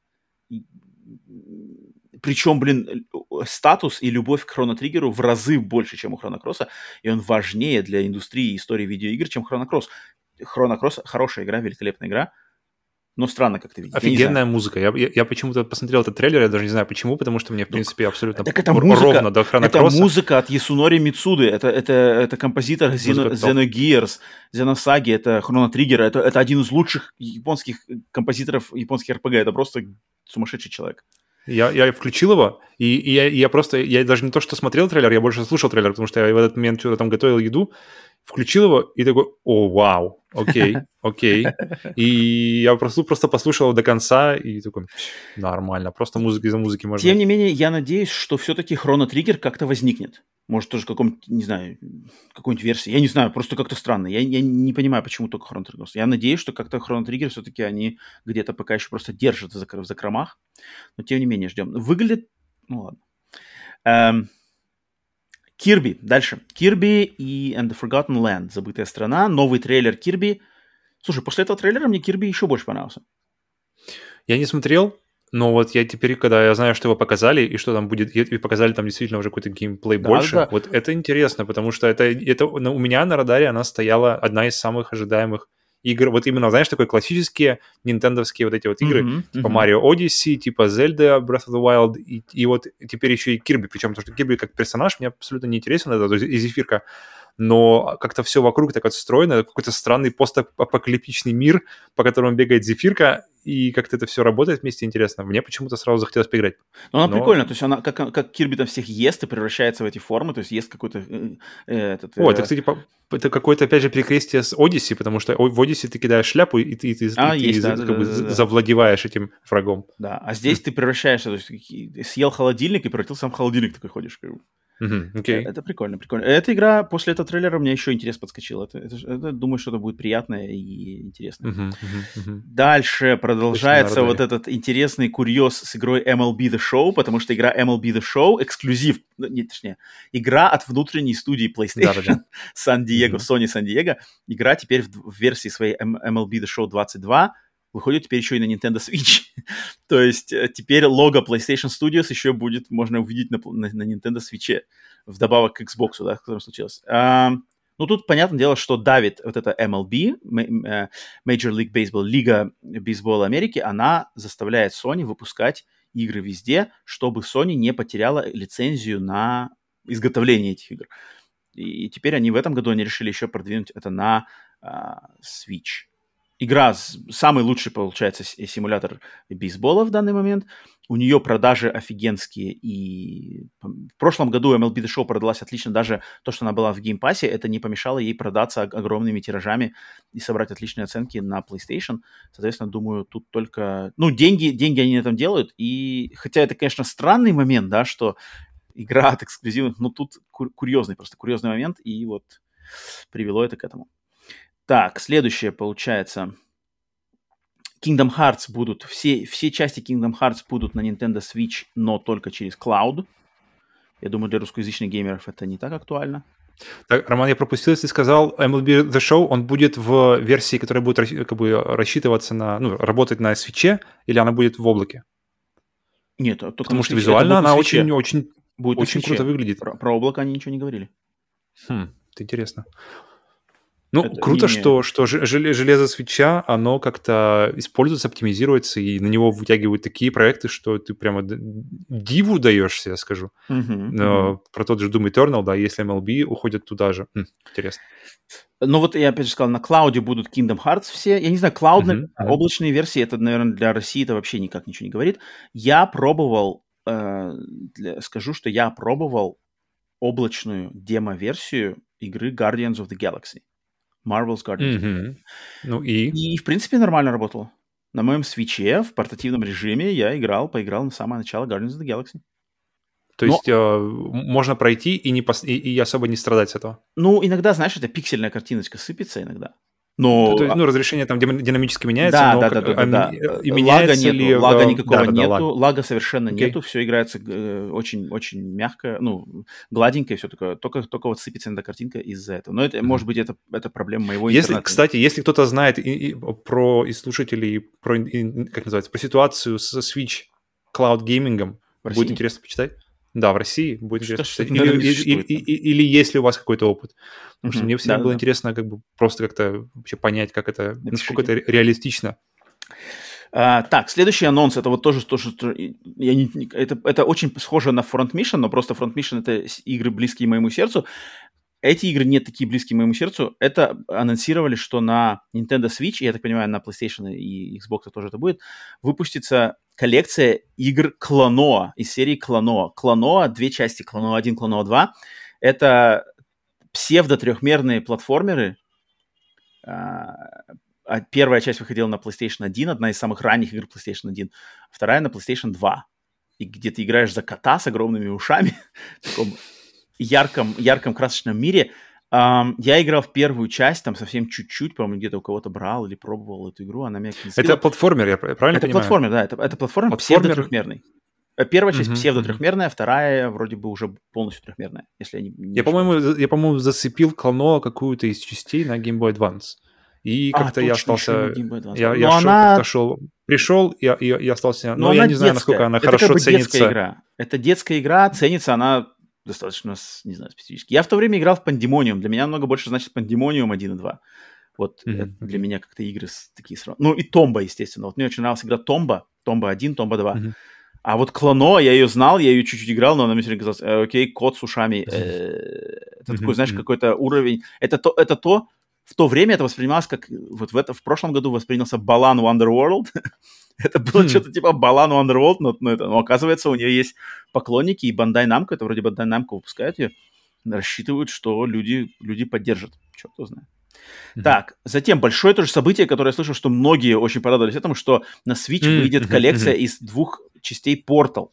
Причем, статус и любовь к Chrono Trigger в разы больше, чем у Chrono Cross, и он важнее для индустрии и истории видеоигр, чем Chrono Cross. Chrono Cross — хорошая игра, великолепная игра, но странно как-то видеть. Офигенная музыка. Я почему-то посмотрел этот трейлер, я даже не знаю почему, потому что мне, в принципе, абсолютно ровно до Chrono Cross. Это музыка от Ясунори Мицуды, это композитор Xenogears, Xenosaga, это Chrono Trigger, это один из лучших японских композиторов японских RPG, это просто сумасшедший человек. Я включил его, и я даже не то, что смотрел трейлер, я больше слушал трейлер, потому что я в этот момент что-то там готовил еду, включил его и такой: о, вау, окей. И я просто послушал его до конца и такой: нормально, просто музыка из-за музыки можно. Тем не менее, я надеюсь, что все-таки Chrono Trigger как-то возникнет. Может, тоже каком-нибудь, не знаю, какой-нибудь версии. Я не знаю, просто как-то странно. Я не понимаю, почему только Chrono Trigger. Я надеюсь, что как-то Chrono Trigger все-таки они где-то пока еще просто держат в закромах. Но тем не менее ждем. Выглядит... Ну ладно. Kirby. Дальше. Kirby и And the Forgotten Land. Забытая страна. Новый трейлер Kirby. Слушай, после этого трейлера мне Kirby еще больше понравился. Я не смотрел, но вот я теперь, когда я знаю, что его показали, и что там будет, и показали там действительно уже какой-то геймплей больше, вот это интересно, потому что это у меня на радаре она стояла одна из самых ожидаемых игр. Вот именно, знаешь, такой классические нинтендовские вот эти вот игры, типа Mario Odyssey, типа Zelda Breath of the Wild, и вот теперь еще и Kirby, причем потому что Kirby как персонаж мне абсолютно не интересен, это и Зефирка, но как-то все вокруг так отстроено, какой-то странный постапокалиптичный мир, по которому бегает Зефирка, и как-то это все работает вместе, интересно. Мне почему-то сразу захотелось поиграть. Но она прикольная, то есть она как Кирби там всех ест и превращается в эти формы, то есть ест какой-то... это, кстати, это какое-то, опять же, перекрестие с Одиссе, потому что в Одиссе ты кидаешь шляпу, и ты завладеваешь этим врагом. Да, а здесь ты превращаешься, то есть съел холодильник и превратился в холодильник, такой ходишь. Okay. Это прикольно. Эта игра после этого трейлера мне еще интерес подскочил. Думаю, что это будет приятное и интересное. Дальше продолжается вот этот интересный курьез с игрой MLB The Show, потому что игра MLB The Show эксклюзив, точнее, игра от внутренней студии PlayStation Сан-Диего, Sony Сан-Диего. Игра теперь в версии своей MLB The Show 22 выходит теперь еще и на Nintendo Switch. То есть теперь лого PlayStation Studios еще будет можно увидеть на Nintendo Switch, вдобавок к Xbox, да, в котором случилось. Ну, тут, понятное дело, что давит вот эта MLB, Major League Baseball, Лига бейсбола Америки, она заставляет Sony выпускать игры везде, чтобы Sony не потеряла лицензию на изготовление этих игр. И теперь они в этом году решили еще продвинуть это на Switch. Игра самый лучший, получается, симулятор бейсбола в данный момент. У нее продажи офигенские. И в прошлом году MLB The Show продалась отлично. Даже то, что она была в геймпассе, это не помешало ей продаться огромными тиражами и собрать отличные оценки на PlayStation. Соответственно, думаю, тут только... Ну, деньги они на этом делают. И хотя это, конечно, странный момент, да, что игра от эксклюзивных, но тут курьезный момент. И вот привело это к этому. Так, следующее, получается, Kingdom Hearts будут, все части Kingdom Hearts будут на Nintendo Switch, но только через Cloud. Я думаю, для русскоязычных геймеров это не так актуально. Так, Роман, я пропустил, если сказал, MLB The Show, он будет в версии, которая будет как бы рассчитываться на, ну, работать на Switch, или она будет в облаке? Нет, только потому что визуально она очень круто выглядит. Про облако они ничего не говорили. Это интересно. Ну, это круто, что железо Switch'а, оно как-то используется, оптимизируется, и на него вытягивают такие проекты, что ты прямо диву даешься, я скажу. Про тот же Doom Eternal, да, если MLB уходят туда же. Интересно. Ну вот я опять же сказал, на клауде будут Kingdom Hearts все. Я не знаю, клаудные, облачные версии, это, наверное, для России это вообще никак ничего не говорит. Я пробовал, скажу, что я пробовал облачную демо-версию игры Guardians of the Galaxy. Marvel's Guardians. Ну и, в принципе, нормально работало. На моем свитче в портативном режиме я поиграл на самое начало Guardians of the Galaxy. То есть можно пройти и особо не страдать с этого? Ну, иногда, знаешь, эта пиксельная картиночка сыпется иногда. Но... То есть, разрешение там динамически меняется, да. И меняется лага ли... Лага никакого нету, лага совершенно нету, все играется очень-очень мягко, гладенько и все такое. Только вот сыпется иногда картинка из-за этого. Но это, может быть, это проблема моего интернета. Кстати, если кто-то знает из слушателей про ситуацию со Switch Cloud Gaming, будет интересно почитать. Да, в России будет интересно. Или есть ли у вас какой-то опыт? Потому что мне всегда было интересно просто как-то вообще понять, как это, насколько это реалистично. Так, следующий анонс, это вот тоже это очень схоже на Front Mission, но просто Front Mission — это игры, близкие моему сердцу. Эти игры не такие близкие моему сердцу. Это анонсировали, что на Nintendo Switch, и, я так понимаю, на PlayStation и Xbox тоже это будет, выпустится коллекция игр Klonoa из серии Klonoa. Klonoa, 2 части, Klonoa 1, Klonoa 2. Это псевдо-трехмерные платформеры. Первая часть выходила на PlayStation 1, одна из самых ранних игр PlayStation 1. Вторая на PlayStation 2. И где ты играешь за кота с огромными ушами. ярком красочном мире. Я играл в первую часть, там совсем чуть-чуть, по-моему, где-то у кого-то брал или пробовал эту игру, она меня не Это платформер, я правильно понимаю? Это платформер, да, это платформер псевдо-трехмерный. Первая часть псевдо-трехмерная, вторая вроде бы уже полностью трехмерная, если я не Я, по-моему, зацепил Клоно какую-то из частей на Game Boy Advance. И как-то я остался... Я пришел, и остался... Но я не знаю, насколько она хорошо ценится. Это детская игра, ценится она достаточно, не знаю, специфически. Я в то время играл в Pandemonium. Для меня намного больше значит Pandemonium 1 и 2. Вот для меня как-то игры такие сразу. Ну и Tomba, естественно. Вот мне очень нравилась игра Tomba 1, Tomba 2. А вот Клоно, я ее знал, я ее чуть-чуть играл, но она мне все время казалась, окей, кот с ушами. Это такой, знаешь, какой-то уровень. Это то, в то время это воспринималось как... Вот в прошлом году воспринялся Balan Wonderworld. Это было что-то типа Balan Wonderworld, но оказывается, у нее есть поклонники, и Bandai Namco, это вроде Bandai Namco выпускает ее, рассчитывают, что люди поддержат. Черт его знает. Так, затем большое тоже событие, которое я слышал, что многие очень порадовались этому, что на Switch выйдет коллекция из 2 частей Portal.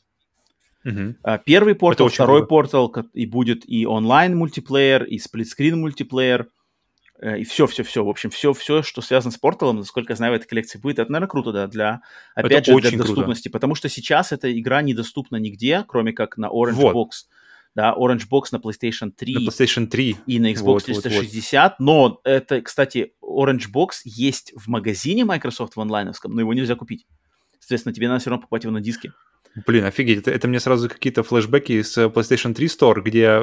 Первый Portal, второй Portal, и будет и онлайн-мультиплеер, и сплитскрин-мультиплеер, и все. В общем, все, что связано с Portal, насколько я знаю, в этой коллекции будет. Это, наверное, круто, да, для доступности. Потому что сейчас эта игра недоступна нигде, кроме как на Orange Box. Да, Orange Box на PlayStation 3. На PlayStation 3. И на Xbox 360. Но это, кстати, Orange Box есть в магазине Microsoft в онлайновском, но его нельзя купить. Соответственно, тебе надо все равно покупать его на диске. Блин, офигеть, это мне сразу какие-то флешбеки с PlayStation 3 Store, где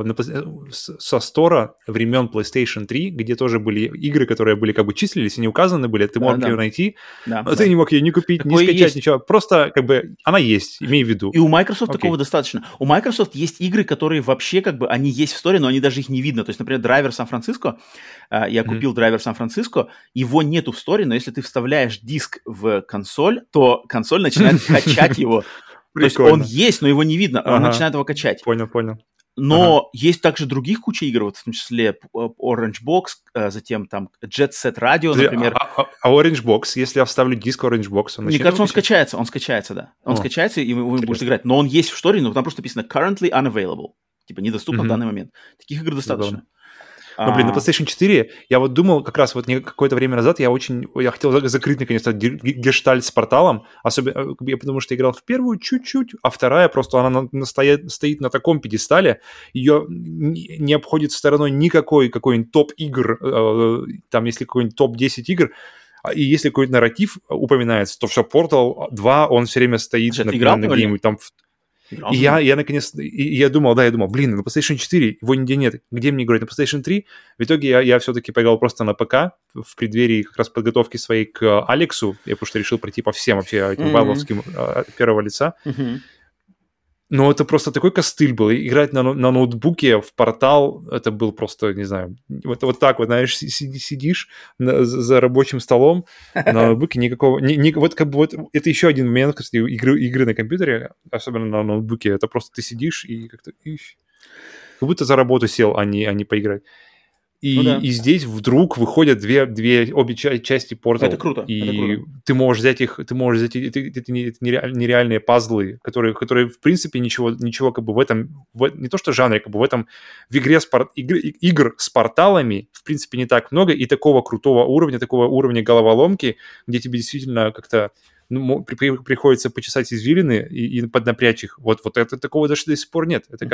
со стора времен PlayStation 3, где тоже были игры, которые были как бы числились и не указаны были, ты мог ее найти, но ты не мог ее ни купить, ни скачать, ничего. Просто как бы она есть, имей в виду. И у Microsoft такого достаточно. У Microsoft есть игры, которые вообще как бы, они есть в сторе, но они даже их не видно. То есть, например, драйвер Сан-Франциско, я купил драйвер Сан-Франциско, его нету в сторе, но если ты вставляешь диск в консоль, то консоль начинает качать его. Прикольно. То есть он есть, но его не видно, он начинает его качать. Понял. Но есть также других куча игр, вот в том числе Orange Box, затем там Jet Set Radio, например. А Orange Box, если я вставлю диск Orange Box, он... Мне кажется, он скачается, да. Он скачается, и вы будете играть. Но он есть в сторе, но там просто написано currently unavailable. Типа недоступно в данный момент. Таких игр достаточно. Ну, блин, на PlayStation 4 я вот думал, как раз вот какое-то время назад я хотел закрыть наконец-то гештальт с порталом, особенно потому что я играл в первую чуть-чуть, а вторая просто она стоит на таком пьедестале, ее не обходит стороной никакой какой-нибудь топ-игр, там если какой-нибудь топ-10 игр, и если какой-нибудь нарратив упоминается, то все, Portal 2, он все время стоит на где-нибудь там... И я наконец, я думал, блин, на PlayStation 4 его нигде нет, где мне играть на PlayStation 3? В итоге я все-таки поиграл просто на ПК в преддверии как раз подготовки своей к Алексу, я потому что решил пройти по всем вообще этим вайловским первого лица. Но это просто такой костыль был. Играть на ноутбуке в портал, это был просто, не знаю, вот так вот, знаешь, сидишь за рабочим столом, на ноутбуке никакого... вот как бы вот это еще один момент, кстати, игры на компьютере, особенно на ноутбуке, это просто ты сидишь и как-то... Как будто за работу сел, а не поиграть. И здесь вдруг выходят обе части Portal. Это круто. И ты можешь взять их, это нереальные пазлы, которые в принципе ничего как бы в этом, не то что жанре, как бы в игре игр с порталами в принципе не так много, и такого крутого уровня, такого уровня головоломки, где тебе действительно как-то приходится почесать извилины и поднапрячь их. Вот это такого даже до сих пор нет. Это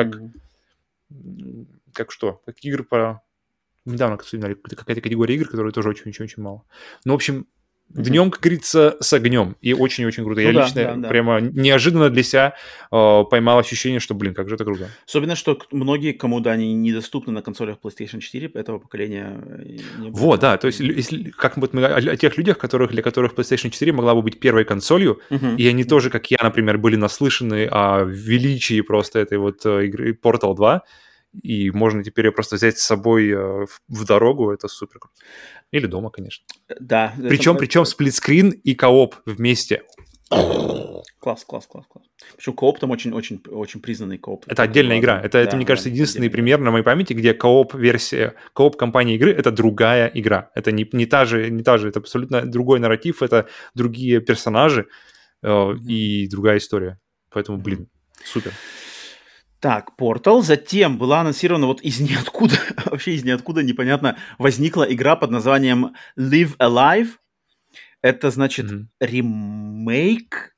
как игры по... Недавно, кстати, какая-то категория игр, которые тоже очень-очень мало. Ну, в общем, днем, как говорится, с огнем. И очень-очень круто. Я лично прямо неожиданно для себя поймал ощущение, что, блин, как же это круто. Особенно, что многие, кому они недоступны на консолях PlayStation 4 этого поколения. Вот, да. То есть, если, как вот мы о тех людях, для которых PlayStation 4 могла бы быть первой консолью, и они тоже, как я, например, были наслышаны о величии просто этой вот игры Portal 2, и можно теперь ее просто взять с собой в дорогу, это супер круто. Или дома, конечно. Да. Причем сплитскрин и кооп вместе. Класс. Причем кооп там очень признанный кооп. Это отдельная игра. Это, мне кажется, единственный пример на моей памяти, где кооп-версия, кооп-компания игры — это другая игра. Это не та же, это абсолютно другой нарратив, это другие персонажи и другая история. Поэтому, блин, супер. Так, Portal. Затем была анонсирована вот из ниоткуда, вообще из ниоткуда, непонятно, возникла игра под названием Live Alive. Это, значит, ремейк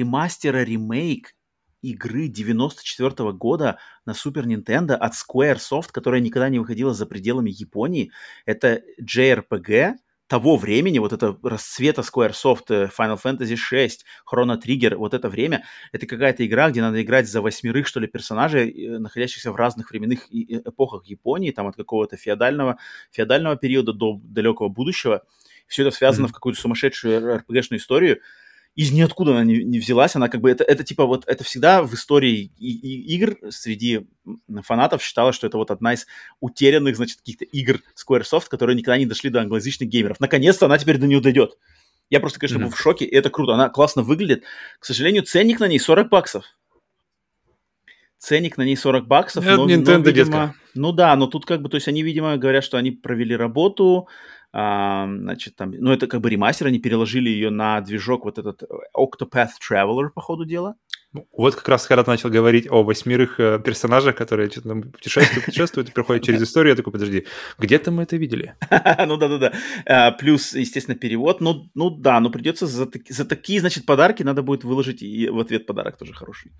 игры 94 года на Super Nintendo от Squaresoft, которая никогда не выходила за пределами Японии. Это JRPG того времени, вот это расцвета Squaresoft, Final Fantasy VI, Chrono Trigger, вот это время. Это какая-то игра, где надо играть за 8, что ли, персонажей, находящихся в разных временных эпохах Японии, там от какого-то феодального периода до далекого будущего. Все это связано в какую-то сумасшедшую RPG-шную историю. Из ниоткуда она не взялась, она как бы, это типа вот, это всегда в истории игр среди фанатов считалось, что это вот одна из утерянных, значит, каких-то игр Squaresoft, которые никогда не дошли до англоязычных геймеров. Наконец-то она теперь до нее дойдет. Я просто, конечно, был в шоке, и это круто, она классно выглядит. К сожалению, ценник на ней $40. Ценник на ней $40, но, Nintendo, видимо... Ну да, но тут как бы, то есть они, видимо, говорят, что они провели работу, значит, там, ну, это как бы ремастер, они переложили ее на движок вот этот Octopath Traveler, по ходу дела. Вот как раз когда ты начал говорить о 8 персонажах, которые что-то там путешествуют и проходят через историю, я такой, подожди, где-то мы это видели? Ну да. Плюс, естественно, перевод. Ну да, но придется за такие, значит, подарки надо будет выложить и в ответ подарок тоже хороший.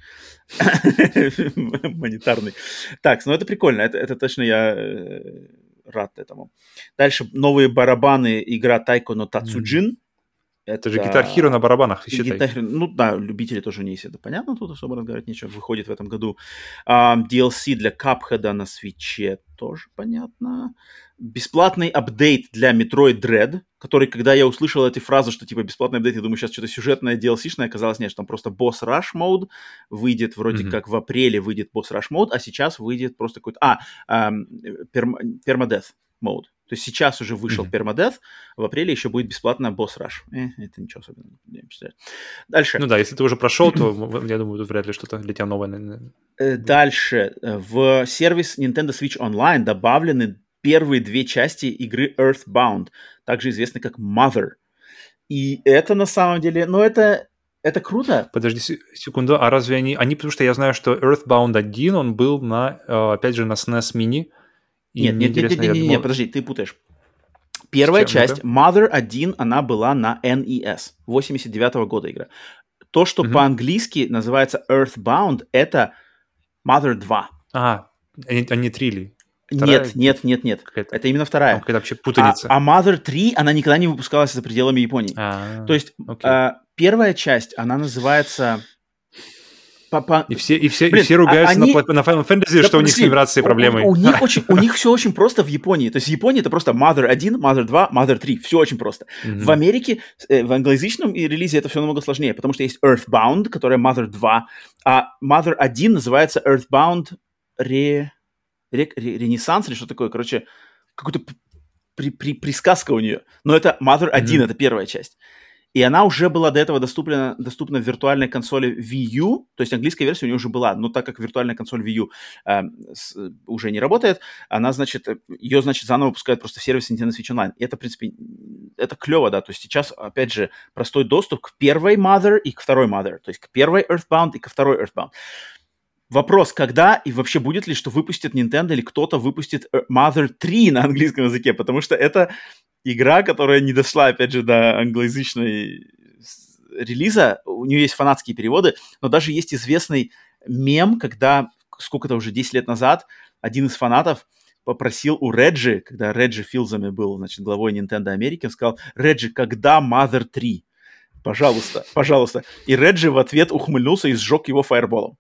Монетарный. Так, ну это прикольно, это точно я рад этому. Дальше новые барабаны, игра Taiko no Tatsujin. Это же Guitar Hero на барабанах, считай. Ну да, любители тоже не есть, это понятно, тут особо разговаривать нечего. Выходит в этом году. DLC для Cuphead на Switch'е тоже понятно. Бесплатный апдейт для Metroid Dread, который, когда я услышал эти фразы, что типа бесплатный апдейт, я думаю, сейчас что-то сюжетное DLC-шное, оказалось, нет, что там просто Boss Rush мод выйдет, вроде как в апреле выйдет Boss Rush мод, а сейчас выйдет просто какой-то... Permadeath мод. То есть сейчас уже вышел Permadeath, в апреле еще будет бесплатно Boss Rush. Это ничего особенного, не впечатляет. Дальше. Ну да, если ты уже прошел, то, я думаю, тут вряд ли что-то для тебя новое. Дальше. В сервис Nintendo Switch Online добавлены первые 2 части игры Earthbound, также известной как Mother. И это на самом деле, ну это круто. Подожди секунду, а разве они, потому что я знаю, что Earthbound 1, он был опять же, на SNES Mini. Нет, подожди, ты путаешь. Первая часть, Mother 1, она была на NES, 89-го года игра. То, что по-английски называется Earthbound, это Mother 2. А не 3 ли? Нет. Это именно вторая. Какая-то вообще путаница. А Mother 3, она никогда не выпускалась за пределами Японии. То есть первая часть, она называется... И все ругаются на Final Fantasy, что у них с нумерацией проблемы. У них все очень просто в Японии. То есть в Японии это просто Mother 1, Mother 2, Mother 3. Все очень просто. В Америке, в англоязычном релизе это все намного сложнее, потому что есть Earthbound, которая Mother 2, а Mother 1 называется Earthbound Ренессанс или что такое. Короче, какая-то присказка у нее. Но это Mother 1, это первая часть. И она уже была до этого доступна в виртуальной консоли Wii U, то есть английская версия у нее уже была, но так как виртуальная консоль Wii U уже не работает, ее заново выпускают просто в сервис Nintendo Switch Online. И это, в принципе, это клево, да, то есть сейчас, опять же, простой доступ к первой Mother и к второй Mother, то есть к первой Earthbound и ко второй Earthbound. Вопрос, когда и вообще будет ли, что выпустит Nintendo или кто-то выпустит Mother 3 на английском языке, потому что это игра, которая не дошла, опять же, до англоязычной релиза. У нее есть фанатские переводы, но даже есть известный мем, когда, сколько-то уже 10 лет назад, один из фанатов попросил у Реджи, когда Реджи Филзами был, значит, главой Nintendo Америки, он сказал: «Реджи, когда Mother 3? Пожалуйста, пожалуйста». И Реджи в ответ ухмыльнулся и сжег его фаерболом.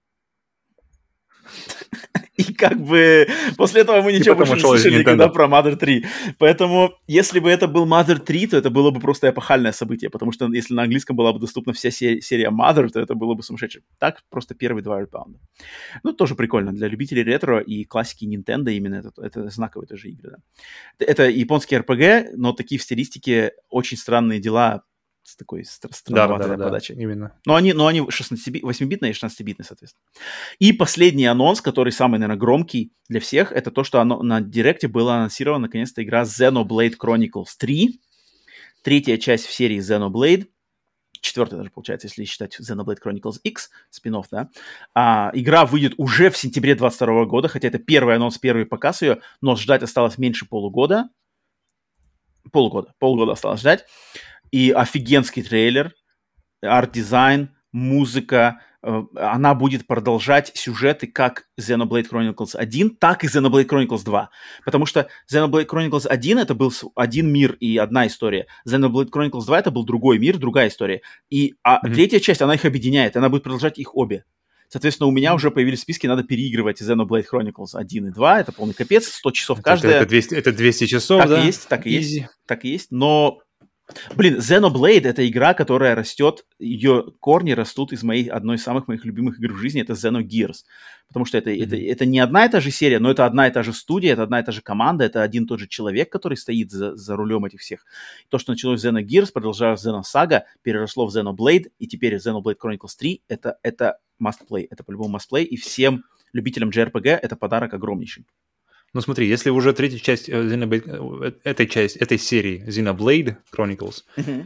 И как бы после этого мы ничего больше не слышали никогда про Mother 3. Поэтому, если бы это был Mother 3, то это было бы просто эпохальное событие, потому что если на английском была бы доступна вся серия Mother, то это было бы сумасшедше. Так, просто первые 2 Earthbound. Ну, тоже прикольно. Для любителей ретро и классики Nintendo именно это знаковые тоже игры. Да. Это японский RPG, но такие в стилистике очень странные дела, с такой странноватой подачей. Именно. Но они 8-битные и 16-битные, соответственно. И последний анонс, который самый, наверное, громкий для всех, это то, что на Директе была анонсирована наконец-то игра Xenoblade Chronicles 3. Третья часть в серии Xenoblade. 4 даже получается, если считать Xenoblade Chronicles X, спин-офф, да. Игра выйдет уже в сентябре 2022 года, хотя это первый анонс, первый показ ее, но ждать осталось меньше полугода. Полгода осталось ждать. И офигенский трейлер, арт-дизайн, музыка. Она будет продолжать сюжеты как Xenoblade Chronicles 1, так и Xenoblade Chronicles 2. Потому что Xenoblade Chronicles 1 это был один мир и одна история. Xenoblade Chronicles 2 это был другой мир, другая история. И третья часть, она их объединяет, она будет продолжать их обе. Соответственно, у меня уже появились списки, надо переигрывать Xenoblade Chronicles 1 и 2. Это полный капец, 100 часов каждая. Это 200 часов, так, да? Так и есть. Но, блин, Xenoblade — это игра, которая растет, ее корни растут из одной из самых моих любимых игр в жизни, это Xenogears. Потому что это не одна и та же серия, но это одна и та же студия, это одна и та же команда, это один и тот же человек, который стоит за рулем этих всех. То, что началось в Xenogears, продолжалось в Xenosaga, переросло в Xenoblade, и теперь Xenoblade Chronicles 3 это must play, это по-любому must play, и всем любителям JRPG это подарок огромнейший. Ну смотри, если уже третья часть этой серии Xenoblade Chronicles,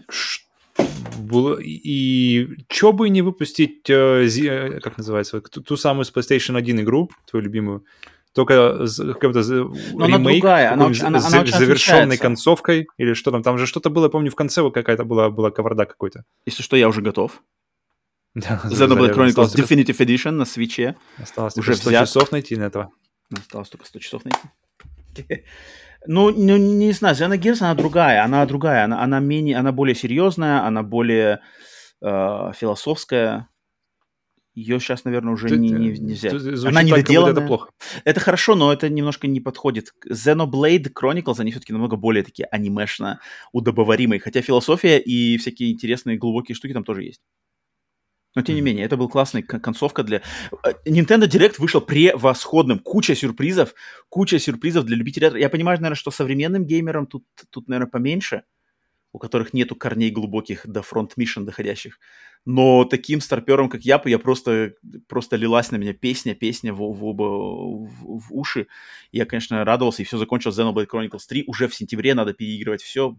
и чё бы не выпустить, как называется, ту самую с PlayStation 1 игру, твою любимую, только с какой-то ремейк, завершенной концовкой, или что там же что-то было, я помню, в конце вот какая-то была каварда какой-то. Если что, я уже готов. Xenoblade Chronicles Definitive Edition на Switch'е. Осталось уже 100 часов найти на этого. Осталось только 100 часов найти. Ну, не знаю, Xenogears, она другая, она более серьезная, она более философская. Ее сейчас, наверное, уже нельзя. Она недоделанная. Это плохо. Это хорошо, но это немножко не подходит. Xenoblade Chronicles, они все-таки намного более такие анимешно удобоваримые, хотя философия и всякие интересные глубокие штуки там тоже есть. Но, тем не менее, это была классная концовка для... Nintendo Direct вышел превосходным. Куча сюрпризов для любителей. Я понимаю, наверное, что современным геймерам тут, наверное, поменьше, у которых нету корней глубоких до фронт-мишен доходящих. Но таким старперам, как я просто лилась на меня песня в уши. Я, конечно, радовался, и все закончилось Xenoblade Chronicles 3. Уже в сентябре надо переигрывать все.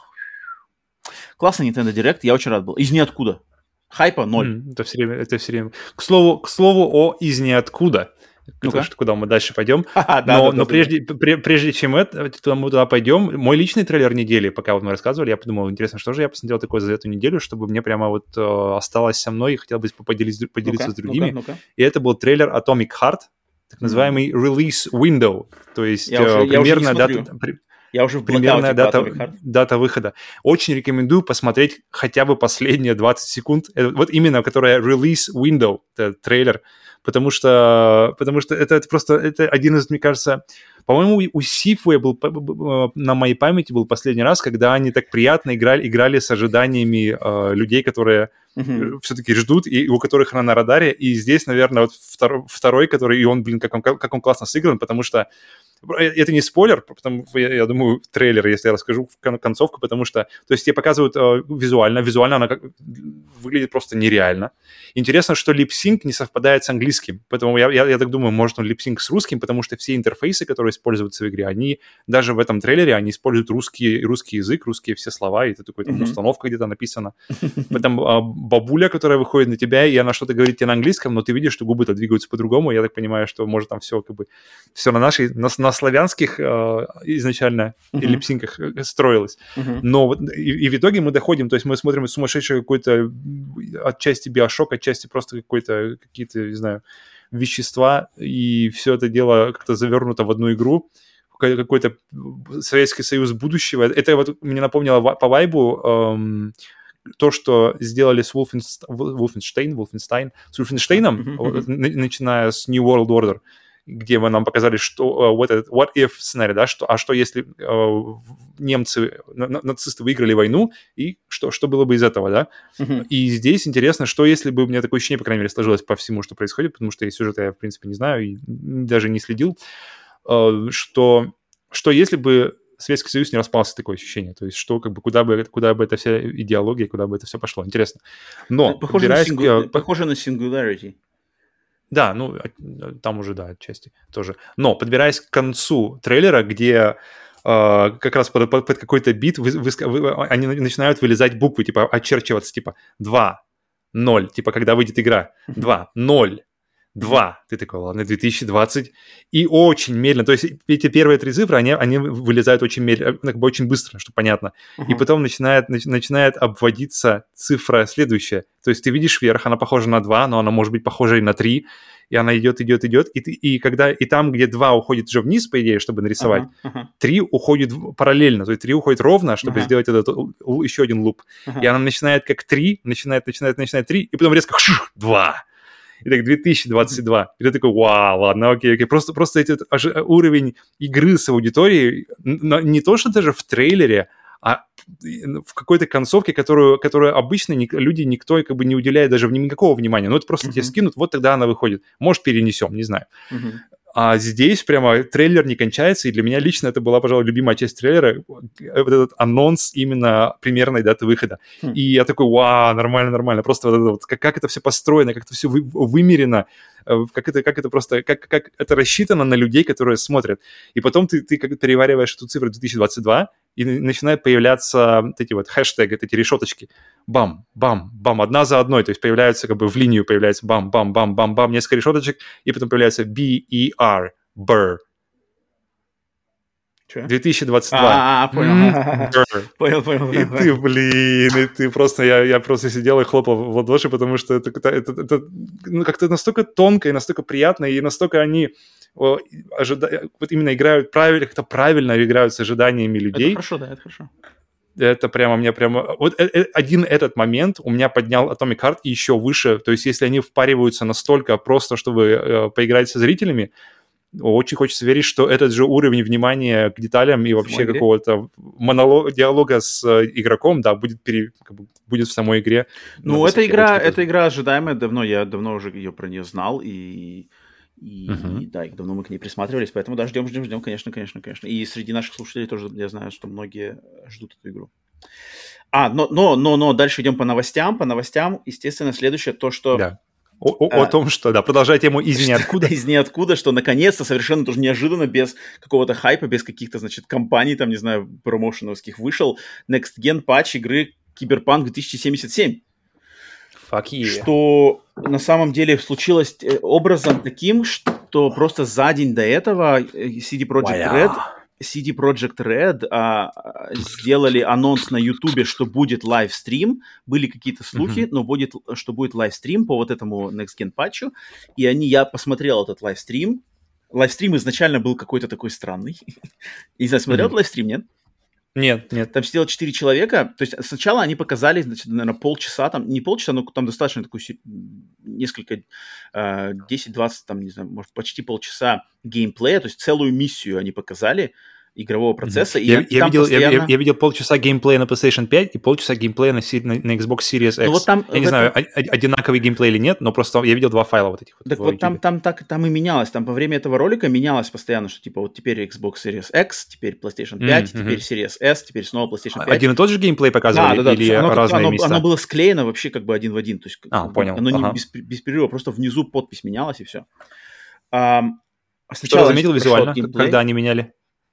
Классный Nintendo Direct, я очень рад был. Из ниоткуда. Хайпа 0. Это все время. К слову из ниоткуда. Куда мы дальше пойдем. Но прежде чем мы туда пойдем, мой личный трейлер недели, пока вот мы рассказывали, я подумал, интересно, что же я посмотрел такое за эту неделю, чтобы мне прямо вот осталось со мной и хотел бы поделиться с другими. И это был трейлер Atomic Heart, так называемый Release Window. То есть примерно Я уже в примерная дата выхода. Очень рекомендую посмотреть хотя бы последние 20 секунд. Вот именно, которая release window, это трейлер. Потому что это просто один из, мне кажется, по-моему, у Sifway был на моей памяти был последний раз, когда они так приятно играли с ожиданиями людей, которые все-таки ждут, и у которых она на радаре. И здесь, наверное, вот второй, который, и он, как он классно сыгран, потому что это не спойлер, потому я думаю, трейлер, если я расскажу концовку, потому что, то есть тебе показывают визуально она выглядит просто нереально. Интересно, что лип-синк не совпадает с английским, поэтому я так думаю, может он лип-синк с русским, потому что все интерфейсы, которые используются в игре, они даже в этом трейлере, они используют русский язык, русские все слова, и это такой там установка где-то написана. Потом бабуля, которая выходит на тебя, и она что-то говорит тебе на английском, но ты видишь, что губы-то двигаются по-другому, я так понимаю, что может там все все на славянских изначально липсинках строилось. Но и в итоге мы доходим, то есть мы смотрим сумасшедший какой-то отчасти биошок, отчасти просто какие-то, не знаю, вещества, и все это дело как-то завернуто в одну игру, какой-то Советский Союз будущего. Это вот мне напомнило по вайбу то, что сделали с Wolfenstein, с Wolfenstein, начиная с New World Order, где мы нам показали, что what if сценарий, да, что если нацисты выиграли войну, и что было бы из этого, да? И здесь интересно, что если бы у меня такое ощущение, по крайней мере, сложилось по всему, что происходит, потому что сюжет я, в принципе, не знаю и даже не следил, что если бы Советский Союз не распался, такое ощущение, то есть что, куда бы эта вся идеология, куда бы это все пошло, интересно. Но похоже на Singularity. Да, там уже, да, отчасти тоже. Но, подбираясь к концу трейлера, где как раз под какой-то бит они начинают вылезать буквы, типа очерчиваться, типа 2, 0, типа когда выйдет игра, 2, 0, 2. Ты такой, ладно, 2020. И очень медленно. То есть эти первые 3 цифры, они вылезают очень медленно, как бы очень быстро, что понятно. И потом начинает обводиться цифра следующая. То есть ты видишь вверх, она похожа на 2, но она может быть похожа и на 3. И она идет, и там, где 2 уходит уже вниз, по идее, чтобы нарисовать, 3 уходит параллельно, то есть 3 уходит ровно, чтобы сделать этот еще один луп. И она начинает как 3, начинает 3, и потом резко 2. И так 2022. И ты такой, вау, ладно, окей. Просто этот уровень игры с аудиторией, не то, что даже в трейлере, а в какой-то концовке, которую обычно никто как бы не уделяет даже никакого внимания. Ну, это просто тебе скинут, вот тогда она выходит. Может, перенесем, не знаю. А здесь прямо трейлер не кончается, и для меня лично это была, пожалуй, любимая часть трейлера, вот этот анонс именно примерной даты выхода. И я такой, вау, нормально, просто вот это вот, как это все построено, как это все вымерено, как это рассчитано на людей, которые смотрят. И потом ты как перевариваешь эту цифру 2022, и начинают появляться вот эти вот хэштеги, эти решеточки. Бам, бам, бам, одна за одной. То есть появляются как бы в линию, появляется бам, бам, бам, бам, бам, несколько решеточек, и потом появляется B-E-R, BER. 2022. Понял. И ты, блин, и ты просто... Я просто сидел и хлопал в ладоши, потому что это как-то настолько тонко и настолько приятно, и настолько они вот именно играют как-то правильно играют с ожиданиями людей. Это хорошо, да, это хорошо. Это прямо мне прямо... Вот один этот момент у меня поднял Atomic Heart еще выше. То есть если они впариваются настолько просто, чтобы поиграть со зрителями, очень хочется верить, что этот же уровень внимания к деталям и вообще какого-то диалога с игроком, да, будет в самой игре. Ну, эта игра ожидаемая давно. Я давно уже про нее знал, и да, и давно мы к ней присматривались, поэтому да, ждем, конечно. И среди наших слушателей тоже я знаю, что многие ждут эту игру. Но дальше идем по новостям. Естественно, следующее то, что... Да. О том, что, да, продолжай тему из ниоткуда. Из ниоткуда, что наконец-то совершенно тоже неожиданно, без какого-то хайпа, без каких-то, значит, компаний, там, не знаю, промоушеновских, вышел Next Gen патч игры Cyberpunk 2077. Fuck yeah. Что на самом деле случилось образом таким, что просто за день до этого CD Projekt Red сделали анонс на Ютубе, что будет лайвстрим. Были какие-то слухи, но что будет лайвстрим по вот этому Next Gen патчу. И я посмотрел этот лайвстрим. Лайвстрим изначально был какой-то такой странный. Не знаю, смотрел этот лайвстрим, нет? Нет. Там сидело 4 человека. То есть сначала они показали, значит, наверное, полчаса, там, не полчаса, но там достаточно такой несколько, 10-20, там, не знаю, может, почти полчаса геймплея, то есть целую миссию они показали игрового процесса. Я видел полчаса геймплея на PlayStation 5 и полчаса геймплея на Xbox Series X. Вот там, я не знаю, одинаковый геймплей или нет, но просто я видел 2 файла вот этих. Так вот там и менялось. Там во время этого ролика менялось постоянно, что типа вот теперь Xbox Series X, теперь PlayStation 5, теперь Series S, теперь снова PlayStation 5. Один и тот же геймплей показывали или разные места? Оно было склеено вообще как бы один в один. То есть понял. Оно не без перерыва, просто внизу подпись менялась и все. Что ты заметил визуально, когда они меняли?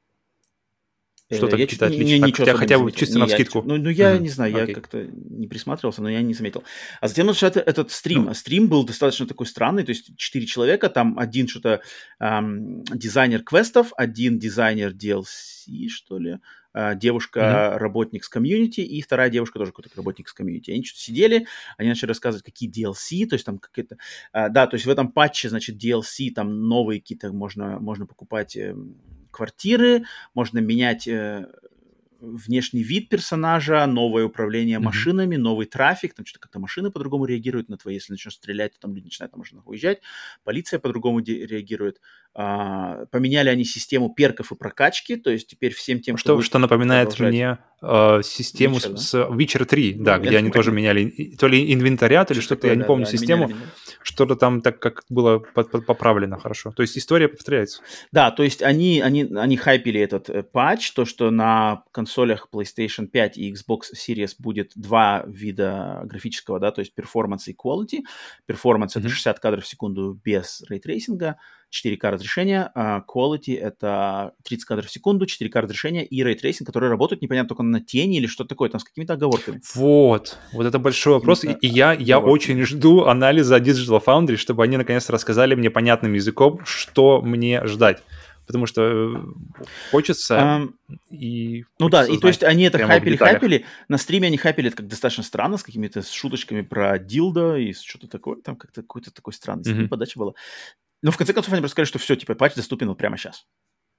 Что-то какие-то отличия, хотя бы чисто навскидку. Я не знаю, я как-то не присматривался, но я не заметил. А затем начался этот стрим. Стрим был достаточно такой странный, то есть 4 человека, там один что-то дизайнер квестов, один дизайнер DLC, что ли, девушка работник с комьюнити, и вторая девушка тоже какой-то работник с комьюнити. Они что-то сидели, они начали рассказывать, какие DLC, то есть там какие-то... Да, то есть в этом патче, значит, DLC, там новые какие-то можно покупать... квартиры, можно менять внешний вид персонажа, новое управление машинами, новый трафик, там что-то как-то машины по-другому реагируют на твои, если начнешь стрелять, то там люди начинают на машинах уезжать, полиция по-другому реагирует. Поменяли они систему перков и прокачки, то есть теперь всем тем, кто что напоминает мне систему с Witcher 3, да, где они тоже меняли то ли инвентаря, то ли что-то, я не помню систему, что-то там так как было поправлено хорошо. То есть история повторяется. Да, то есть они хайпили этот патч, то, что на консолях PlayStation 5 и Xbox Series будет 2 вида графического, да, то есть performance и quality. Performance — это 60 кадров в секунду без рейтрейсинга, 4К разрешение, Quality — это 30 кадров в секунду, 4К разрешение и Ray Tracing, которые работают, непонятно, только на тени или что-то такое, там с какими-то оговорками. Вот это большой вопрос, и я очень жду анализа Digital Foundry, чтобы они наконец-то рассказали мне понятным языком, что мне ждать. Потому что хочется и... Ну да, и то есть они это хайпели, на стриме они хайпели это как достаточно странно, с какими-то шуточками про дилдо и что-то такое, там как-то какой-то такой странный стрим, подача была. Но в конце концов они просто сказали, что все, типа, патч доступен вот прямо сейчас.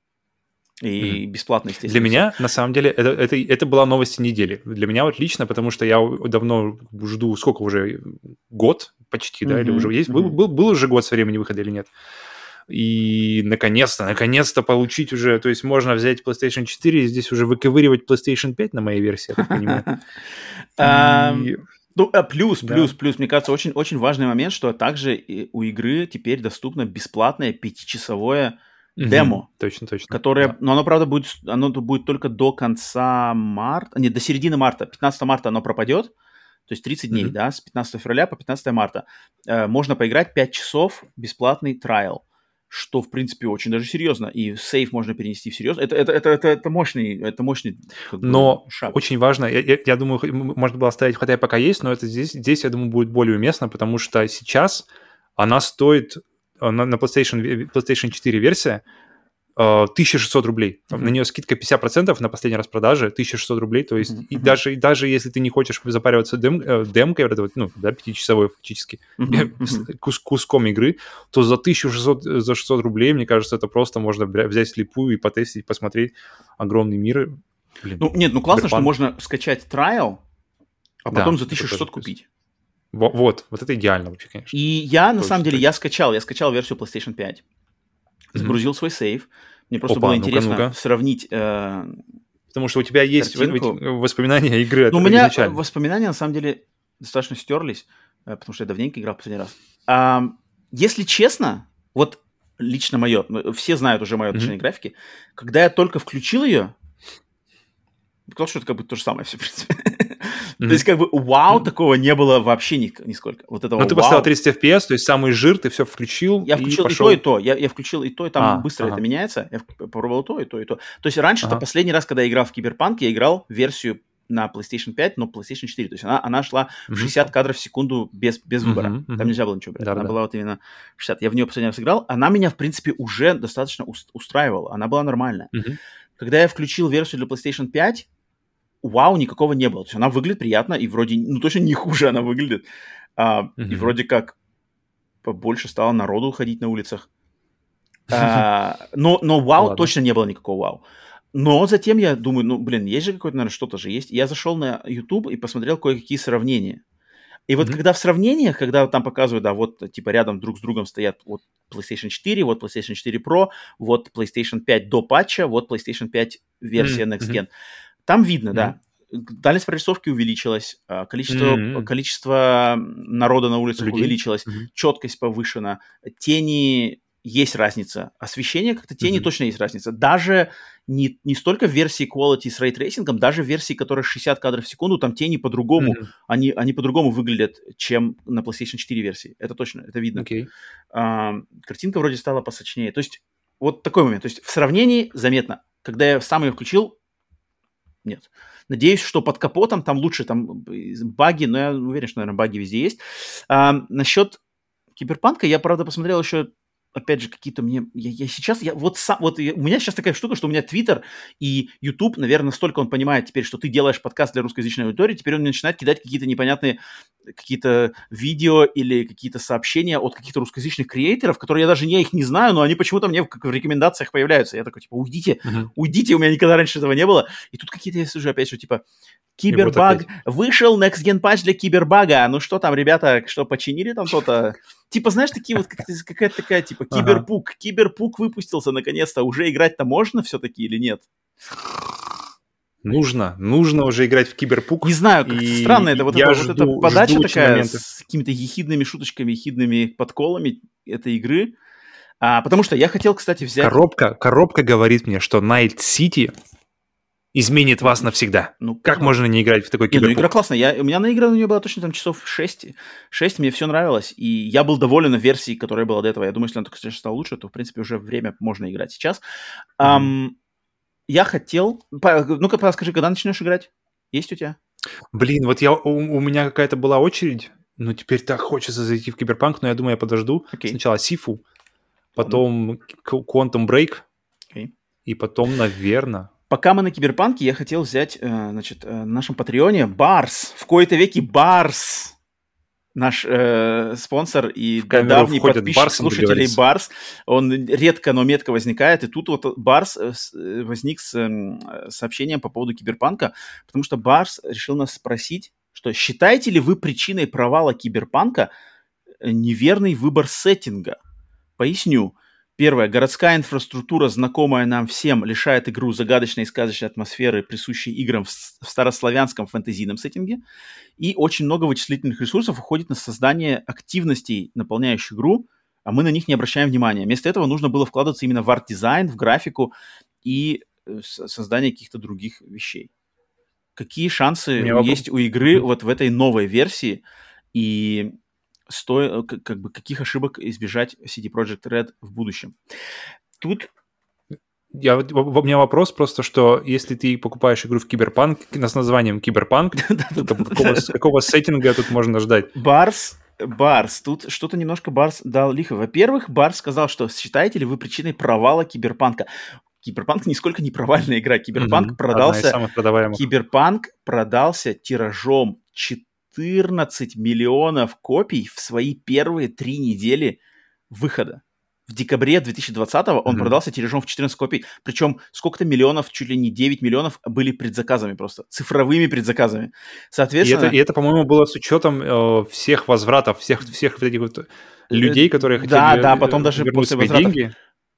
И бесплатно, естественно. Для меня, на самом деле, это была новость недели. Для меня вот лично, потому что я давно жду, сколько уже, год почти, да, или уже есть? Был уже год со времени выхода или нет? И наконец-то получить уже, то есть можно взять PlayStation 4 и здесь уже выковыривать PlayStation 5 на моей версии, я так понимаю. Ну, плюс, мне кажется, очень важный момент, что также у игры теперь доступно бесплатное 5-часовое демо. Точно. Которое, но оно, правда, будет только до конца марта, нет, до середины марта. 15 марта оно пропадет, то есть 30 дней, да, с 15 февраля по 15 марта. Можно поиграть 5 часов бесплатный трайл. Что, в принципе, очень даже серьезно. И сейф можно перенести всерьез. Это мощный но шаг. Очень важно, я думаю, можно было оставить хотя пока есть, но это здесь, я думаю, будет более уместно, потому что сейчас она стоит на PlayStation 4 версия 1600 рублей. На нее скидка 50% на последний раз продажи, 1600 рублей. То есть и даже если ты не хочешь запариваться демкой, вот это вот, ну, да, 5-часовой фактически, куском игры, то за 1600 рублей, мне кажется, это просто можно взять слепую и потестить, посмотреть огромный мир. Блин, классно, что можно скачать трайл, а потом за 1600 купить. Вот это идеально вообще, конечно. И я, на самом деле, я скачал версию PlayStation 5. Загрузил свой сейв. Мне просто было интересно сравнить. Потому что у тебя есть воспоминания игры у меня воспоминания, на самом деле, достаточно стерлись, потому что я давненько играл в последний раз. Если честно, вот лично мое, все знают уже мое отношение к графике, когда я только включил ее, показалось, что это как бы то же самое все, в принципе. То есть, как бы, вау, такого не было вообще нисколько. Вот этого ты поставил 30 FPS, то есть самый жир, ты все включил. Я включил и то, и то. Я включил и то, и там быстро это меняется. Я попробовал то, и то, и то. То есть, раньше-то последний раз, когда я играл в Киберпанк, я играл версию на PlayStation 5, но PlayStation 4. То есть, она шла в 60 кадров в секунду без выбора. Там нельзя было ничего брать. Она была вот именно 60. Я в нее последний раз играл. Она меня, в принципе, уже достаточно устраивала. Она была нормальная. Когда я включил версию для PlayStation 5, вау, никакого не было. То есть она выглядит приятно, и вроде, точно не хуже она выглядит. И вроде как побольше стало народу ходить на улицах. Но вау, точно не было никакого вау. Но затем я думаю, есть же какое-то, наверное, что-то же есть. Я зашел на YouTube и посмотрел кое-какие сравнения. И вот когда в сравнениях, когда там показывают, да, вот типа рядом друг с другом стоят вот PlayStation 4, вот PlayStation 4 Pro, вот PlayStation 5 до патча, вот PlayStation 5 версия Next Gen. Там видно, да, дальность прорисовки увеличилась, количество народа на улицах увеличилось, четкость повышена, тени есть разница, освещение как-то тени точно есть разница. Даже не столько в версии Quality с Ray Tracing, даже в версии, которая 60 кадров в секунду, там тени по-другому, они по-другому выглядят, чем на PlayStation 4 версии. Это точно, это видно. Картинка вроде стала посочнее. То есть вот такой момент. То есть в сравнении заметно. Когда я сам ее включил, нет. Надеюсь, что под капотом там лучше, там баги, но я уверен, что, наверное, баги везде есть. Насчет Киберпанка я, правда, посмотрел еще, опять же, какие-то мне... у меня сейчас такая штука, что у меня Twitter и YouTube, наверное, настолько он понимает теперь, что ты делаешь подкаст для русскоязычной аудитории, теперь он мне начинает кидать какие-то непонятные какие-то видео или какие-то сообщения от каких-то русскоязычных креаторов, которые я их не знаю, но они почему-то мне в рекомендациях появляются. Я такой, типа, уйдите, у меня никогда раньше этого не было. И тут какие-то я слышу, опять же, типа, Кибербаг, вышел Next Gen патч для Кибербага, ну что там, ребята, что, починили там что-то? Типа, знаешь, такие вот, какая-то такая, типа, Киберпук выпустился наконец-то, уже играть-то можно все-таки или нет? Нужно уже играть в Киберпук. Не знаю, как странно это, эта подача такая с какими-то ехидными шуточками, ехидными подколами этой игры. Потому что я хотел, кстати, взять... Коробка говорит мне, что Night City изменит вас навсегда. Ну, как можно не играть в такой Не, ну киберпанк? игра классная. У меня наиграна у нее было точно там часов 6. 6 мне все нравилось. И я был доволен версией, которая была до этого. Я думаю, если она только сейчас стала лучше, то, в принципе, уже время можно играть сейчас. Я хотел... Ну-ка, подскажи, когда начнешь играть? Есть у тебя? Блин, вот у меня какая-то была очередь, но теперь так хочется зайти в киберпанк, но я думаю, я подожду. Окей. Сначала Сифу, потом Quantum Break, и потом, наверное... Пока мы на киберпанке, я хотел взять, значит, на нашем патреоне Барс. В кои-то веки Барс. Наш спонсор и давний подписчик слушателей Барс. Он редко, но метко возникает. И тут вот Барс возник с сообщением по поводу киберпанка, потому что Барс решил нас спросить, что считаете ли вы причиной провала киберпанка неверный выбор сеттинга? Поясню. Первое. Городская инфраструктура, знакомая нам всем, лишает игру загадочной и сказочной атмосферы, присущей играм в старославянском фэнтезийном сеттинге. И очень много вычислительных ресурсов уходит на создание активностей, наполняющих игру, а мы на них не обращаем внимания. Вместо этого нужно было вкладываться именно в арт-дизайн, в графику и создание каких-то других вещей. Какие шансы есть у игры вот в этой новой версии? И как бы каких ошибок избежать CD Projekt Red в будущем? Тут у меня вопрос просто, что если ты покупаешь игру в Киберпанк с названием Киберпанк, какого сеттинга тут можно ждать? Барс, тут что-то немножко Барс дал лихо. Во-первых, Барс сказал, что считаете ли вы причиной провала Киберпанка? Киберпанк нисколько не провальная игра. Киберпанк продался тиражом 14 миллионов копий в свои первые 3 недели выхода. В декабре 2020-го он продался тиражом в 14 копий. Причем сколько-то миллионов, чуть ли не 9 миллионов были предзаказами просто. Цифровыми предзаказами. Соответственно... И это, по-моему, было с учетом всех возвратов, всех вот этих вот людей, которые хотели да, потом даже после возвратов деньги.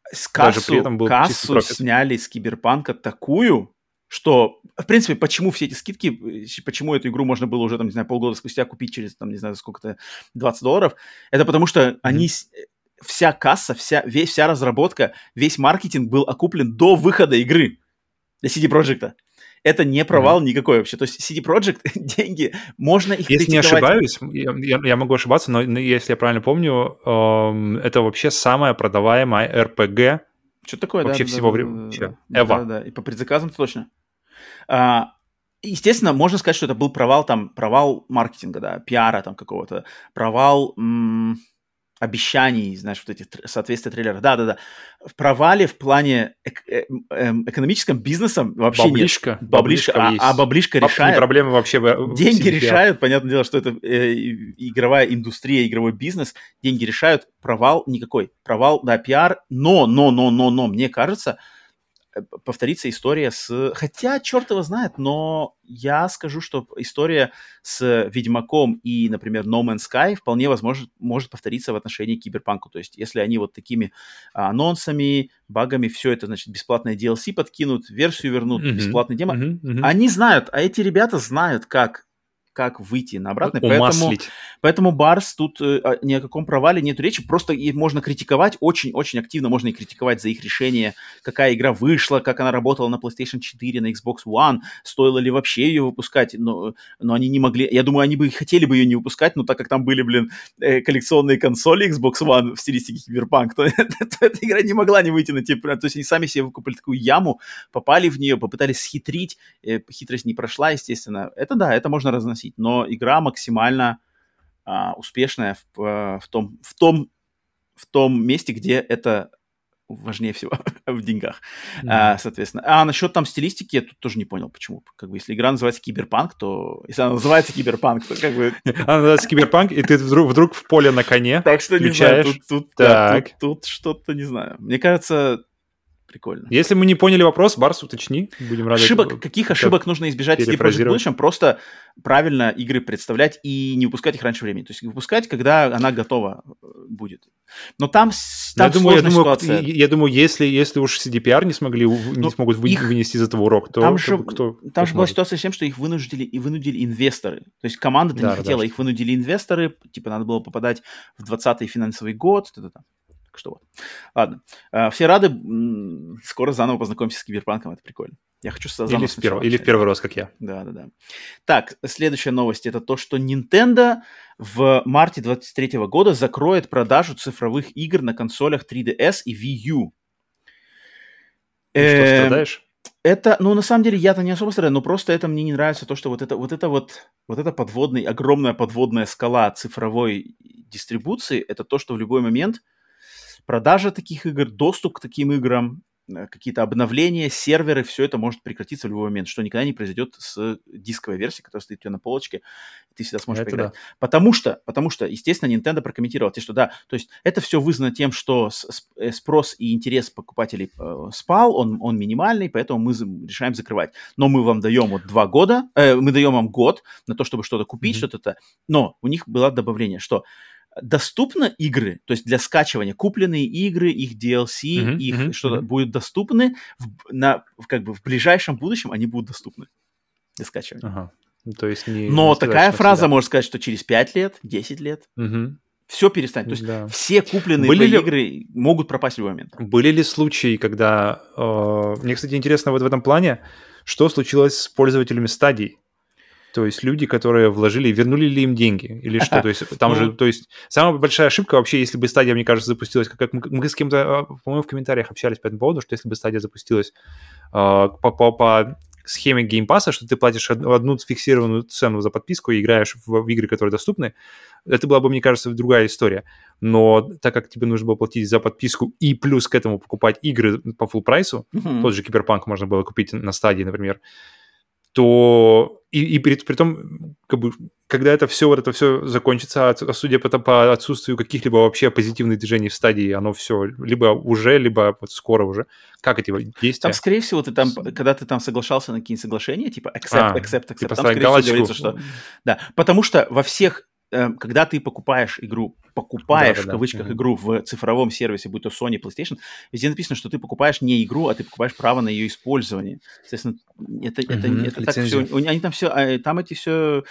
Кассу сняли с Киберпанка такую, что, в принципе, почему все эти скидки, почему эту игру можно было уже, там, не знаю, полгода спустя купить через, там, не знаю, сколько-то, $20, это потому что они, вся касса, вся разработка, весь маркетинг был окуплен до выхода игры для CD Projekt. Это не провал никакой вообще. То есть CD Projekt деньги, можно их критиковать. Если не ошибаюсь, я могу ошибаться, но если я правильно помню, это вообще самая продаваемая RPG. Что такое, вообще всего времени. Ever. Да, и по предзаказам точно. Естественно, можно сказать, что это был провал маркетинга, да, пиара там какого-то, провал обещаний, знаешь, вот эти соответствия трейлера. Да. В провале в плане экономическом, бизнесом вообще баблишка, нет. Баблишка решает. Проблемы вообще. Деньги решают. Понятное дело, что это игровая индустрия, игровой бизнес. Деньги решают. Провал никакой. Провал, да, пиар. Но, мне кажется, повторится история с... Хотя, черт его знает, но я скажу, что история с Ведьмаком и, например, No Man's Sky вполне возможно может повториться в отношении Киберпанку. То есть, если они вот такими анонсами, багами, все это, значит, бесплатное DLC подкинут, версию вернут, бесплатный демо, они знают, а эти ребята знают, как выйти на обратное. Поэтому Барс тут ни о каком провале нет речи. Просто их можно критиковать, очень-очень активно можно и критиковать за их решение, какая игра вышла, как она работала на PlayStation 4, на Xbox One, стоило ли вообще ее выпускать. Но они не могли... Я думаю, они бы хотели бы ее не выпускать, но так как там были, коллекционные консоли Xbox One в стилистике Киберпанк, то эта игра не могла не выйти на те... То есть они сами себе выкупили такую яму, попали в нее, попытались схитрить, хитрость не прошла, естественно. Это можно разносить. Но игра максимально успешная в том месте, где это важнее всего в деньгах, соответственно. А насчет там стилистики я тут тоже не понял, почему. Как бы, если игра называется Киберпанк, то... Если она называется Киберпанк, то как бы... Она называется Киберпанк, и ты вдруг в поле на коне так что включаешь. Не знаю, тут что-то, не знаю. Мне кажется... Прикольно. Если мы не поняли вопрос, Барс, уточни. Будем рады. Каких ошибок нужно избежать в CD Projekt в будущем? Просто правильно игры представлять и не выпускать их раньше времени. То есть выпускать, когда она готова будет. Но там сложная ситуация. Я думаю, если уж CDPR не смогут вынести из этого урок, то кто Там же была ситуация с тем, что их вынудили инвесторы. То есть команда-то не хотела, их вынудили инвесторы. Типа надо было попадать в 20-й финансовый год. Что вот. Ладно. Все рады. Скоро заново познакомимся с Киберпанком. Это прикольно. Я хочу заново или в первый раз, как я. Да. Так, следующая новость. Это то, что Nintendo в марте 2023 года закроет продажу цифровых игр на консолях 3DS и Wii U. Ты что, страдаешь? Это, на самом деле, я-то не особо страдаю, но просто это мне не нравится, то, что вот эта огромная подводная скала цифровой дистрибуции, это то, что в любой момент продажа таких игр, доступ к таким играм, какие-то обновления, серверы, все это может прекратиться в любой момент, что никогда не произойдет с дисковой версией, которая стоит у тебя на полочке, и ты всегда сможешь поиграть. Да. Потому что, естественно, Nintendo прокомментировал, что да, то есть это все вызвано тем, что спрос и интерес покупателей спал, он минимальный, поэтому мы решаем закрывать. Но мы вам даем вот 2 года, мы даем вам год на то, чтобы что-то купить, что-то, но у них было добавление, что доступны игры, то есть для скачивания купленные игры, их DLC, что-то будут доступны в ближайшем будущем, они будут доступны для скачивания. Ага. То есть но такая фраза может сказать, что через 5 лет, 10 лет все перестанет. То есть все купленные игры могут пропасть в любой момент. Были ли случаи, когда... Мне, кстати, интересно вот в этом плане, что случилось с пользователями стадий? То есть люди, которые вложили, вернули ли им деньги? Или что? То есть там же, то есть самая большая ошибка вообще, если бы стадия, мне кажется, запустилась, как мы с кем-то, по-моему, в комментариях общались по этому поводу, что если бы стадия запустилась по схеме геймпасса, что ты платишь одну фиксированную цену за подписку и играешь в игры, которые доступны, это была бы, мне кажется, другая история. Но так как тебе нужно было платить за подписку и плюс к этому покупать игры по full прайсу, тот же Киберпанк можно было купить на стадии, например, то и при том, как бы, когда это все закончится, судя по отсутствию каких-либо вообще позитивных движений в стадии, оно все либо уже, либо вот скоро уже. Как эти действия? Там, скорее всего, когда ты там соглашался на какие-нибудь соглашения, типа accept, типа там, скорее всего, говорится, что... Да, потому что во всех... Когда ты покупаешь игру, в кавычках игру в цифровом сервисе, будь то Sony, PlayStation, везде написано, что ты покупаешь не игру, а ты покупаешь право на ее использование. Соответственно, это так все... Они там все... Там эти все...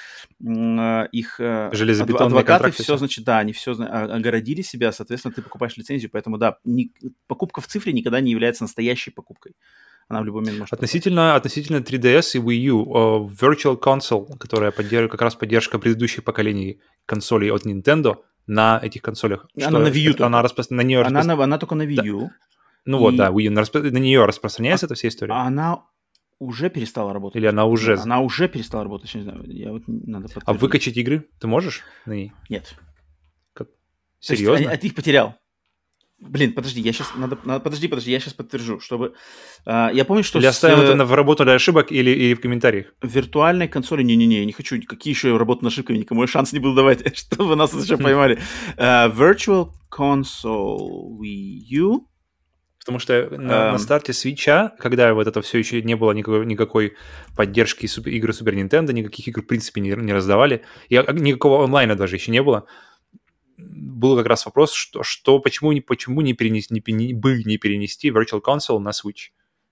Их адвокаты все, значит, да, они все огородили себя, соответственно, ты покупаешь лицензию, поэтому, да, покупка в цифре никогда не является настоящей покупкой. Она в любой момент может... Относительно 3DS и Wii U, Virtual Console, которая как раз поддержка предыдущих поколений консолей от Nintendo на этих консолях. Она на Wii U. Она только на Wii U. Да. Ну вот, да, Wii U. На нее распространяется эта вся история? Она уже перестала работать. Или она уже... Она уже перестала работать, не знаю. Надо а выкачать игры ты можешь на ней? Нет. Как? Серьезно? Ты их потерял. Блин, подожди, я сейчас я сейчас подтвержу, чтобы... я помню, что... Или оставим это в работу для ошибок или в комментариях? Виртуальной консоли, не хочу. Какие еще работы над ошибками? Никому я шанс не буду давать, чтобы нас еще поймали. Virtual Console Wii U. Потому что на старте Switch'а, когда вот это все еще не было никакой поддержки игр Super Nintendo, никаких игр в принципе не раздавали, и никакого онлайна даже еще не было, был как раз вопрос, почему не перенести Virtual Console на Switch.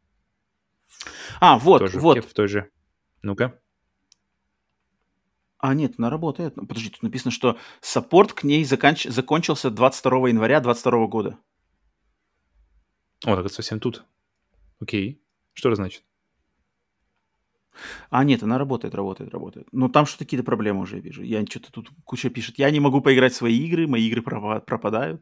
Вот. В той же. Ну-ка. Нет, она работает. Подожди, тут написано, что саппорт к ней закончился 22 января 2022 года. Так это совсем тут. Окей. Что это значит? Нет, она работает. Но там что-то какие-то проблемы уже вижу. Я что-то тут куча пишет. Я не могу поиграть в свои игры, мои игры пропадают.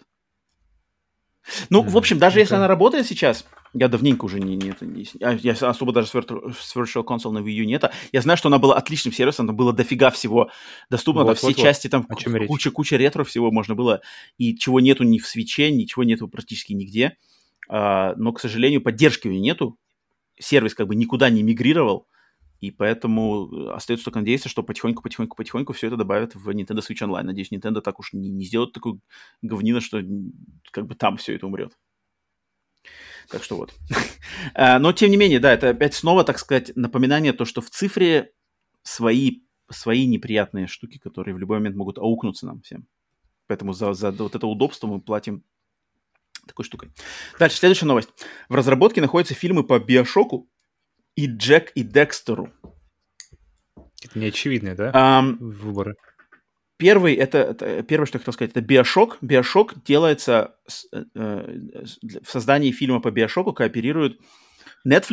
В общем, даже если она работает сейчас, я давненько уже я особо даже с Virtual Console на Wii U нет. Я знаю, что она была отличным сервисом, там было дофига всего доступно, все части, там куча ретро всего можно было, и чего нету ни в Switch'е, ничего нету практически нигде. Но, к сожалению, поддержки у нее нету. Сервис как бы никуда не мигрировал. И поэтому остается только надеяться, что потихоньку все это добавят в Nintendo Switch Online. Надеюсь, Nintendo так уж не сделает такую говнину, что как бы там все это умрет. Так что вот. Но, тем не менее, да, это опять снова, так сказать, напоминание то, что в цифре свои неприятные штуки, которые в любой момент могут аукнуться нам всем. Поэтому за вот это удобство мы платим такой штукой. Дальше, следующая новость. В разработке находятся фильмы по Биошоку и Джек и Декстеру. Это неочевидные, да, выборы? Первое, что я хотел сказать, это Биошок. Биошок делается в создании фильма по Биошоку, кооперирует Netflix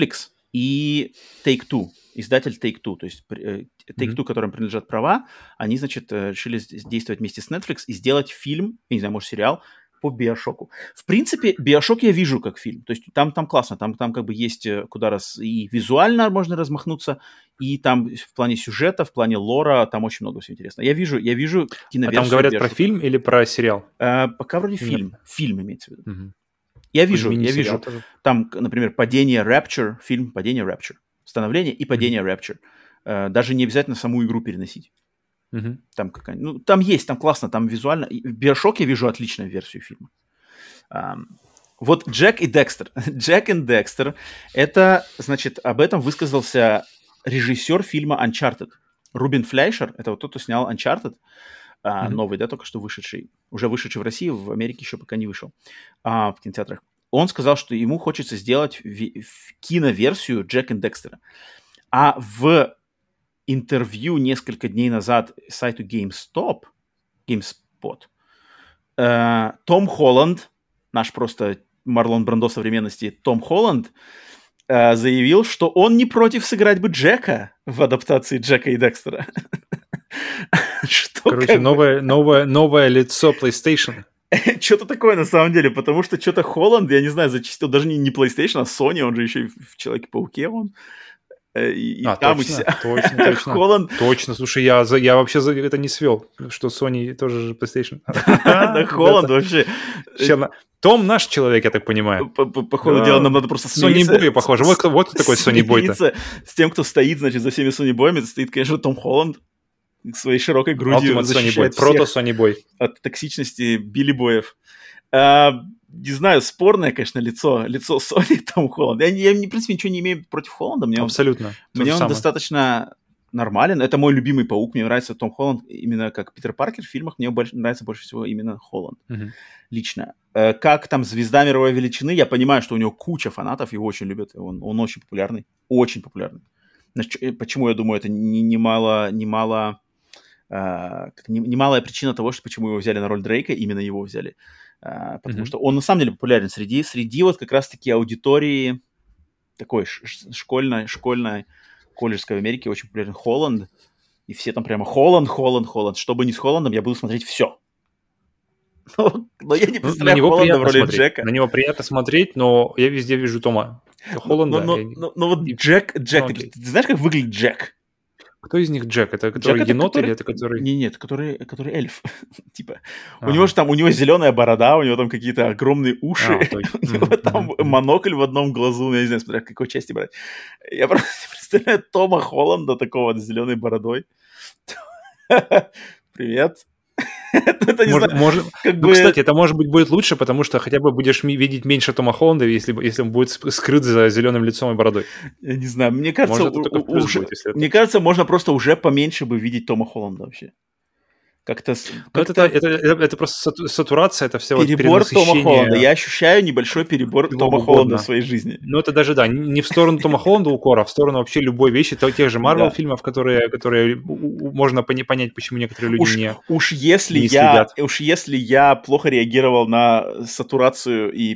и Take-Two, издатель Take-Two, то есть Take-Two, которым принадлежат права, они, значит, решили действовать вместе с Netflix и сделать фильм, я не знаю, может, сериал по Биошоку. В принципе, Биошок я вижу как фильм, то есть там классно, там как бы есть куда и визуально можно размахнуться, и там в плане сюжета, в плане лора, там очень много всего интересного. Я вижу киноверсию. А там говорят Биошока. про фильм или про сериал? Пока вроде Нет. Фильм имеется в виду. Угу. Я вижу. Там, например, падение Rapture, фильм «Падение Rapture», становление и падение Rapture. Даже не обязательно саму игру переносить. Там какая-нибудь... Ну, там есть, там классно, там визуально... В Биошок я вижу отличную версию фильма. Вот Джек и Декстер. Джек и Декстер. Это, значит, об этом высказался режиссер фильма Uncharted. Рубен Флейшер. Это вот тот, кто снял Uncharted. Новый, да, только что вышедший. Уже вышедший в России, в Америке еще пока не вышел. В кинотеатрах. Он сказал, что ему хочется сделать киноверсию Джек и Декстера. А в интервью несколько дней назад сайту GameSpot, Том Холланд, наш просто Марлон Брандо современности, Том Холланд, заявил, что он не против сыграть бы Джека в адаптации Джека и Декстера. Короче, новое лицо PlayStation. Что-то такое на самом деле, потому что что-то Холланд, я не знаю, зачистил даже не PlayStation, а Sony, он же еще и в Человеке-пауке, он. Точно. Холланд... Точно, слушай, я вообще это не свел, что Sony тоже же PlayStation. Да, Холланд вообще... Том наш человек, я так понимаю. По ходу дела нам надо просто смириться. Sony Boy похоже. Вот кто такой Sony Boy-то. С тем, кто стоит, значит, за всеми Sony Boy'ами, стоит, конечно, Том Холланд своей широкой грудью защищает всех Sony Boy. От токсичности Билли Боев. Не знаю, спорное, конечно, лицо Sony Том Холланд. Я, в принципе, ничего не имею против Холланда. Абсолютно. Мне он достаточно нормален. Это мой любимый паук. Мне нравится Том Холланд именно как Питер Паркер в фильмах. Мне нравится больше всего именно Холланд. Лично. Как там звезда мировой величины, я понимаю, что у него куча фанатов, его очень любят. Он очень популярный. Очень популярный. Значит, почему, я думаю, это немалая причина того, что почему его взяли на роль Дрейка, именно его взяли. Потому что он на самом деле популярен среди вот как раз-таки аудитории такой школьной, колледжской в Америке, очень популярен Холланд. И все там прямо Холланд. Что бы ни с Холландом, я буду смотреть все. Но я не представляю Холланда в роли Джека. На него приятно смотреть, но я везде вижу Тома Холланда. Но вот Джек, ты знаешь, как выглядит Джек? Кто из них Джек? Это который енот или это который... Нет, который эльф. Типа, у него зеленая борода, у него там какие-то огромные уши, у него там монокль в одном глазу, я не знаю, смотря какой части брать. Я просто представляю Тома Холланда такого с зеленой бородой. Привет. Кстати, это, может быть, будет лучше, потому что хотя бы будешь видеть меньше Тома Холланда, если он будет скрыт за зеленым лицом и бородой. Я не знаю, мне кажется, можно просто уже поменьше бы видеть Тома Холланда вообще. Как-то... Это просто сатурация, это все перебор Тома Холланда. Я ощущаю небольшой перебор Тома Холланда в своей жизни. Ну, это даже, да, не в сторону Тома Холланда укора, а в сторону вообще любой вещи, тех же Марвел-фильмов, которые можно понять, почему некоторые люди не следят. Уж если я плохо реагировал на сатурацию и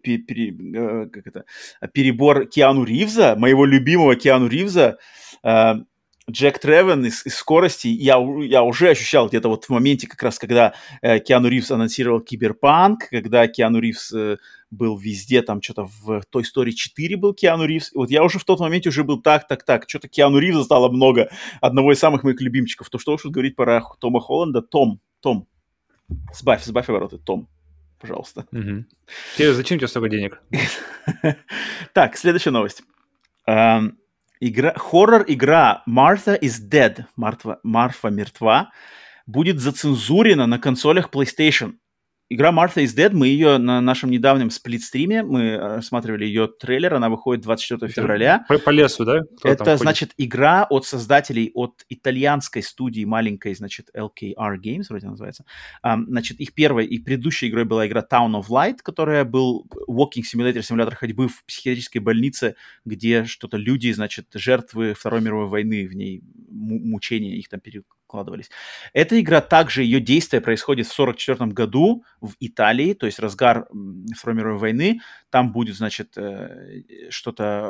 перебор Киану Ривза, моего любимого Киану Ривза, Джек Тревен из «Скорости», я уже ощущал где-то вот в моменте как раз, когда Киану Ривз анонсировал Киберпанк, когда Киану Ривз был везде, там что-то в Toy Story 4 был Киану Ривз, вот я уже в тот момент уже был так, что-то Киану Ривза стало много, одного из самых моих любимчиков, то что уж говорить про Тома Холланда, Том, сбавь обороты, Том, пожалуйста. Зачем тебе столько денег? Так, следующая новость. Хоррор-игра Martha is Dead, Марфа мертва, будет зацензурена на консолях PlayStation. Игра Martha is Dead, мы ее на нашем недавнем сплит-стриме, мы рассматривали ее трейлер, она выходит 24 февраля. По лесу, да? Это, значит, игра от создателей, от итальянской студии маленькой, значит, LKR Games, вроде называется. Значит, их первой и предыдущей игрой была игра Town of Light, которая был walking simulator, симулятор ходьбы в психиатрической больнице, где что-то люди, значит, жертвы Второй мировой войны в ней мучения их там перекладывались. Эта игра также, ее действие происходит в 1944 году в Италии, то есть разгар Второй мировой войны. Там будет, значит, что-то...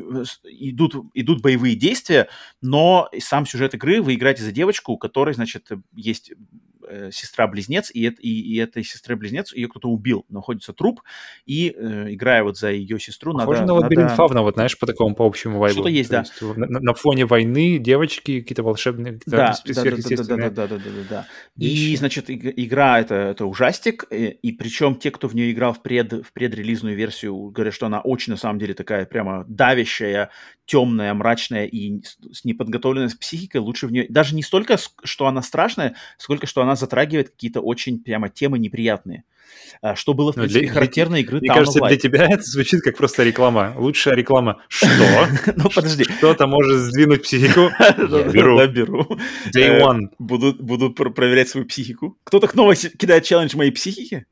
Идут боевые действия, но сам сюжет игры вы играете за девочку, у которой, значит, есть сестра-близнец, и этой сестры-близнец ее кто-то убил. Находится труп, и играя вот за ее сестру, Похоже на Лабиринт Фавна, вот знаешь, по такому, по общему вайбу. Что-то есть, то да. Есть, на фоне войны девочки, какие-то волшебные, да, сверхъестественные. Да. И, значит, игра это ужастик, и причем те, кто в нее играл в предрелизную версию, говорят, что она очень, на самом деле, такая прямо давящая, темная, мрачная и с неподготовленной психикой. Лучше в нее... Даже не столько, что она страшная, сколько, что она затрагивает какие-то очень прямо темы неприятные. Что было, в принципе, характерно игры Town of Light. Мне кажется, для тебя это звучит как просто реклама. Лучшая реклама. Что? Ну, подожди. Что-то может сдвинуть психику? Да, беру. Day one. Буду проверять свою психику. Кто-то снова кидает челлендж моей психике?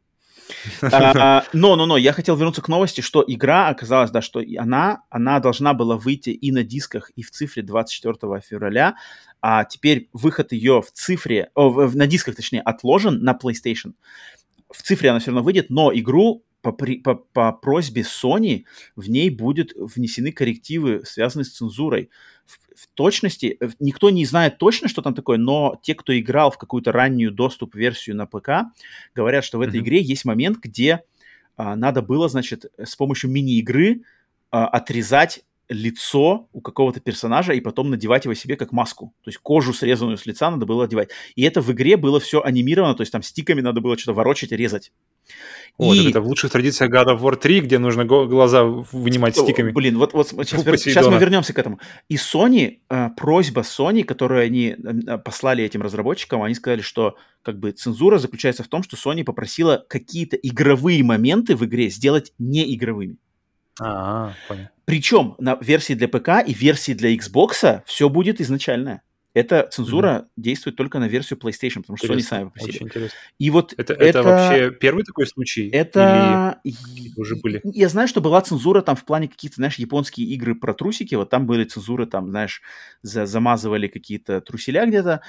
Но, я хотел вернуться к новости, что игра оказалась, да, что она должна была выйти и на дисках, и в цифре 24 февраля, а теперь выход ее в цифре, на дисках, точнее, отложен на PlayStation. В цифре она все равно выйдет, но игру по просьбе Sony в ней будут внесены коррективы, связанные с цензурой. В точности, никто не знает точно, что там такое, но те, кто играл в какую-то раннюю доступ-версию на ПК, говорят, что в этой игре есть момент, где надо было, значит, с помощью мини-игры отрезать лицо у какого-то персонажа и потом надевать его себе как маску. То есть кожу, срезанную с лица, надо было одевать. И это в игре было все анимировано, то есть там стиками надо было что-то ворочать и резать. Вот, это в лучших традициях God of War 3, где нужно глаза вынимать стиками. Блин, вот сейчас мы вернемся к этому. И Sony, просьба Sony, которую они послали этим разработчикам, они сказали, что как бы цензура заключается в том, что Sony попросила какие-то игровые моменты в игре сделать неигровыми. Понял. Причем на версии для ПК и версии для Xbox все будет изначальное. Эта цензура действует только на версию PlayStation, потому что Sony сами попросили. Очень интересно. И вот это вообще первый такой случай? Или уже были? Я знаю, что была цензура там в плане каких-то, знаешь, японские игры про трусики. Вот там были цензуры, там, знаешь, замазывали какие-то труселя где-то.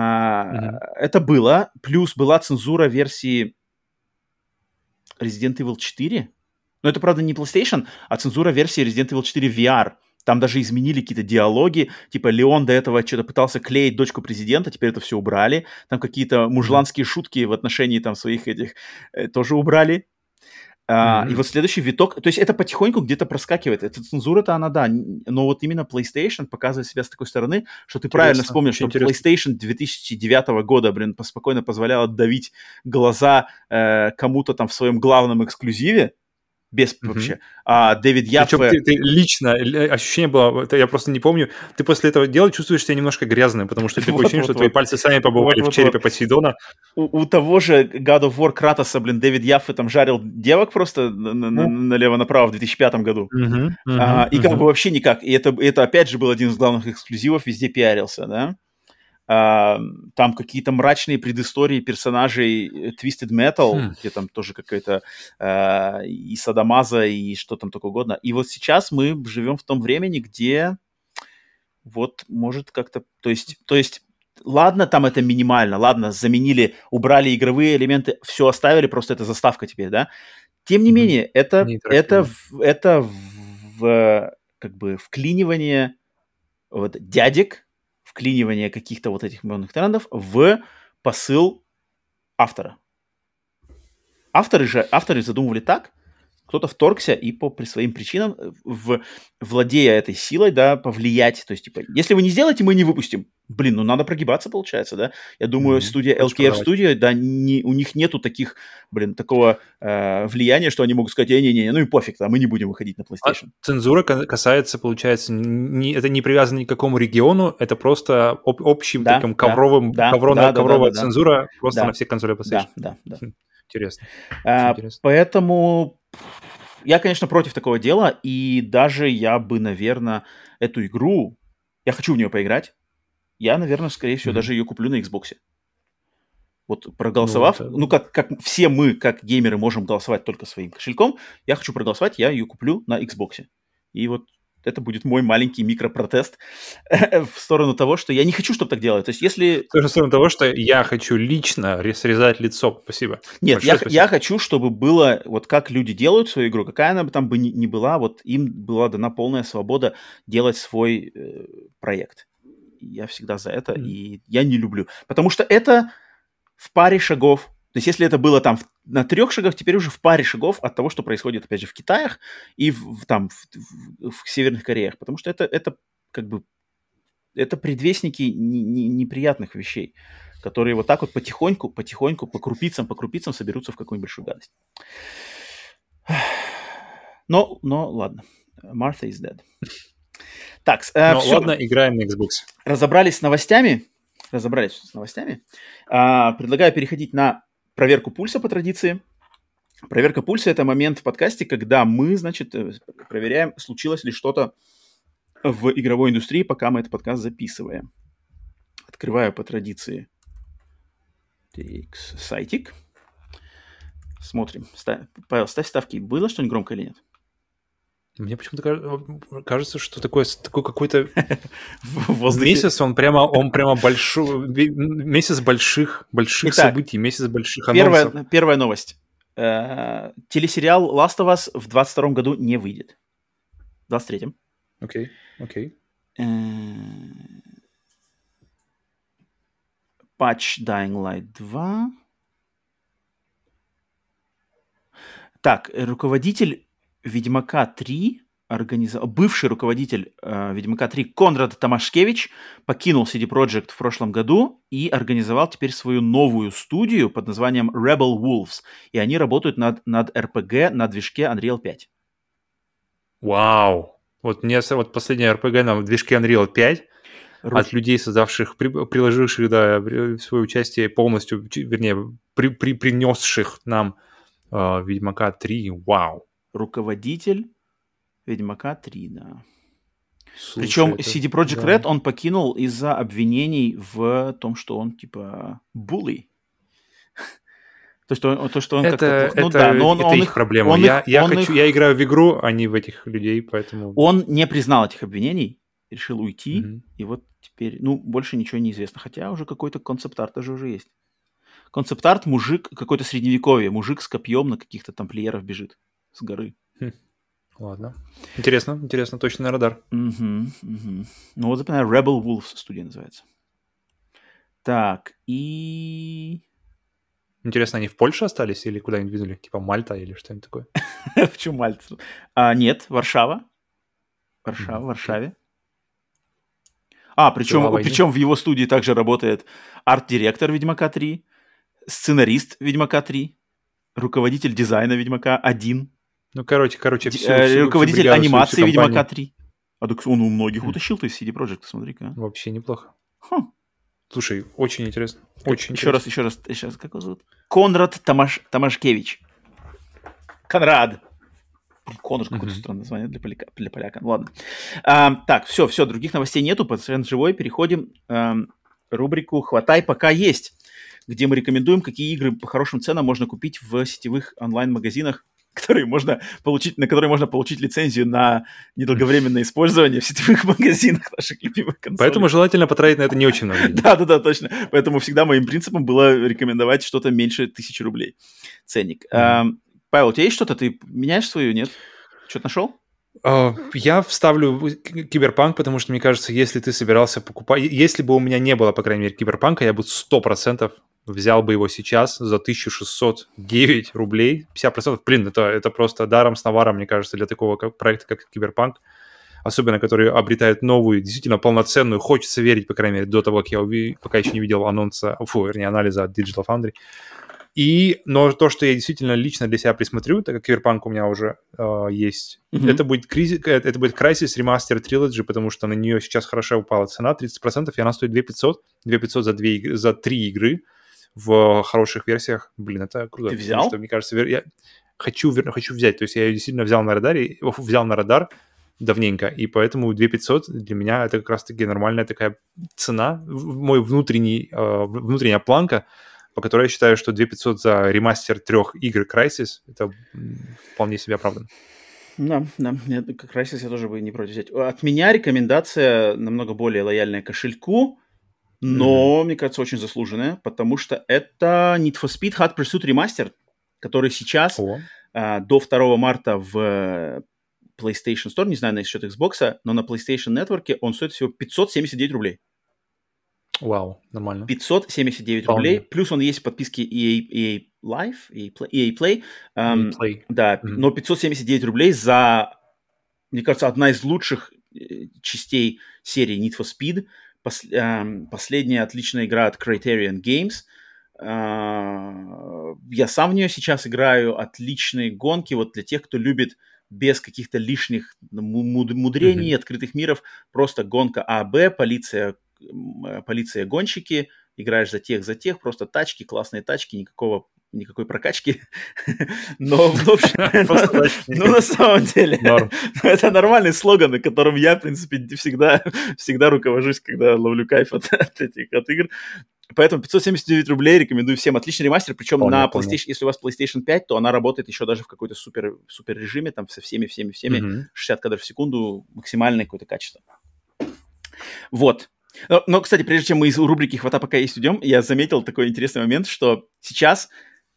Это было. Плюс была цензура версии Resident Evil 4. Но это, правда, не PlayStation, а цензура версии Resident Evil 4 VR. Там даже изменили какие-то диалоги. Типа Леон до этого что-то пытался клеить дочку президента, теперь это все убрали. Там какие-то мужланские шутки в отношении там своих этих тоже убрали. И вот следующий виток... То есть это потихоньку где-то проскакивает. Эта цензура-то она, да. Но вот именно PlayStation показывает себя с такой стороны, что ты правильно вспомнил, что PlayStation 2009 года, спокойно позволяла давить глаза кому-то там в своем главном эксклюзиве. Без вообще. А Дэвид Яффе... Причем ты лично, ощущение было, я просто не помню, ты после этого дела чувствуешь себя немножко грязным, потому что такое ощущение, что твои пальцы сами побывали в черепе Посейдона. У того же God of War Кратоса, Дэвид Яффе там жарил девок просто налево-направо в 2005 году. И как бы вообще никак. И это опять же был один из главных эксклюзивов, везде пиарился, да? Там какие-то мрачные предыстории персонажей Twisted Metal, где там тоже какая-то и садомаза, и что там только угодно. И вот сейчас мы живем в том времени, где вот может как-то... То есть ладно, там это минимально, ладно, заменили, убрали игровые элементы, все оставили, просто это заставка теперь, да? Тем не менее, это как бы вклинивание вот дядек, вклинивание каких-то вот этих модных трендов в посыл автора. Авторы задумывали так, кто-то вторгся и по своим причинам, владея этой силой, да, повлиять. То есть, типа, если вы не сделаете, мы не выпустим. Блин, надо прогибаться, получается, да? Я думаю, студия LKR Studio, да, у них нету такого влияния, что они могут сказать, не-не-не, ну и пофиг, мы не будем выходить на PlayStation. Цензура касается, получается, это не привязано ни к какому региону, это просто общим таким ковровая цензура просто на все консоли PlayStation. Да. Интересно. Поэтому я, конечно, против такого дела, и даже я бы, наверное, эту игру, я хочу в нее поиграть, я, наверное, скорее всего, даже ее куплю на Xbox. Вот проголосовав, как все мы, как геймеры, можем голосовать только своим кошельком, я хочу проголосовать, я ее куплю на Xbox. И вот это будет мой маленький микропротест в сторону того, что я не хочу, чтобы так делали. То есть если... В сторону того, что я хочу лично срезать лицо. Спасибо. Нет, я хочу, чтобы было, вот как люди делают свою игру, какая она бы там бы ни была, вот им была дана полная свобода делать свой проект. Я всегда за это, и я не люблю. Потому что это в паре шагов. То есть если это было там на 3 шагах, теперь уже в паре шагов от того, что происходит, опять же, в Китаях и в Северных Кореях. Потому что это как бы это предвестники неприятных вещей, которые вот так вот потихоньку, по крупицам соберутся в какую-нибудь большую гадость. Но ладно. Martha is dead. Так, ладно, играем на Xbox. Разобрались с новостями. Предлагаю переходить на проверку пульса по традиции. Проверка пульса – это момент в подкасте, когда мы, значит, проверяем, случилось ли что-то в игровой индустрии, пока мы этот подкаст записываем. Открываю по традиции сайтик. Смотрим. Павел, ставь ставки. Было что-нибудь громко или нет? Мне почему-то кажется, что такой какой-то месяц, он прямо большой, месяц больших событий, месяц больших анонсов. Первая новость. Телесериал Last of Us в 22 году не выйдет. В 23-м. Окей. Patch Dying Light 2. Так, руководитель Ведьмака 3, бывший руководитель Ведьмака 3 Конрад Томашкевич покинул CD Projekt в прошлом году и организовал теперь свою новую студию под названием Rebel Wolves. И они работают над RPG на движке Unreal 5. Вау! Вот мне последняя RPG на движке Unreal 5 от людей, создавших, приложивших свое участие полностью, вернее, принесших нам Ведьмака 3. Вау! Руководитель Ведьмака 3, да. Слушай, причем CD Projekt Red он покинул из-за обвинений в том, что он типа булли. То, что он это, как-то... Ну да, но он их проблема. Я играю в игру, а не в этих людей, поэтому... Он не признал этих обвинений, решил уйти, и вот теперь, больше ничего не известно. Хотя уже какой-то концепт-арт даже уже есть. Концепт-арт, мужик, какой-то средневековье, мужик с копьем на каких-то тамплиеров бежит с горы. Ладно. Интересно, точно на радар. Ну вот запоминаю, Rebel Wolves студия называется. Так, и... Интересно, они в Польше остались или куда-нибудь двинули? Типа Мальта или что-нибудь такое? Почему Мальта? Нет, Варшава. В Варшаве. Причем в его студии также работает арт-директор Ведьмака 3, сценарист Ведьмака 3, руководитель дизайна Ведьмака 1. Руководитель анимации Ведьмака 3. А так он у многих утащил-то из CD Projekt, смотри-ка. Вообще неплохо. Слушай, очень интересно. Еще раз, как его зовут? Конрад Томашкевич. Конрад. Конрад, какое-то странное название для поляка. Ладно. Так, все, других новостей нету. Пациент живой. Переходим в рубрику «Хватай, пока есть», где мы рекомендуем, какие игры по хорошим ценам можно купить в сетевых онлайн-магазинах, на которые можно получить лицензию на недолговременное использование в сетевых магазинах наших любимых консолей. Поэтому желательно потратить на это не очень много денег. Да, точно. Поэтому всегда моим принципом было рекомендовать что-то меньше 1000 рублей. Ценник. Павел, у тебя есть что-то? Ты меняешь свою, нет? Что-то нашел? Я вставлю Киберпанк, потому что, мне кажется, если ты собирался покупать... Если бы у меня не было, по крайней мере, Киберпанка, я бы 100% взял бы его сейчас за 1609 рублей. 50%. Блин, это просто даром с наваром, мне кажется, для такого проекта, как Киберпанк. Особенно, который обретает новую, действительно полноценную, хочется верить, по крайней мере, до того, как я пока еще не видел анализа от Digital Foundry. Но то, что я действительно лично для себя присмотрю, так как Киберпанк у меня уже есть, это будет Crysis Remastered Trilogy, потому что на нее сейчас хорошо упала цена, 30%, и она стоит 2500. 2500 за 3 игры в хороших версиях. Блин, это круто. Ты взял? Потому что, мне кажется, я хочу взять. То есть я ее действительно взял на радар давненько, и поэтому 2500 для меня это как раз-таки нормальная такая цена, мой внутренняя планка, по которой я считаю, что 2500 за ремастер 3 игр Crysis, это вполне себе оправданно. Да, как раз я тоже бы не против взять. От меня рекомендация намного более лояльная кошельку, но, мне кажется, очень заслуженная, потому что это Need for Speed Hot Pursuit Remastered, который сейчас до 2 марта в PlayStation Store, не знаю насчет Xbox, но на PlayStation Network он стоит всего 579 рублей. Вау, нормально. 579 рублей, плюс он есть в подписке EA Live, EA Play. Да, но 579 рублей за, мне кажется, одна из лучших частей серии Need for Speed. Последняя отличная игра от Criterion Games. Я сам в нее сейчас играю. Отличные гонки. Вот для тех, кто любит без каких-то лишних мудрений, открытых миров. Просто гонка А-Б, полиция, гонщики. Играешь за тех. Просто тачки, классные тачки, никакой прокачки. Но, в общем, на самом деле, это нормальный слоган, которым я, в принципе, всегда руковожусь, когда ловлю кайф от игр. Поэтому 579 рублей рекомендую всем. Отличный ремастер, причем на PlayStation, если у вас PlayStation 5, то она работает еще даже в какой-то супер режиме, там со всеми, 60 кадров в секунду, максимальное какое-то качество. Вот. Но, кстати, прежде чем мы из рубрики «Хвата пока есть» уйдем, я заметил такой интересный момент, что сейчас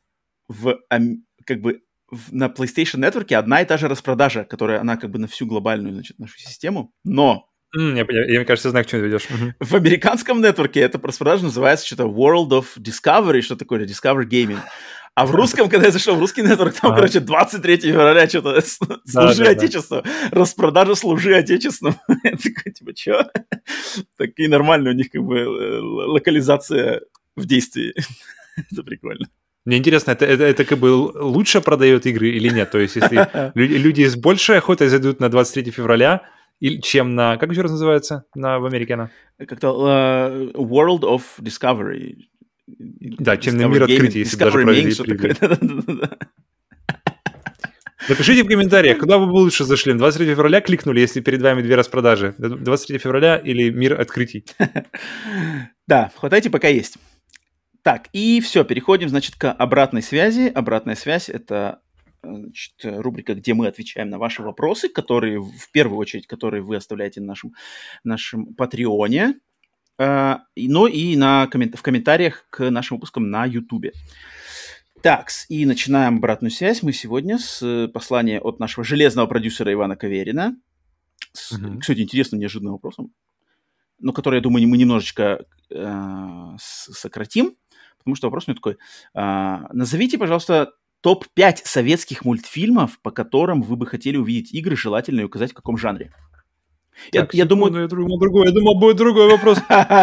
на PlayStation Network одна и та же распродажа, которая она как бы на всю глобальную, значит, нашу систему, но я, мне кажется, я знаю, к чему ты ведешь. В американском нетворке эта распродажа называется что-то World of Discovery, что такое, Discover Gaming. А в русском, когда я зашел в русский нетворк, там, 23 февраля что-то «Служи Отечеству». Распродажа «Служи Отечеству». Я такой, типа, чё? Такие нормальные у них как бы локализация в действии. Это прикольно. Мне интересно, это как бы лучше продает игры или нет? То есть, если люди с большей охотой зайдут на 23 февраля, чем на... Как еще раз называется в Америке она? Как-то World of Discovery. Да, чем на мир открытия, если даже провели. Напишите в комментариях, куда вы бы лучше зашли. 23 февраля кликнули, если перед вами две распродажи. 23 февраля или мир открытий. Да, хватайте, пока есть. Так, и все, переходим, значит, к обратной связи. Обратная связь – это, значит, рубрика, где мы отвечаем на ваши вопросы, которые, в первую очередь, которые вы оставляете на нашем Патреоне, но и в комментариях к нашим выпускам на Ютубе. Так, и начинаем обратную связь мы сегодня с послания от нашего железного продюсера Ивана Каверина. Кстати, интересным, неожиданным вопросом, но который, я думаю, мы немножечко сократим. Потому что вопрос у меня такой. Назовите, пожалуйста, топ-5 советских мультфильмов, по которым вы бы хотели увидеть игры, желательно и указать, в каком жанре. Так, я думаю, будет другой вопрос.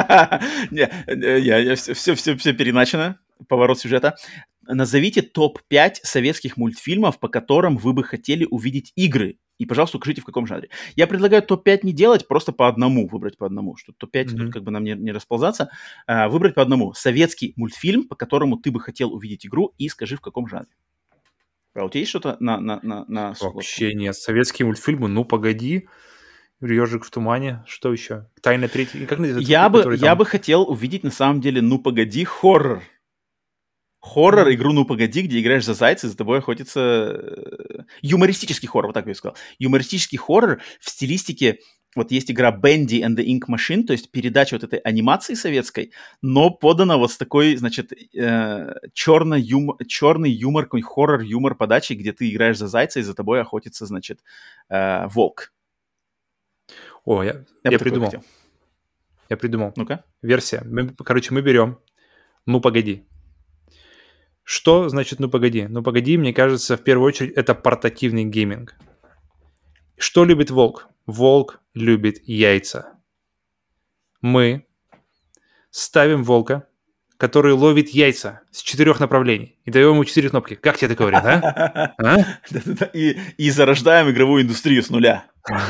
Все переначено. Поворот сюжета. Назовите топ-5 советских мультфильмов, по которым вы бы хотели увидеть игры. И, пожалуйста, укажите, в каком жанре. Я предлагаю топ-5 не делать, просто по одному, выбрать по одному. Что топ-5 тут как бы нам не расползаться. Выбрать по одному. Советский мультфильм, по которому ты бы хотел увидеть игру, и скажи, в каком жанре. А у тебя есть что-то на Вообще нет. Советские мультфильмы, ну, погоди. «Ежик в тумане». Что еще? «Тайна третьей». Как называется? Я бы хотел увидеть, на самом деле, ну, погоди, хоррор. Хоррор-игру «Ну, погоди», где играешь за зайца, и за тобой охотится... Юмористический хоррор, вот так я бы сказал. Юмористический хоррор в стилистике... Вот есть игра Bendy and the Ink Machine, то есть передача вот этой анимации советской, но подана вот с такой, значит, черный юмор, какой-нибудь хоррор-юмор подачи, где ты играешь за зайца, и за тобой охотится, значит, волк. О, я придумал. Я придумал. Ну-ка. Версия. Мы берем «Ну, погоди». Что значит «ну, погоди»? «Ну, погоди», мне кажется, в первую очередь, это портативный гейминг. Что любит волк? Волк любит яйца. Мы ставим волка, который ловит яйца с 4 направлений, и даем ему 4 кнопки. Как тебе такой вариант, а? И зарождаем игровую индустрию с нуля.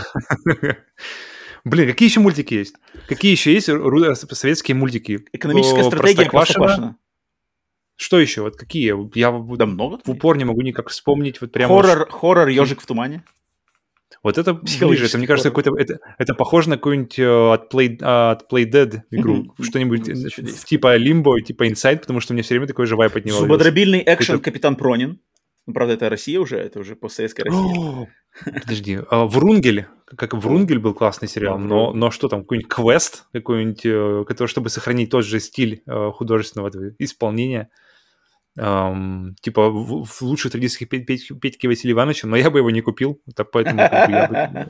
Блин, какие еще мультики есть? Какие еще есть советские мультики? Экономическая стратегия Простоквашино. Что еще? Вот какие? Я много в упор не могу никак вспомнить. Вот прямо хоррор «Ежик в тумане». Вот это ближе. Это, мне кажется, это похоже на какую-нибудь от Play Dead игру. Что-нибудь типа Limbo, типа Inside, потому что у меня все время такой же вайп от него. Зубодробильный экшен «Капитан Пронин». Ну, правда, это Россия уже, это уже постсоветская Россия. Подожди, Врунгель, как Врунгель был классный сериал, Да, но что там, какой-нибудь квест, какой-нибудь, который, чтобы сохранить тот же стиль художественного исполнения, типа в лучших традициях Петьки Василия Ивановича, но я бы его не купил, так поэтому я бы...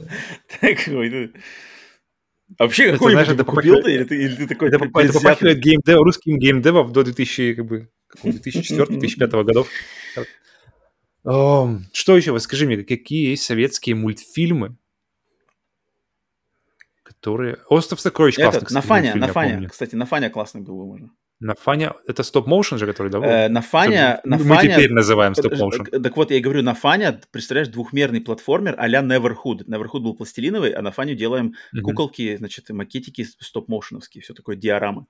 Вообще, какой-нибудь бы купил-то, или ты такой... Это попахивает русским геймдевом до 2004-2005 годов. Что еще? Скажи мне, какие есть советские мультфильмы, которые... «Остров сокровищ» классный, кстати, на Фане. Кстати, на Фане классный был, можно. На Фане... Это стоп-моушен же, который, да? На Фане... Мы теперь называем стоп-моушен. Так вот, я говорю, на Фане, представляешь, двухмерный платформер а-ля Neverhood. Neverhood был пластилиновый, а на Фане делаем куколки, значит, макетики стоп-моушеновские, все такое, диорамы.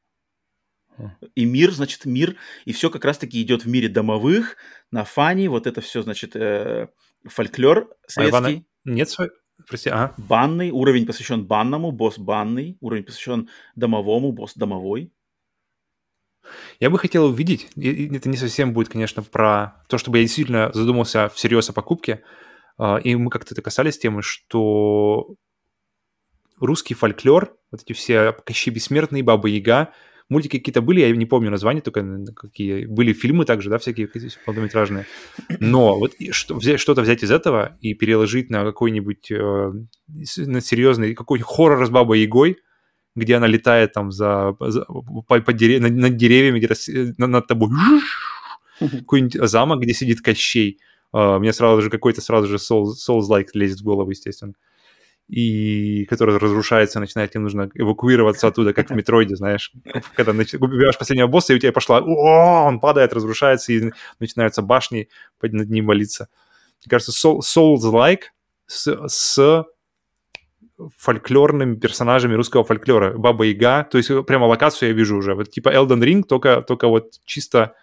И мир, значит, и все как раз-таки идет в мире домовых, на Фане, вот это все, значит, фольклор советский. Нет, прости, Банный, уровень посвящен банному, босс банный, уровень посвящен домовому, босс домовой. Я бы хотел увидеть, и это не совсем будет, конечно, про то, чтобы я действительно задумался всерьез о покупке, и мы как-то это касались темы, что русский фольклор, вот эти все Кощей Бессмертный, Баба Яга, мультики какие-то были, я не помню названия, только какие были фильмы также, да, всякие полнометражные. Но вот что-то взять из этого и переложить на какой-нибудь на серьезный какой-нибудь хоррор с Бабой Ягой, где она летает там над деревьями, где над тобой какой-нибудь замок, где сидит Кощей. Мне сразу же Souls-like лезет в голову, естественно. И который разрушается, начинает, тебе нужно эвакуироваться оттуда, как в Метроиде, знаешь. Когда убиваешь последнего босса, и у тебя пошла... он падает, разрушается, и начинаются башни над ним валиться. Мне кажется, Souls-like с фольклорными персонажами русского фольклора. Баба Яга, то есть прямо локацию я вижу уже. Вот типа Elden Ring, только вот чисто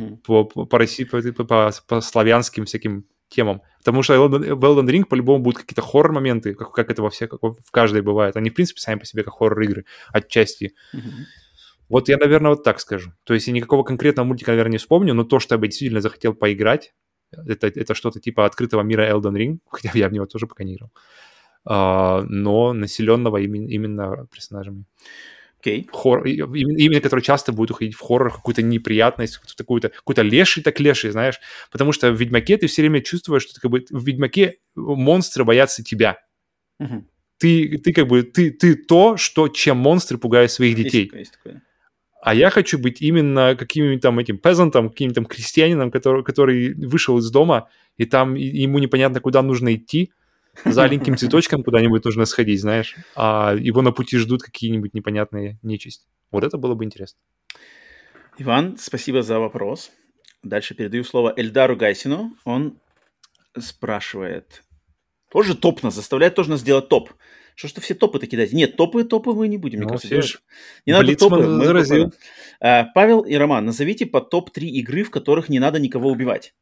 по славянским всяким темам. Потому что в Elden Ring по-любому будут какие-то хоррор-моменты, как это в каждой бывает. Они, в принципе, сами по себе как хоррор-игры отчасти. Вот я, наверное, вот так скажу. То есть я никакого конкретного мультика, наверное, не вспомню, но то, что я бы действительно захотел поиграть, это что-то типа открытого мира Elden Ring, хотя я в него тоже пока не играл. Но населенного именно персонажами. Okay. Именно который часто будет уходить в хоррор, какую-то неприятность, какой-то леший, знаешь. Потому что в «Ведьмаке» ты все время чувствуешь, что как бы в «Ведьмаке» монстры боятся тебя. Ты как бы ты то, чем монстры пугают своих детей. Есть такое. А я хочу быть именно каким-нибудь там этим пезантом, каким-нибудь там крестьянином, который вышел из дома, и там ему непонятно, куда нужно идти, за аленьким цветочком куда-нибудь нужно сходить, знаешь, а его на пути ждут какие-нибудь непонятные нечисть. Вот это было бы интересно. Иван, спасибо за вопрос. Дальше передаю слово Эльдару Гайсину. Он спрашивает. Тоже топ нас, заставляет тоже нас сделать топ. Что все топы-то кидать? Нет, топы мы не будем, мне кажется. Не надо топы. Павел и Роман, назовите по топ-3 игры, в которых не надо никого убивать.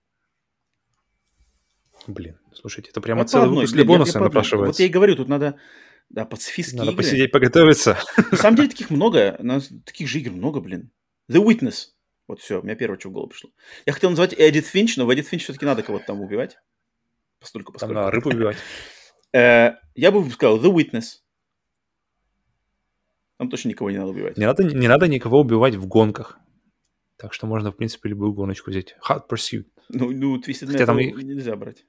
Блин, слушайте, это прямо целый выпуск для бонуса напрашивается. Вот я и говорю, тут надо пацифистские игры. Надо посидеть, подготовиться. На самом деле таких много, таких же игр много, блин. The Witness. Вот все, у меня первое, что в голову пришло. Я хотел назвать Эдит Финч, но в Эдит Финч все-таки надо кого-то там убивать. Постольку. Там надо рыбу убивать. Я бы сказал The Witness. Там точно никого не надо убивать. Не надо никого убивать в гонках. Так что можно, в принципе, любую гоночку взять. Hot Pursuit. Ну Twisted Metal нельзя брать.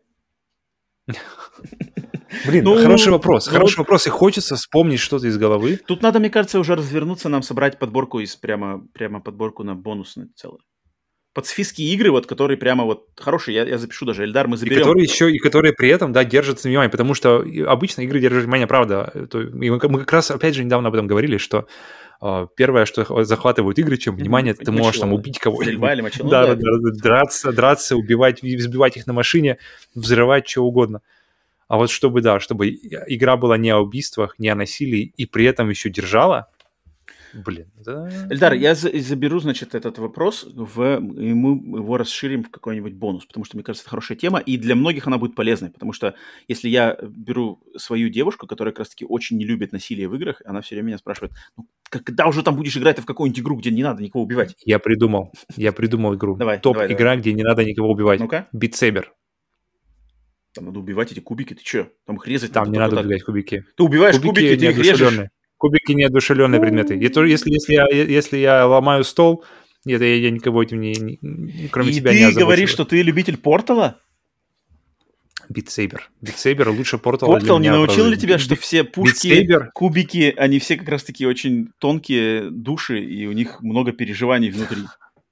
Блин, хороший вопрос. Хороший вопрос, и хочется вспомнить что-то из головы. Тут надо, мне кажется, уже развернуться, нам собрать подборку прямо подборку на бонусные целые. Пацифистские игры, вот, которые прямо вот хорошие, я запишу даже, Эльдар, мы заберем. И которые при этом, да, держатся внимание, потому что обычно игры держат внимание, правда. И мы как раз, опять же, недавно об этом говорили, что первое, что захватывают игры, чем внимание, ты можешь там убить кого-нибудь. Стрельба или мочело. Да, драться, убивать, сбивать их на машине, взрывать, что угодно. А вот чтобы игра была не о убийствах, не о насилии, и при этом еще держала, Блин, да. Эльдар, я заберу, значит, этот вопрос, и мы его расширим в какой-нибудь бонус, потому что, мне кажется, это хорошая тема, и для многих она будет полезной, потому что если я беру свою девушку, которая как раз-таки очень не любит насилие в играх, она все время меня спрашивает, ну, когда уже там будешь играть в какую-нибудь игру, где не надо никого убивать? Я придумал игру. Давай. Топ-игра, где не надо никого убивать. Ну-ка. Beat Saber. Там надо убивать эти кубики, ты чё? Там их резать Там надо не только надо так. убивать кубики. Ты убиваешь кубики, ты их режешь. Кубики неодушевленные предметы. Если я ломаю стол, это я никого этим кроме и тебя не ты озабочу. говоришь, что ты любитель Портала? Beat Saber лучше Портала для Портал меня. не научил ли тебя, что все пушки, Saber? кубики, они все как раз-таки очень тонкие души, и у них много переживаний внутри?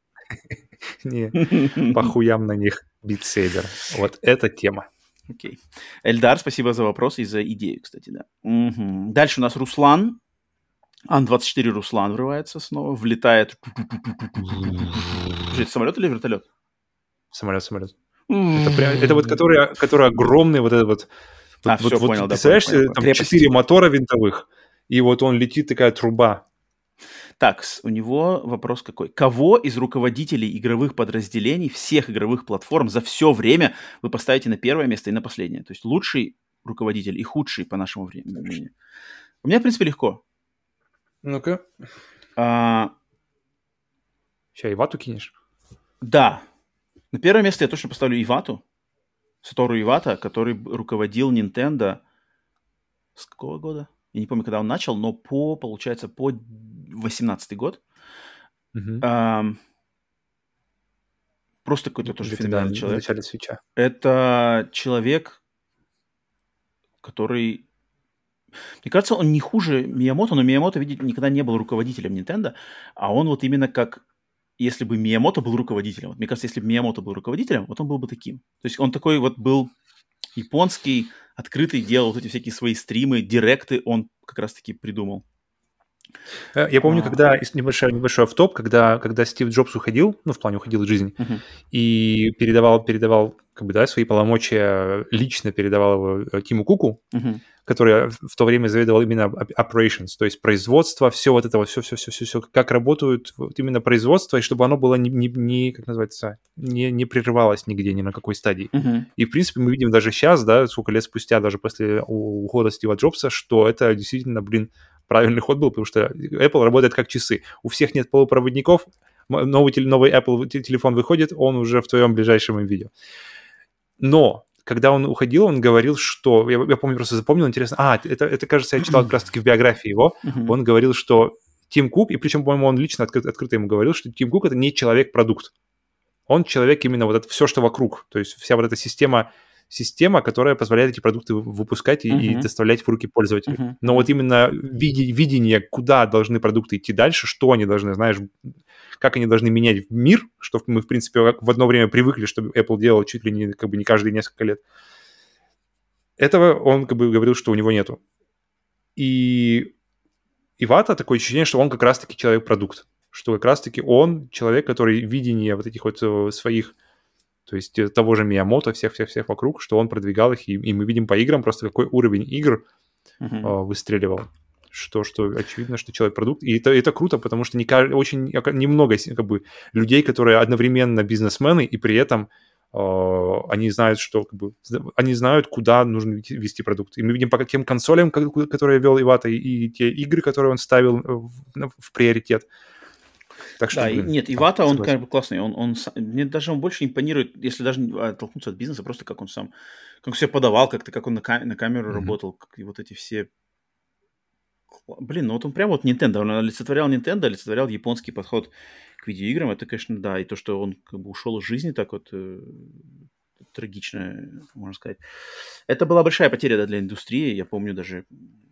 Не, по хуям на них. Beat Saber. Вот эта тема. Окей. Эльдар, спасибо за вопрос и за идею, кстати, да. Угу. Дальше у нас Руслан. Ан-24 Руслан врывается снова, влетает. Это самолет или вертолет? Самолет. Это вот который огромный, вот этот вот. Все, понял, да. Представляешь, там 4 мотора винтовых, и вот он летит, такая труба. Так, у него вопрос какой. Кого из руководителей игровых подразделений всех игровых платформ за все время вы поставите на первое место и на последнее? То есть лучший руководитель и худший по нашему времени. У меня, в принципе, легко. Ну-ка. Сейчас Ивату кинешь? Да. На первое место я точно поставлю Ивату. Сатору Ивата, который руководил Nintendo с какого года? Я не помню, когда он начал, но получается, по 18-й год. Просто какой-то тоже феноменальный человек. В начале свеча. Это человек, который... Мне кажется, он не хуже Миямото, но Миямото, видите, никогда не был руководителем Nintendo, а он вот именно как... Если бы Миямото был руководителем, вот мне кажется, если бы Миямото был руководителем, вот он был бы таким. То есть он такой вот был японский, открытый, делал вот эти всякие свои стримы, директы он как раз-таки придумал. Я помню, когда небольшой автоп, когда Стив Джобс уходил, в плане уходил из жизни, и передавал как бы, да, свои полномочия, лично передавал его Тиму Куку, который в то время заведовал именно operations, то есть производство, все вот это вот, все, как работают вот именно производство, и чтобы оно было как называется, не прерывалось нигде, ни на какой стадии. И, в принципе, мы видим даже сейчас, да, сколько лет спустя, даже после ухода Стива Джобса, что это действительно, правильный ход был, потому что Apple работает как часы. У всех нет полупроводников, новый Apple телефон выходит, он уже в твоем ближайшем видео. Но когда он уходил, он говорил, что... Я помню, просто запомнил, интересно... это, кажется, я читал как раз-таки в биографии его. Он говорил, что Тим Кук, и причем, по-моему, он лично открыто ему говорил, что Тим Кук — это не человек-продукт. Он человек именно вот это все, что вокруг. То есть вся вот эта система, которая позволяет эти продукты выпускать и доставлять в руки пользователю. Но вот именно видение, куда должны продукты идти дальше, что они должны, знаешь, как они должны менять мир, что мы, в принципе, в одно время привыкли, чтобы Apple делал чуть ли не, как бы, не каждые несколько лет. Этого он как бы говорил, что у него нету. И Ивата такое ощущение, что он как раз-таки человек-продукт. Что как раз-таки он человек, который видение вот этих вот своих... То есть того же Миямото, всех вокруг, что он продвигал их, и мы видим по играм просто какой уровень игр выстреливал. Что очевидно, что человек-продукт. И это круто, потому что очень немного как бы, людей, которые одновременно бизнесмены, и при этом они знают, что как бы, они знают, куда нужно вести продукт. И мы видим по каким консолям, которые вел Ивата, и те игры, которые он ставил в приоритет. Так что, да, нет, Ивата, он как бы классный. Мне даже он больше импонирует, если даже оттолкнуться от бизнеса, просто как он сам, как он себя подавал, как он на камеру работал, как и вот эти все... Блин, ну вот он прям вот Nintendo, он олицетворял Nintendo, олицетворял японский подход к видеоиграм. Это, конечно, да, и то, что он как бы ушел из жизни так вот трагично, можно сказать. Это была большая потеря для индустрии. Я помню даже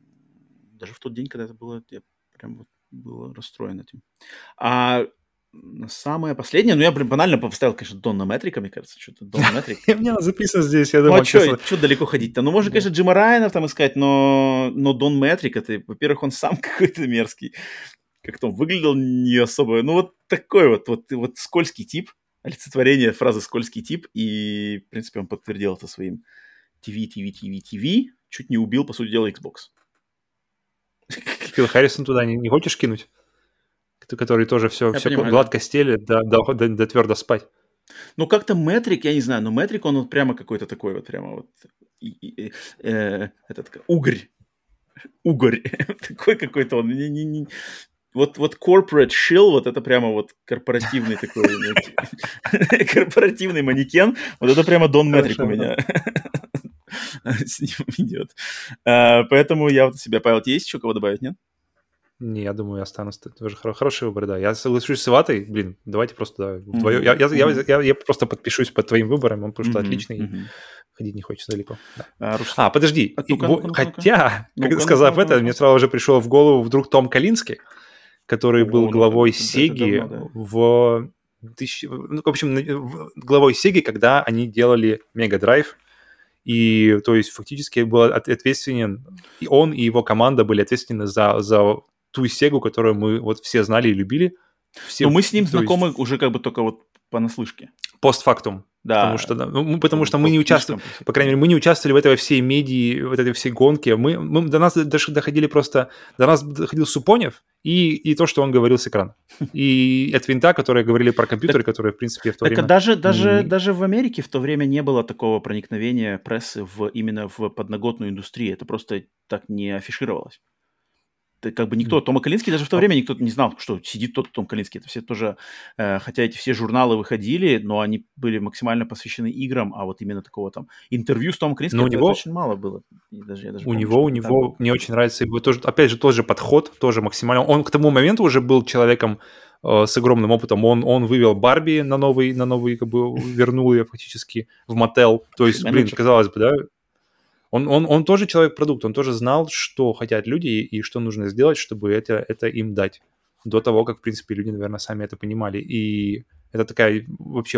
в тот день, когда это было, я прям вот был расстроен этим. А самое последнее, я банально поставил, конечно, Донна Метрика, мне кажется, что-то Донна Метрик. У меня записано здесь, я думаю. Ну, а что далеко ходить-то? Ну, можно, конечно, Джима Райанов там искать, но Дон Метрик, это, во-первых, он сам какой-то мерзкий. Как-то он выглядел не особо. Ну, вот такой вот скользкий тип, олицетворение фразы «скользкий тип», и, в принципе, он подтвердил это своим TV, чуть не убил, по сути дела, Xbox. Фил Харрисон туда не хочешь кинуть? который тоже все понимаю, гладко стелет, да твердо спать. Ну, как-то Метрик, я не знаю, но Метрик, он вот прямо какой-то такой вот, прямо вот, угорь, такой какой-то он, вот corporate shill, вот это прямо вот корпоративный такой, корпоративный манекен, вот это прямо Дон Метрик у меня с ним идет. Поэтому я вот себя, Павел, тебе есть еще кого добавить, нет? Не, я думаю, я останусь. Это тоже хороший выбор, да. Я соглашусь с Иватой. Блин, давайте просто вдвоем. Я просто подпишусь под твоим выбором, он просто отличный. Ходить не хочется далеко. Да. Подожди. Хотя, сказав это, мне сразу же пришел в голову вдруг Том Калинский, который был главой Сеги в общем, главой Сеги, когда они делали Mega Drive. И, то есть, фактически был ответственен, и он, и его команда были ответственны за ту Сегу, которую мы вот все знали и любили. Но мы с ним знакомы уже как бы только вот понаслышке. Постфактум. Да. Потому что мы не участвовали, по крайней мере, мы не участвовали в этой всей медии, в этой всей гонке. До нас доходил Супонев и то, что он говорил с экрана. И от Винта, которые говорили про компьютеры, которые, в принципе, в то время... Даже в Америке в то время не было такого проникновения прессы именно в подноготную индустрию. Это просто так не афишировалось. Как бы никто, Тома Калинский даже в то время никто не знал, что сидит тот Том Калинский. Это все тоже, хотя эти все журналы выходили, но они были максимально посвящены играм, а вот именно такого там интервью с Томом Калинским это очень мало было. У него мне очень нравится его тоже, опять же, тот же подход, тоже максимально. Он к тому моменту уже был человеком с огромным опытом. Он вывел Барби на новый, как бы вернул ее фактически в Mattel. То есть, казалось бы, да, он тоже человек-продукт, он тоже знал, что хотят люди и что нужно сделать, чтобы это им дать. До того, как, в принципе, люди, наверное, сами это понимали. И это такая вообще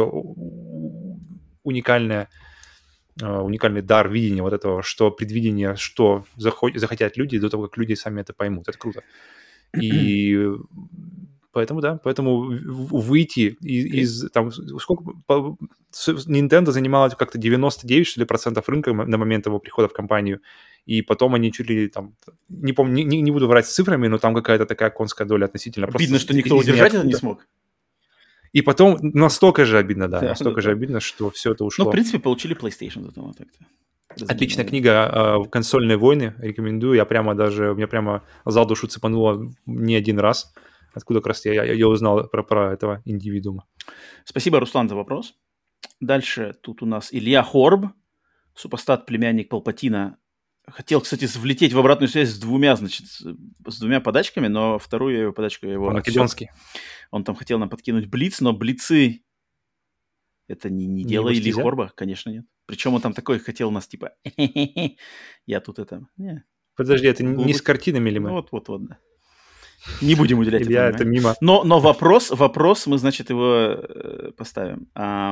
уникальный дар видения вот этого, что предвидение, что захотят люди до того, как люди сами это поймут. Это круто. И... Поэтому выйти из там сколько Nintendo занимала как-то 99 что ли процентов рынка на момент его прихода в компанию, и потом они чуть ли там не помню, не буду врать с цифрами, но там какая-то такая конская доля относительно. Обидно, что никто удержать это не смог. И потом настолько же обидно, обидно, что все это ушло. Ну, в принципе, получили PlayStation за то так-то. Отличная книга «Консольные войны», рекомендую. У меня прямо за душу цепануло не один раз. Откуда как раз я узнал про этого индивидуума. Спасибо, Руслан, за вопрос. Дальше тут у нас Илья Хорб, супостат, племянник Палпатина. Хотел, кстати, влететь в обратную связь с двумя подачками, но вторую подачку я его... Македонский. Он там хотел нам подкинуть блиц, но блицы... Это не дело Ильи Хорба, конечно, нет. Причем он там такой хотел нас, типа... Я тут это... Подожди, это не с картинами ли мы? Вот, да. Не будем уделять Илья, это мимо. Но вопрос, мы, значит, его поставим.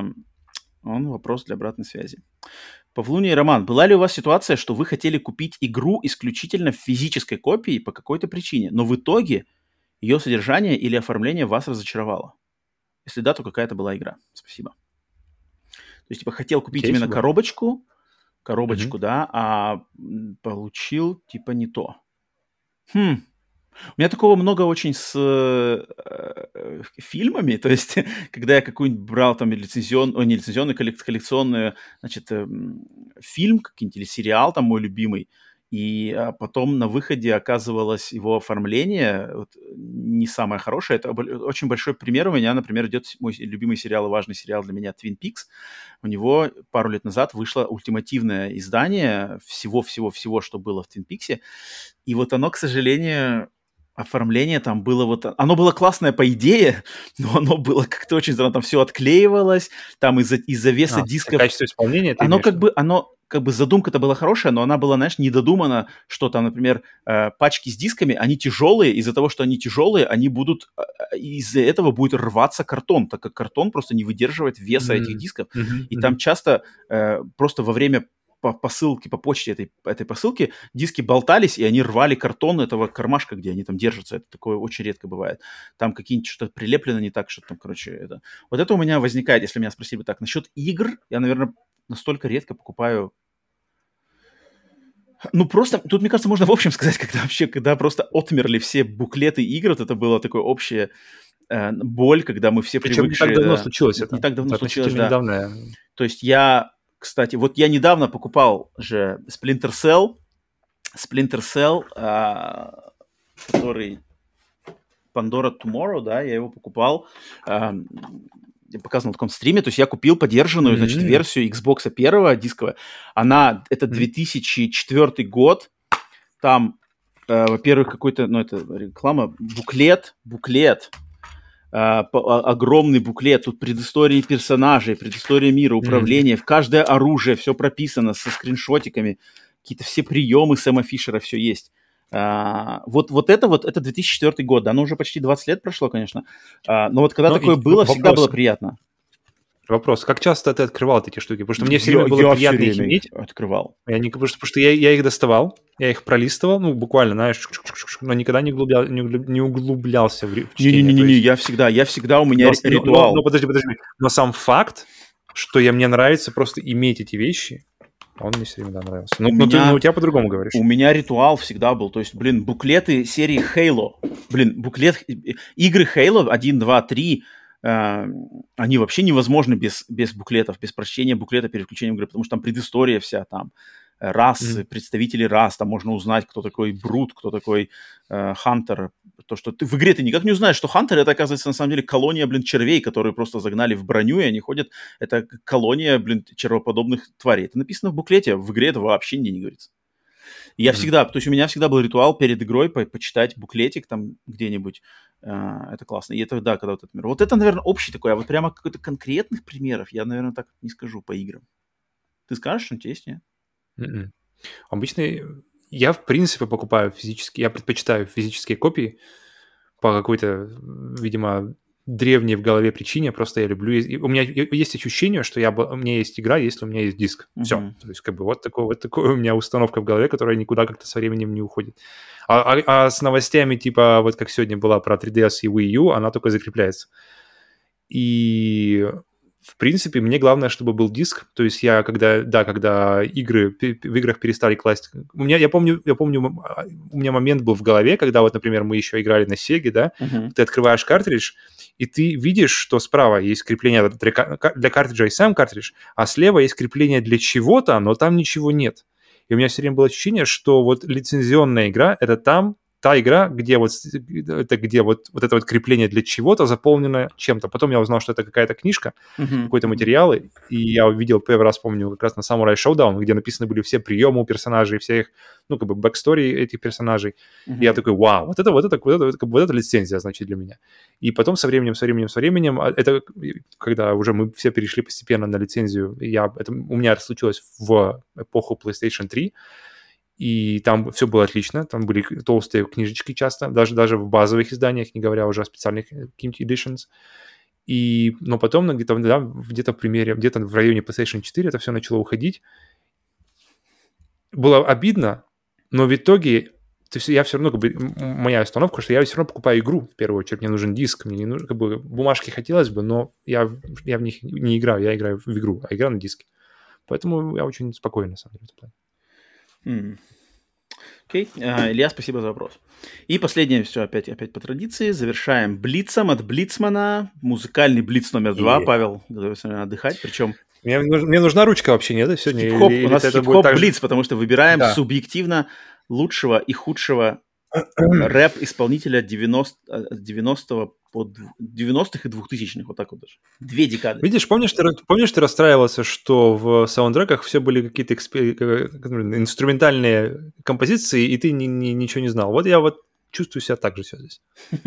Он вопрос для обратной связи. Павлуния и Роман, была ли у вас ситуация, что вы хотели купить игру исключительно в физической копии по какой-то причине, но в итоге ее содержание или оформление вас разочаровало? Если да, то какая это была игра? Спасибо. То есть, типа, хотел купить именно коробочку, да, а получил, типа, не то. У меня такого много очень с фильмами, то есть, когда я какую-нибудь брал там коллекционную, значит, фильм какой-нибудь или сериал там мой любимый, и потом на выходе оказывалось его оформление не самое хорошее. Это очень большой пример у меня, например, идет мой любимый сериал и важный сериал для меня Twin Peaks. У него пару лет назад вышло ультимативное издание всего-всего-всего, что было в Twin Peaks, и вот оно, к сожалению... Оформление там было оно было классное по идее, но оно было как-то очень странно, там все отклеивалось, там из-за веса дисков. Качество исполнения. Оно как бы задумка-то была хорошая, но она была, знаешь, недодумана, что там, например, пачки с дисками, они тяжелые, из-за того, что они тяжелые, из-за этого будет рваться картон, так как картон просто не выдерживает веса этих дисков. И там часто просто во время по почте этой посылки, диски болтались, и они рвали картон этого кармашка, где они там держатся. Это такое очень редко бывает. Там какие-нибудь что-то прилеплено не так, что там, короче, это... Вот это у меня возникает, если меня спросили бы так. Насчет игр, я, наверное, настолько редко покупаю Ну, просто, тут, мне кажется, можно в общем сказать, когда просто отмерли все буклеты игр, вот это было такое общее боль, когда мы все Причем не так привыкшие, давно да, случилось не это. так давно Это случилось, относительно да. недавно. То есть кстати, вот я недавно покупал же Splinter Cell, который Pandora Tomorrow, да, я его покупал, я показывал на таком стриме, то есть я купил подержанную, значит, версию Xbox первого дисковая. Это 2004 год, там, во-первых, какой-то, ну, это реклама, буклет, огромный буклет, тут предыстория персонажей, предыстория мира, управление, в каждое оружие, все прописано со скриншотиками, какие-то все приемы Сэма Фишера, все есть. Это 2004 год, да, оно уже почти 20 лет прошло, конечно, но вот когда такое было, всегда было приятно. Вопрос, как часто ты открывал эти штуки? Потому что мне все время было приятно их иметь. Открывал. Потому что я их доставал, я их пролистывал, ну, буквально, знаешь, но никогда не углублялся в чтение. Не-не-не, я всегда у меня ритуал. Но подожди. Но сам факт, что мне нравится просто иметь эти вещи, он мне все время нравился. У тебя по-другому говоришь. У меня ритуал всегда был. То есть, буклеты серии Halo. Игры Halo 1, 2, 3... они вообще невозможны без буклетов, без прочтения буклета перед включением игры, потому что там предыстория вся, там расы, представители рас, там можно узнать, кто такой Брут, кто такой Хантер. То, что в игре ты никак не узнаешь, что Хантер — это, оказывается, на самом деле колония, червей, которые просто загнали в броню, и они ходят. Это колония, червоподобных тварей. Это написано в буклете, в игре это вообще нигде не говорится. Я всегда, то есть у меня всегда был ритуал перед игрой почитать буклетик там где-нибудь. Это классно. И это, да, когда вот этот мир. Вот это, наверное, общий такой, а вот прямо какой-то конкретных примеров я, наверное, так не скажу по играм. Ты скажешь, что есть, нет? Обычно я, в принципе, покупаю я предпочитаю физические копии по какой-то, видимо, древней в голове причине. Просто я люблю... У меня есть ощущение, что у меня есть игра, если у меня есть диск. Все. То есть вот такое у меня установка в голове, которая никуда как-то со временем не уходит. А с новостями, типа, вот как сегодня была про 3DS и Wii U, она только закрепляется. И, в принципе, мне главное, чтобы был диск. То есть когда игры в играх перестали класть... Я помню, у меня момент был в голове, когда вот, например, мы еще играли на Sega, да, ты открываешь картридж, и ты видишь, что справа есть крепление для картриджа и сам картридж, а слева есть крепление для чего-то, но там ничего нет. И у меня все время было ощущение, что вот лицензионная игра — это та игра, где вот это вот крепление для чего-то заполнено чем-то. Потом я узнал, что это какая-то книжка, какой-то материал, и я увидел первый раз, помню, как раз на Samurai Showdown, где написаны были все приемы у персонажей, все их, бэкстори этих персонажей. И я такой, вау, вот это лицензия, значит, для меня. И потом со временем, это когда уже мы все перешли постепенно на лицензию, у меня это случилось в эпоху PlayStation 3, и там все было отлично, там были толстые книжечки часто, даже в базовых изданиях, не говоря уже о специальных каких-нибудь editions. Но потом где-то в районе PlayStation 4 это все начало уходить. Было обидно, но в итоге я все равно, моя установка, что я все равно покупаю игру, в первую очередь, мне нужен диск, мне не нужно, бумажки хотелось бы, но я в них не играю, я играю в игру, а игра на диске. Поэтому я очень спокойно, на самом деле, в этом плане. Окей. Илья, спасибо за вопрос. И последнее все опять по традиции. Завершаем блицом от Блицмана. Музыкальный блиц номер 2. Павел готовится отдыхать. Причем... Мне нужна ручка вообще, нет? Сегодня? У нас хип-хоп блиц, потому что выбираем субъективно лучшего и худшего рэп-исполнителя 90-х и 2000-х, вот так вот даже. 2 декады. Видишь, помнишь, ты расстраивался, что в саундтреках все были какие-то инструментальные композиции, и ты ничего не знал. Вот я чувствую себя так же все здесь.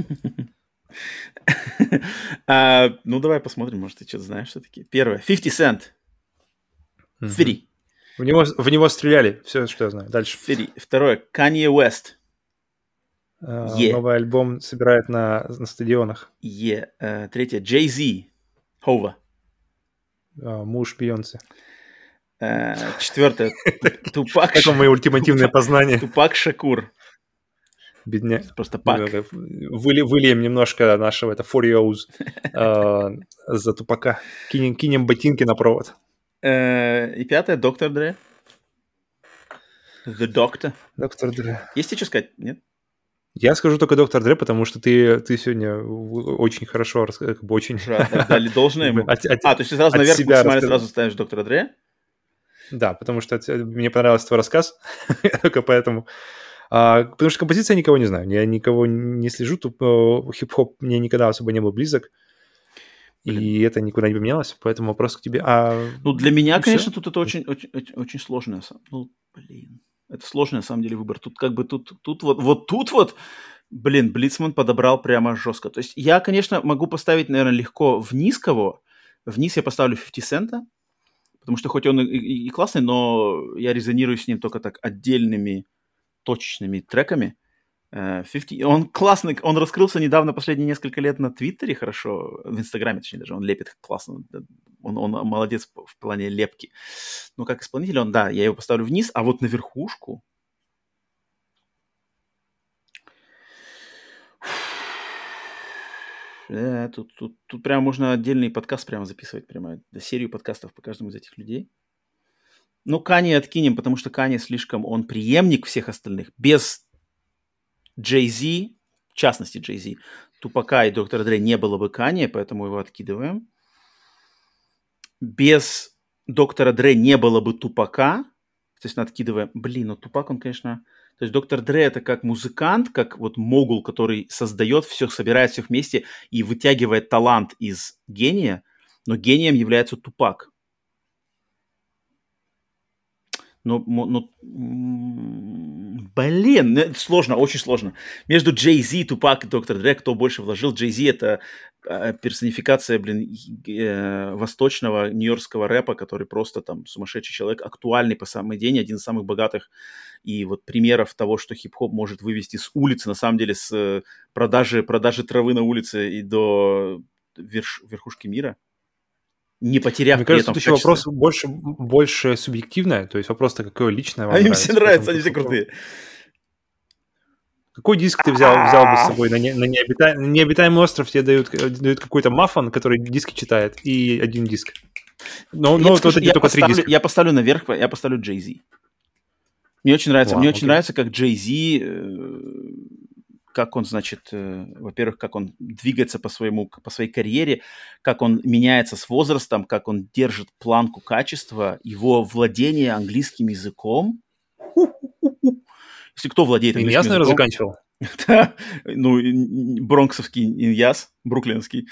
Ну, давай посмотрим, может, ты что-то знаешь все-таки. Первое. 50 Cent. Free. В него стреляли, все, что я знаю. Дальше. Free. Второе. Kanye West. Новый альбом собирает на стадионах. Третье. Jay-Z. Hova. Муж Бейонсе. Четвертое. Тупак. Это мои ультимативные познания. Тупак Шакур. Бедня. Просто пак. Выльем немножко нашего, это Фориоуз за Тупака. Кинем ботинки на провод. И пятое. Доктор Дре. The Doctor. Доктор Дре. Есть тебе что сказать? Нет? Я скажу только доктор Дре, потому что ты сегодня очень хорошо, как бы очень... Дали должное ему. То есть ты сразу наверх максимально сразу ставишь доктора Дре? Да, потому что мне понравился твой рассказ, только поэтому... Потому что композиция никого не знаю, я никого не слежу, хип-хоп мне никогда особо не был близок, и это никуда не поменялось, поэтому вопрос к тебе. Ну, для меня, конечно, тут это очень сложно. Ну, блин, это сложный, на самом деле, выбор. Тут как бы, тут вот, блин, Блицман подобрал прямо жестко. То есть я, конечно, могу поставить, наверное, легко вниз кого. Вниз я поставлю 50 Cent, потому что хоть он и классный, но я резонирую с ним только так отдельными точечными треками. 50, он классный, он раскрылся недавно, последние несколько лет на Твиттере хорошо, в Инстаграме, точнее даже, он лепит классно, он молодец в плане лепки. Но как исполнитель он, да, я его поставлю вниз, а вот на верхушку... Тут прямо можно отдельный подкаст прямо записывать, прямо серию подкастов по каждому из этих людей. Ну, Канье откинем, потому что Канье слишком, он преемник всех остальных. Без Jay-Z, в частности Jay-Z, Тупака и Доктора Дре не было бы Канье, поэтому его откидываем. Без Доктора Дре не было бы Тупака, естественно, откидываем. Блин, ну Тупак, он, конечно... То есть Доктор Дре это как музыкант, как вот могул, который создает все, собирает все вместе и вытягивает талант из гения, но гением является Тупак. Блин, это сложно, очень сложно. Между Jay-Z, Тупак и Доктор Дре кто больше вложил? Jay-Z это персонификация, восточного нью-йоркского рэпа, который просто там сумасшедший человек, актуальный по самый день, один из самых богатых и вот примеров того, что хип-хоп может вывести с улицы, на самом деле с продажи травы на улице и до верхушки мира. Не потеряв Мне при кажется, этом тут еще вопрос больше субъективный, то есть вопрос-то какое личное вам им все нравится, они все крутые. Какой диск ты взял бы с собой на необитаемый остров? Тебе дают какой-то мафон, который диски читает, и один диск. Но тут только 3 диска. Я поставлю наверх, я поставлю Jay-Z. Мне очень нравится, нравится, как Jay-Z... как он, значит, во-первых, как он двигается по своей карьере, как он меняется с возрастом, как он держит планку качества, его владение английским языком. Если кто владеет английским языком... наверное, заканчивал. Ну, бронксовский Иньяс, бруклинский.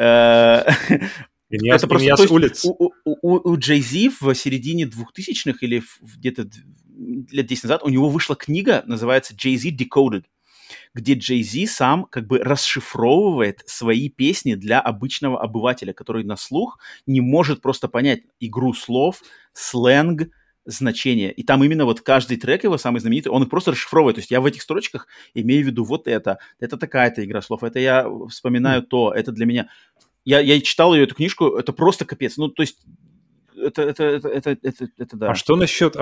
Это просто улиц. У Jay-Z в середине 2000-х или где-то лет 10 назад у него вышла книга, называется Jay-Z Decoded, где Jay-Z сам как бы расшифровывает свои песни для обычного обывателя, который на слух не может просто понять игру слов, сленг, значение. И там именно вот каждый трек его, самый знаменитый, он их просто расшифровывает. То есть я в этих строчках имею в виду вот это такая-то игра слов, это я вспоминаю то, это для меня... Я читал ее, эту книжку, это просто капец. Ну, то есть это да. А что насчет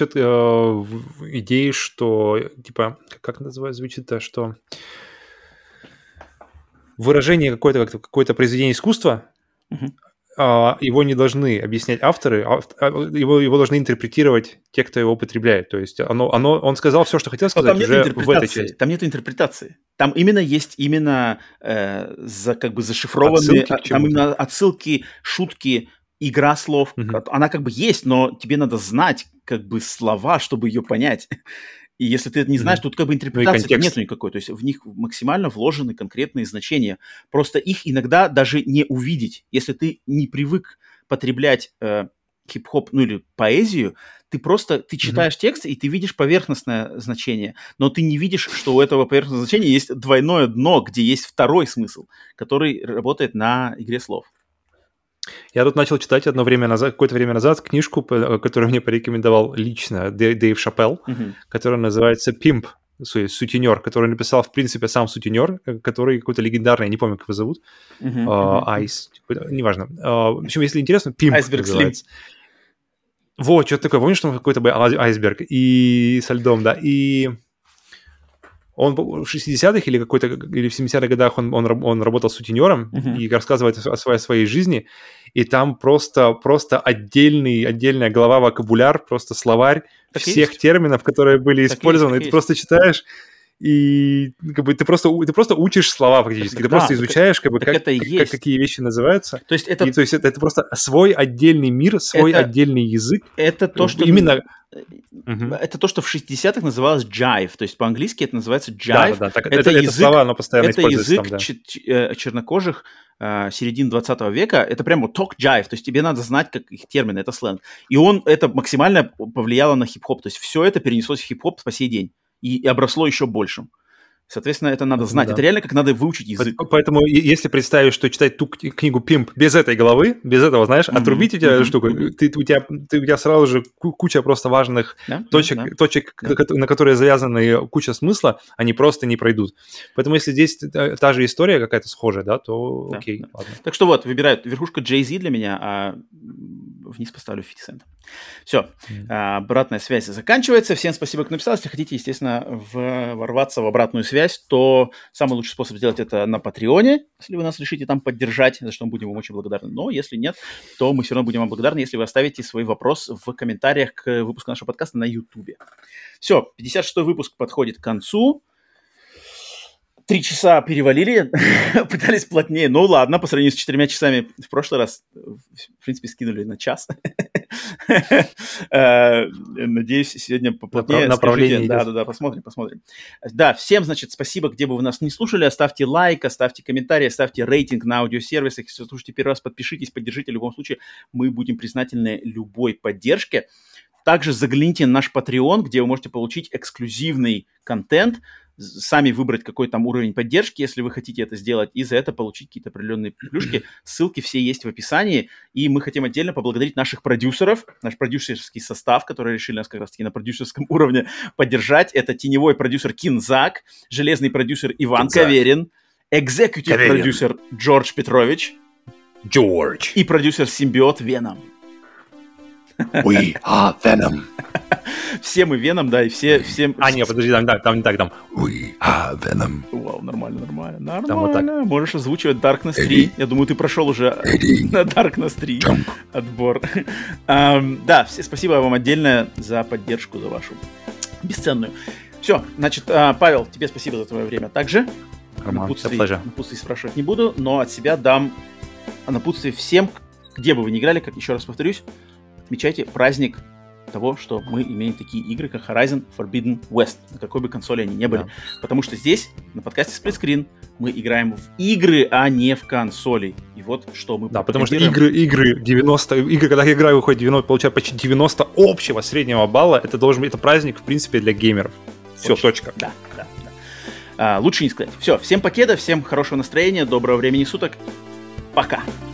идеи, что, типа, как звучит-то, что выражение какое-то произведение искусства, его не должны объяснять авторы, его должны интерпретировать те, кто его употребляет. То есть он сказал все, что хотел сказать уже в этой части. Там нет интерпретации. Там именно есть как бы зашифрованные... Там именно отсылки, шутки, игра слов. Она как бы есть, но тебе надо знать как бы слова, чтобы ее понять. И если ты это не знаешь, тут как бы интерпретации нету никакой. То есть в них максимально вложены конкретные значения. Просто их иногда даже не увидеть. Если ты не привык потреблять хип-хоп, ну или поэзию, ты читаешь текст, и ты видишь поверхностное значение. Но ты не видишь, что у этого поверхностного значения есть двойное дно, где есть второй смысл, который работает на игре слов. Я тут начал читать какое-то время назад книжку, которую мне порекомендовал лично Дэйв Шапелл, которая называется «Пимп», сутенер, который написал, в принципе, сам сутенер, который какой-то легендарный, я не помню, как его зовут, Айс, неважно. В общем, если интересно, «Пимп» называется. Вот, что-то такое. Помнишь, что какой-то был айсберг и со льдом, да, и... он в 60-х или в 70-х годах он работал сутенером и рассказывает о своей жизни, и там просто отдельная глава вокабуляр, просто словарь так всех терминов, которые были использованы. И ты просто читаешь, и как бы ты просто учишь слова фактически, ты просто изучаешь, как какие вещи называются. То есть это просто свой отдельный мир, свой отдельный язык. Это то, что именно... Это то, что в 60-х называлось jive, то есть по-английски это называется jive. Да. Это язык, слова, оно постоянно используется там, да. Чернокожих середины 20 века, это прямо talk jive, то есть тебе надо знать, как их термины, это сленг. И это максимально повлияло на хип-хоп, то есть все это перенеслось в хип-хоп по сей день и обросло еще большим. Соответственно, это надо знать. Да. Это реально как надо выучить язык. Поэтому, если представить, что читать ту книгу «Пимп» без этой головы, без этого, знаешь, отрубить у тебя штуку, у тебя сразу же куча просто важных точек, на которые завязаны куча смысла, они просто не пройдут. Поэтому, если здесь та же история какая-то схожая, да, то окей. Да. Ладно. Так что вот, выбирают верхушка Jay-Z для меня, а вниз поставлю 50 Cent. Все, обратная связь заканчивается. Всем спасибо, кто написал. Если хотите, естественно, ворваться в обратную связь, то самый лучший способ сделать это на Патреоне, если вы нас решите там поддержать, за что мы будем вам очень благодарны. Но если нет, то мы все равно будем вам благодарны, если вы оставите свой вопрос в комментариях к выпуску нашего подкаста на YouTube. Все, 56-й выпуск подходит к концу. 3 часа перевалили, пытались плотнее. Ну ладно, по сравнению с 4 часами в прошлый раз, в принципе, скинули на час. Надеюсь, сегодня поплотнее. Направление. Да, посмотрим. Да, всем, значит, спасибо, где бы вы нас не слушали. Оставьте лайк, оставьте комментарий, оставьте рейтинг на аудиосервисах. Если вы слушаете первый раз, подпишитесь, поддержите. В любом случае, мы будем признательны любой поддержке. Также загляните на наш Patreon, где вы можете получить эксклюзивный контент, сами выбрать, какой там уровень поддержки, если вы хотите это сделать, и за это получить какие-то определенные плюшки. Ссылки все есть в описании. И мы хотим отдельно поблагодарить наших продюсеров, наш продюсерский состав, который решили нас как раз-таки на продюсерском уровне поддержать. Это теневой продюсер Кинзак, железный продюсер Иван Каверин, экзекутив продюсер Джордж Петрович и продюсер Симбиот Веном. We are Venom. Все мы Веном, да, и все... Нет, подожди, там не так, там... We are Venom. Вау, нормально. Вот так. Можешь озвучивать Darkness 3. Я думаю, ты прошел уже на Darkness 3 отбор. Да, спасибо вам отдельно за поддержку, за вашу бесценную. Все, значит, Павел, тебе спасибо за твое время также. Напутствий спрашивать не буду, но от себя дам напутствие всем, где бы вы ни играли, как еще раз повторюсь, отмечайте праздник того, что мы имеем такие игры, как Horizon Forbidden West, на какой бы консоли они ни были. Да. Потому что здесь, на подкасте Split Screen, мы играем в игры, а не в консоли. И вот что мы... Да, потому что игры 90... когда игра выходит 90, получает почти 90 общего среднего балла, это праздник, в принципе, для геймеров. Все, точка. Да. Лучше не сказать. Все, всем покеда, всем хорошего настроения, доброго времени суток. Пока.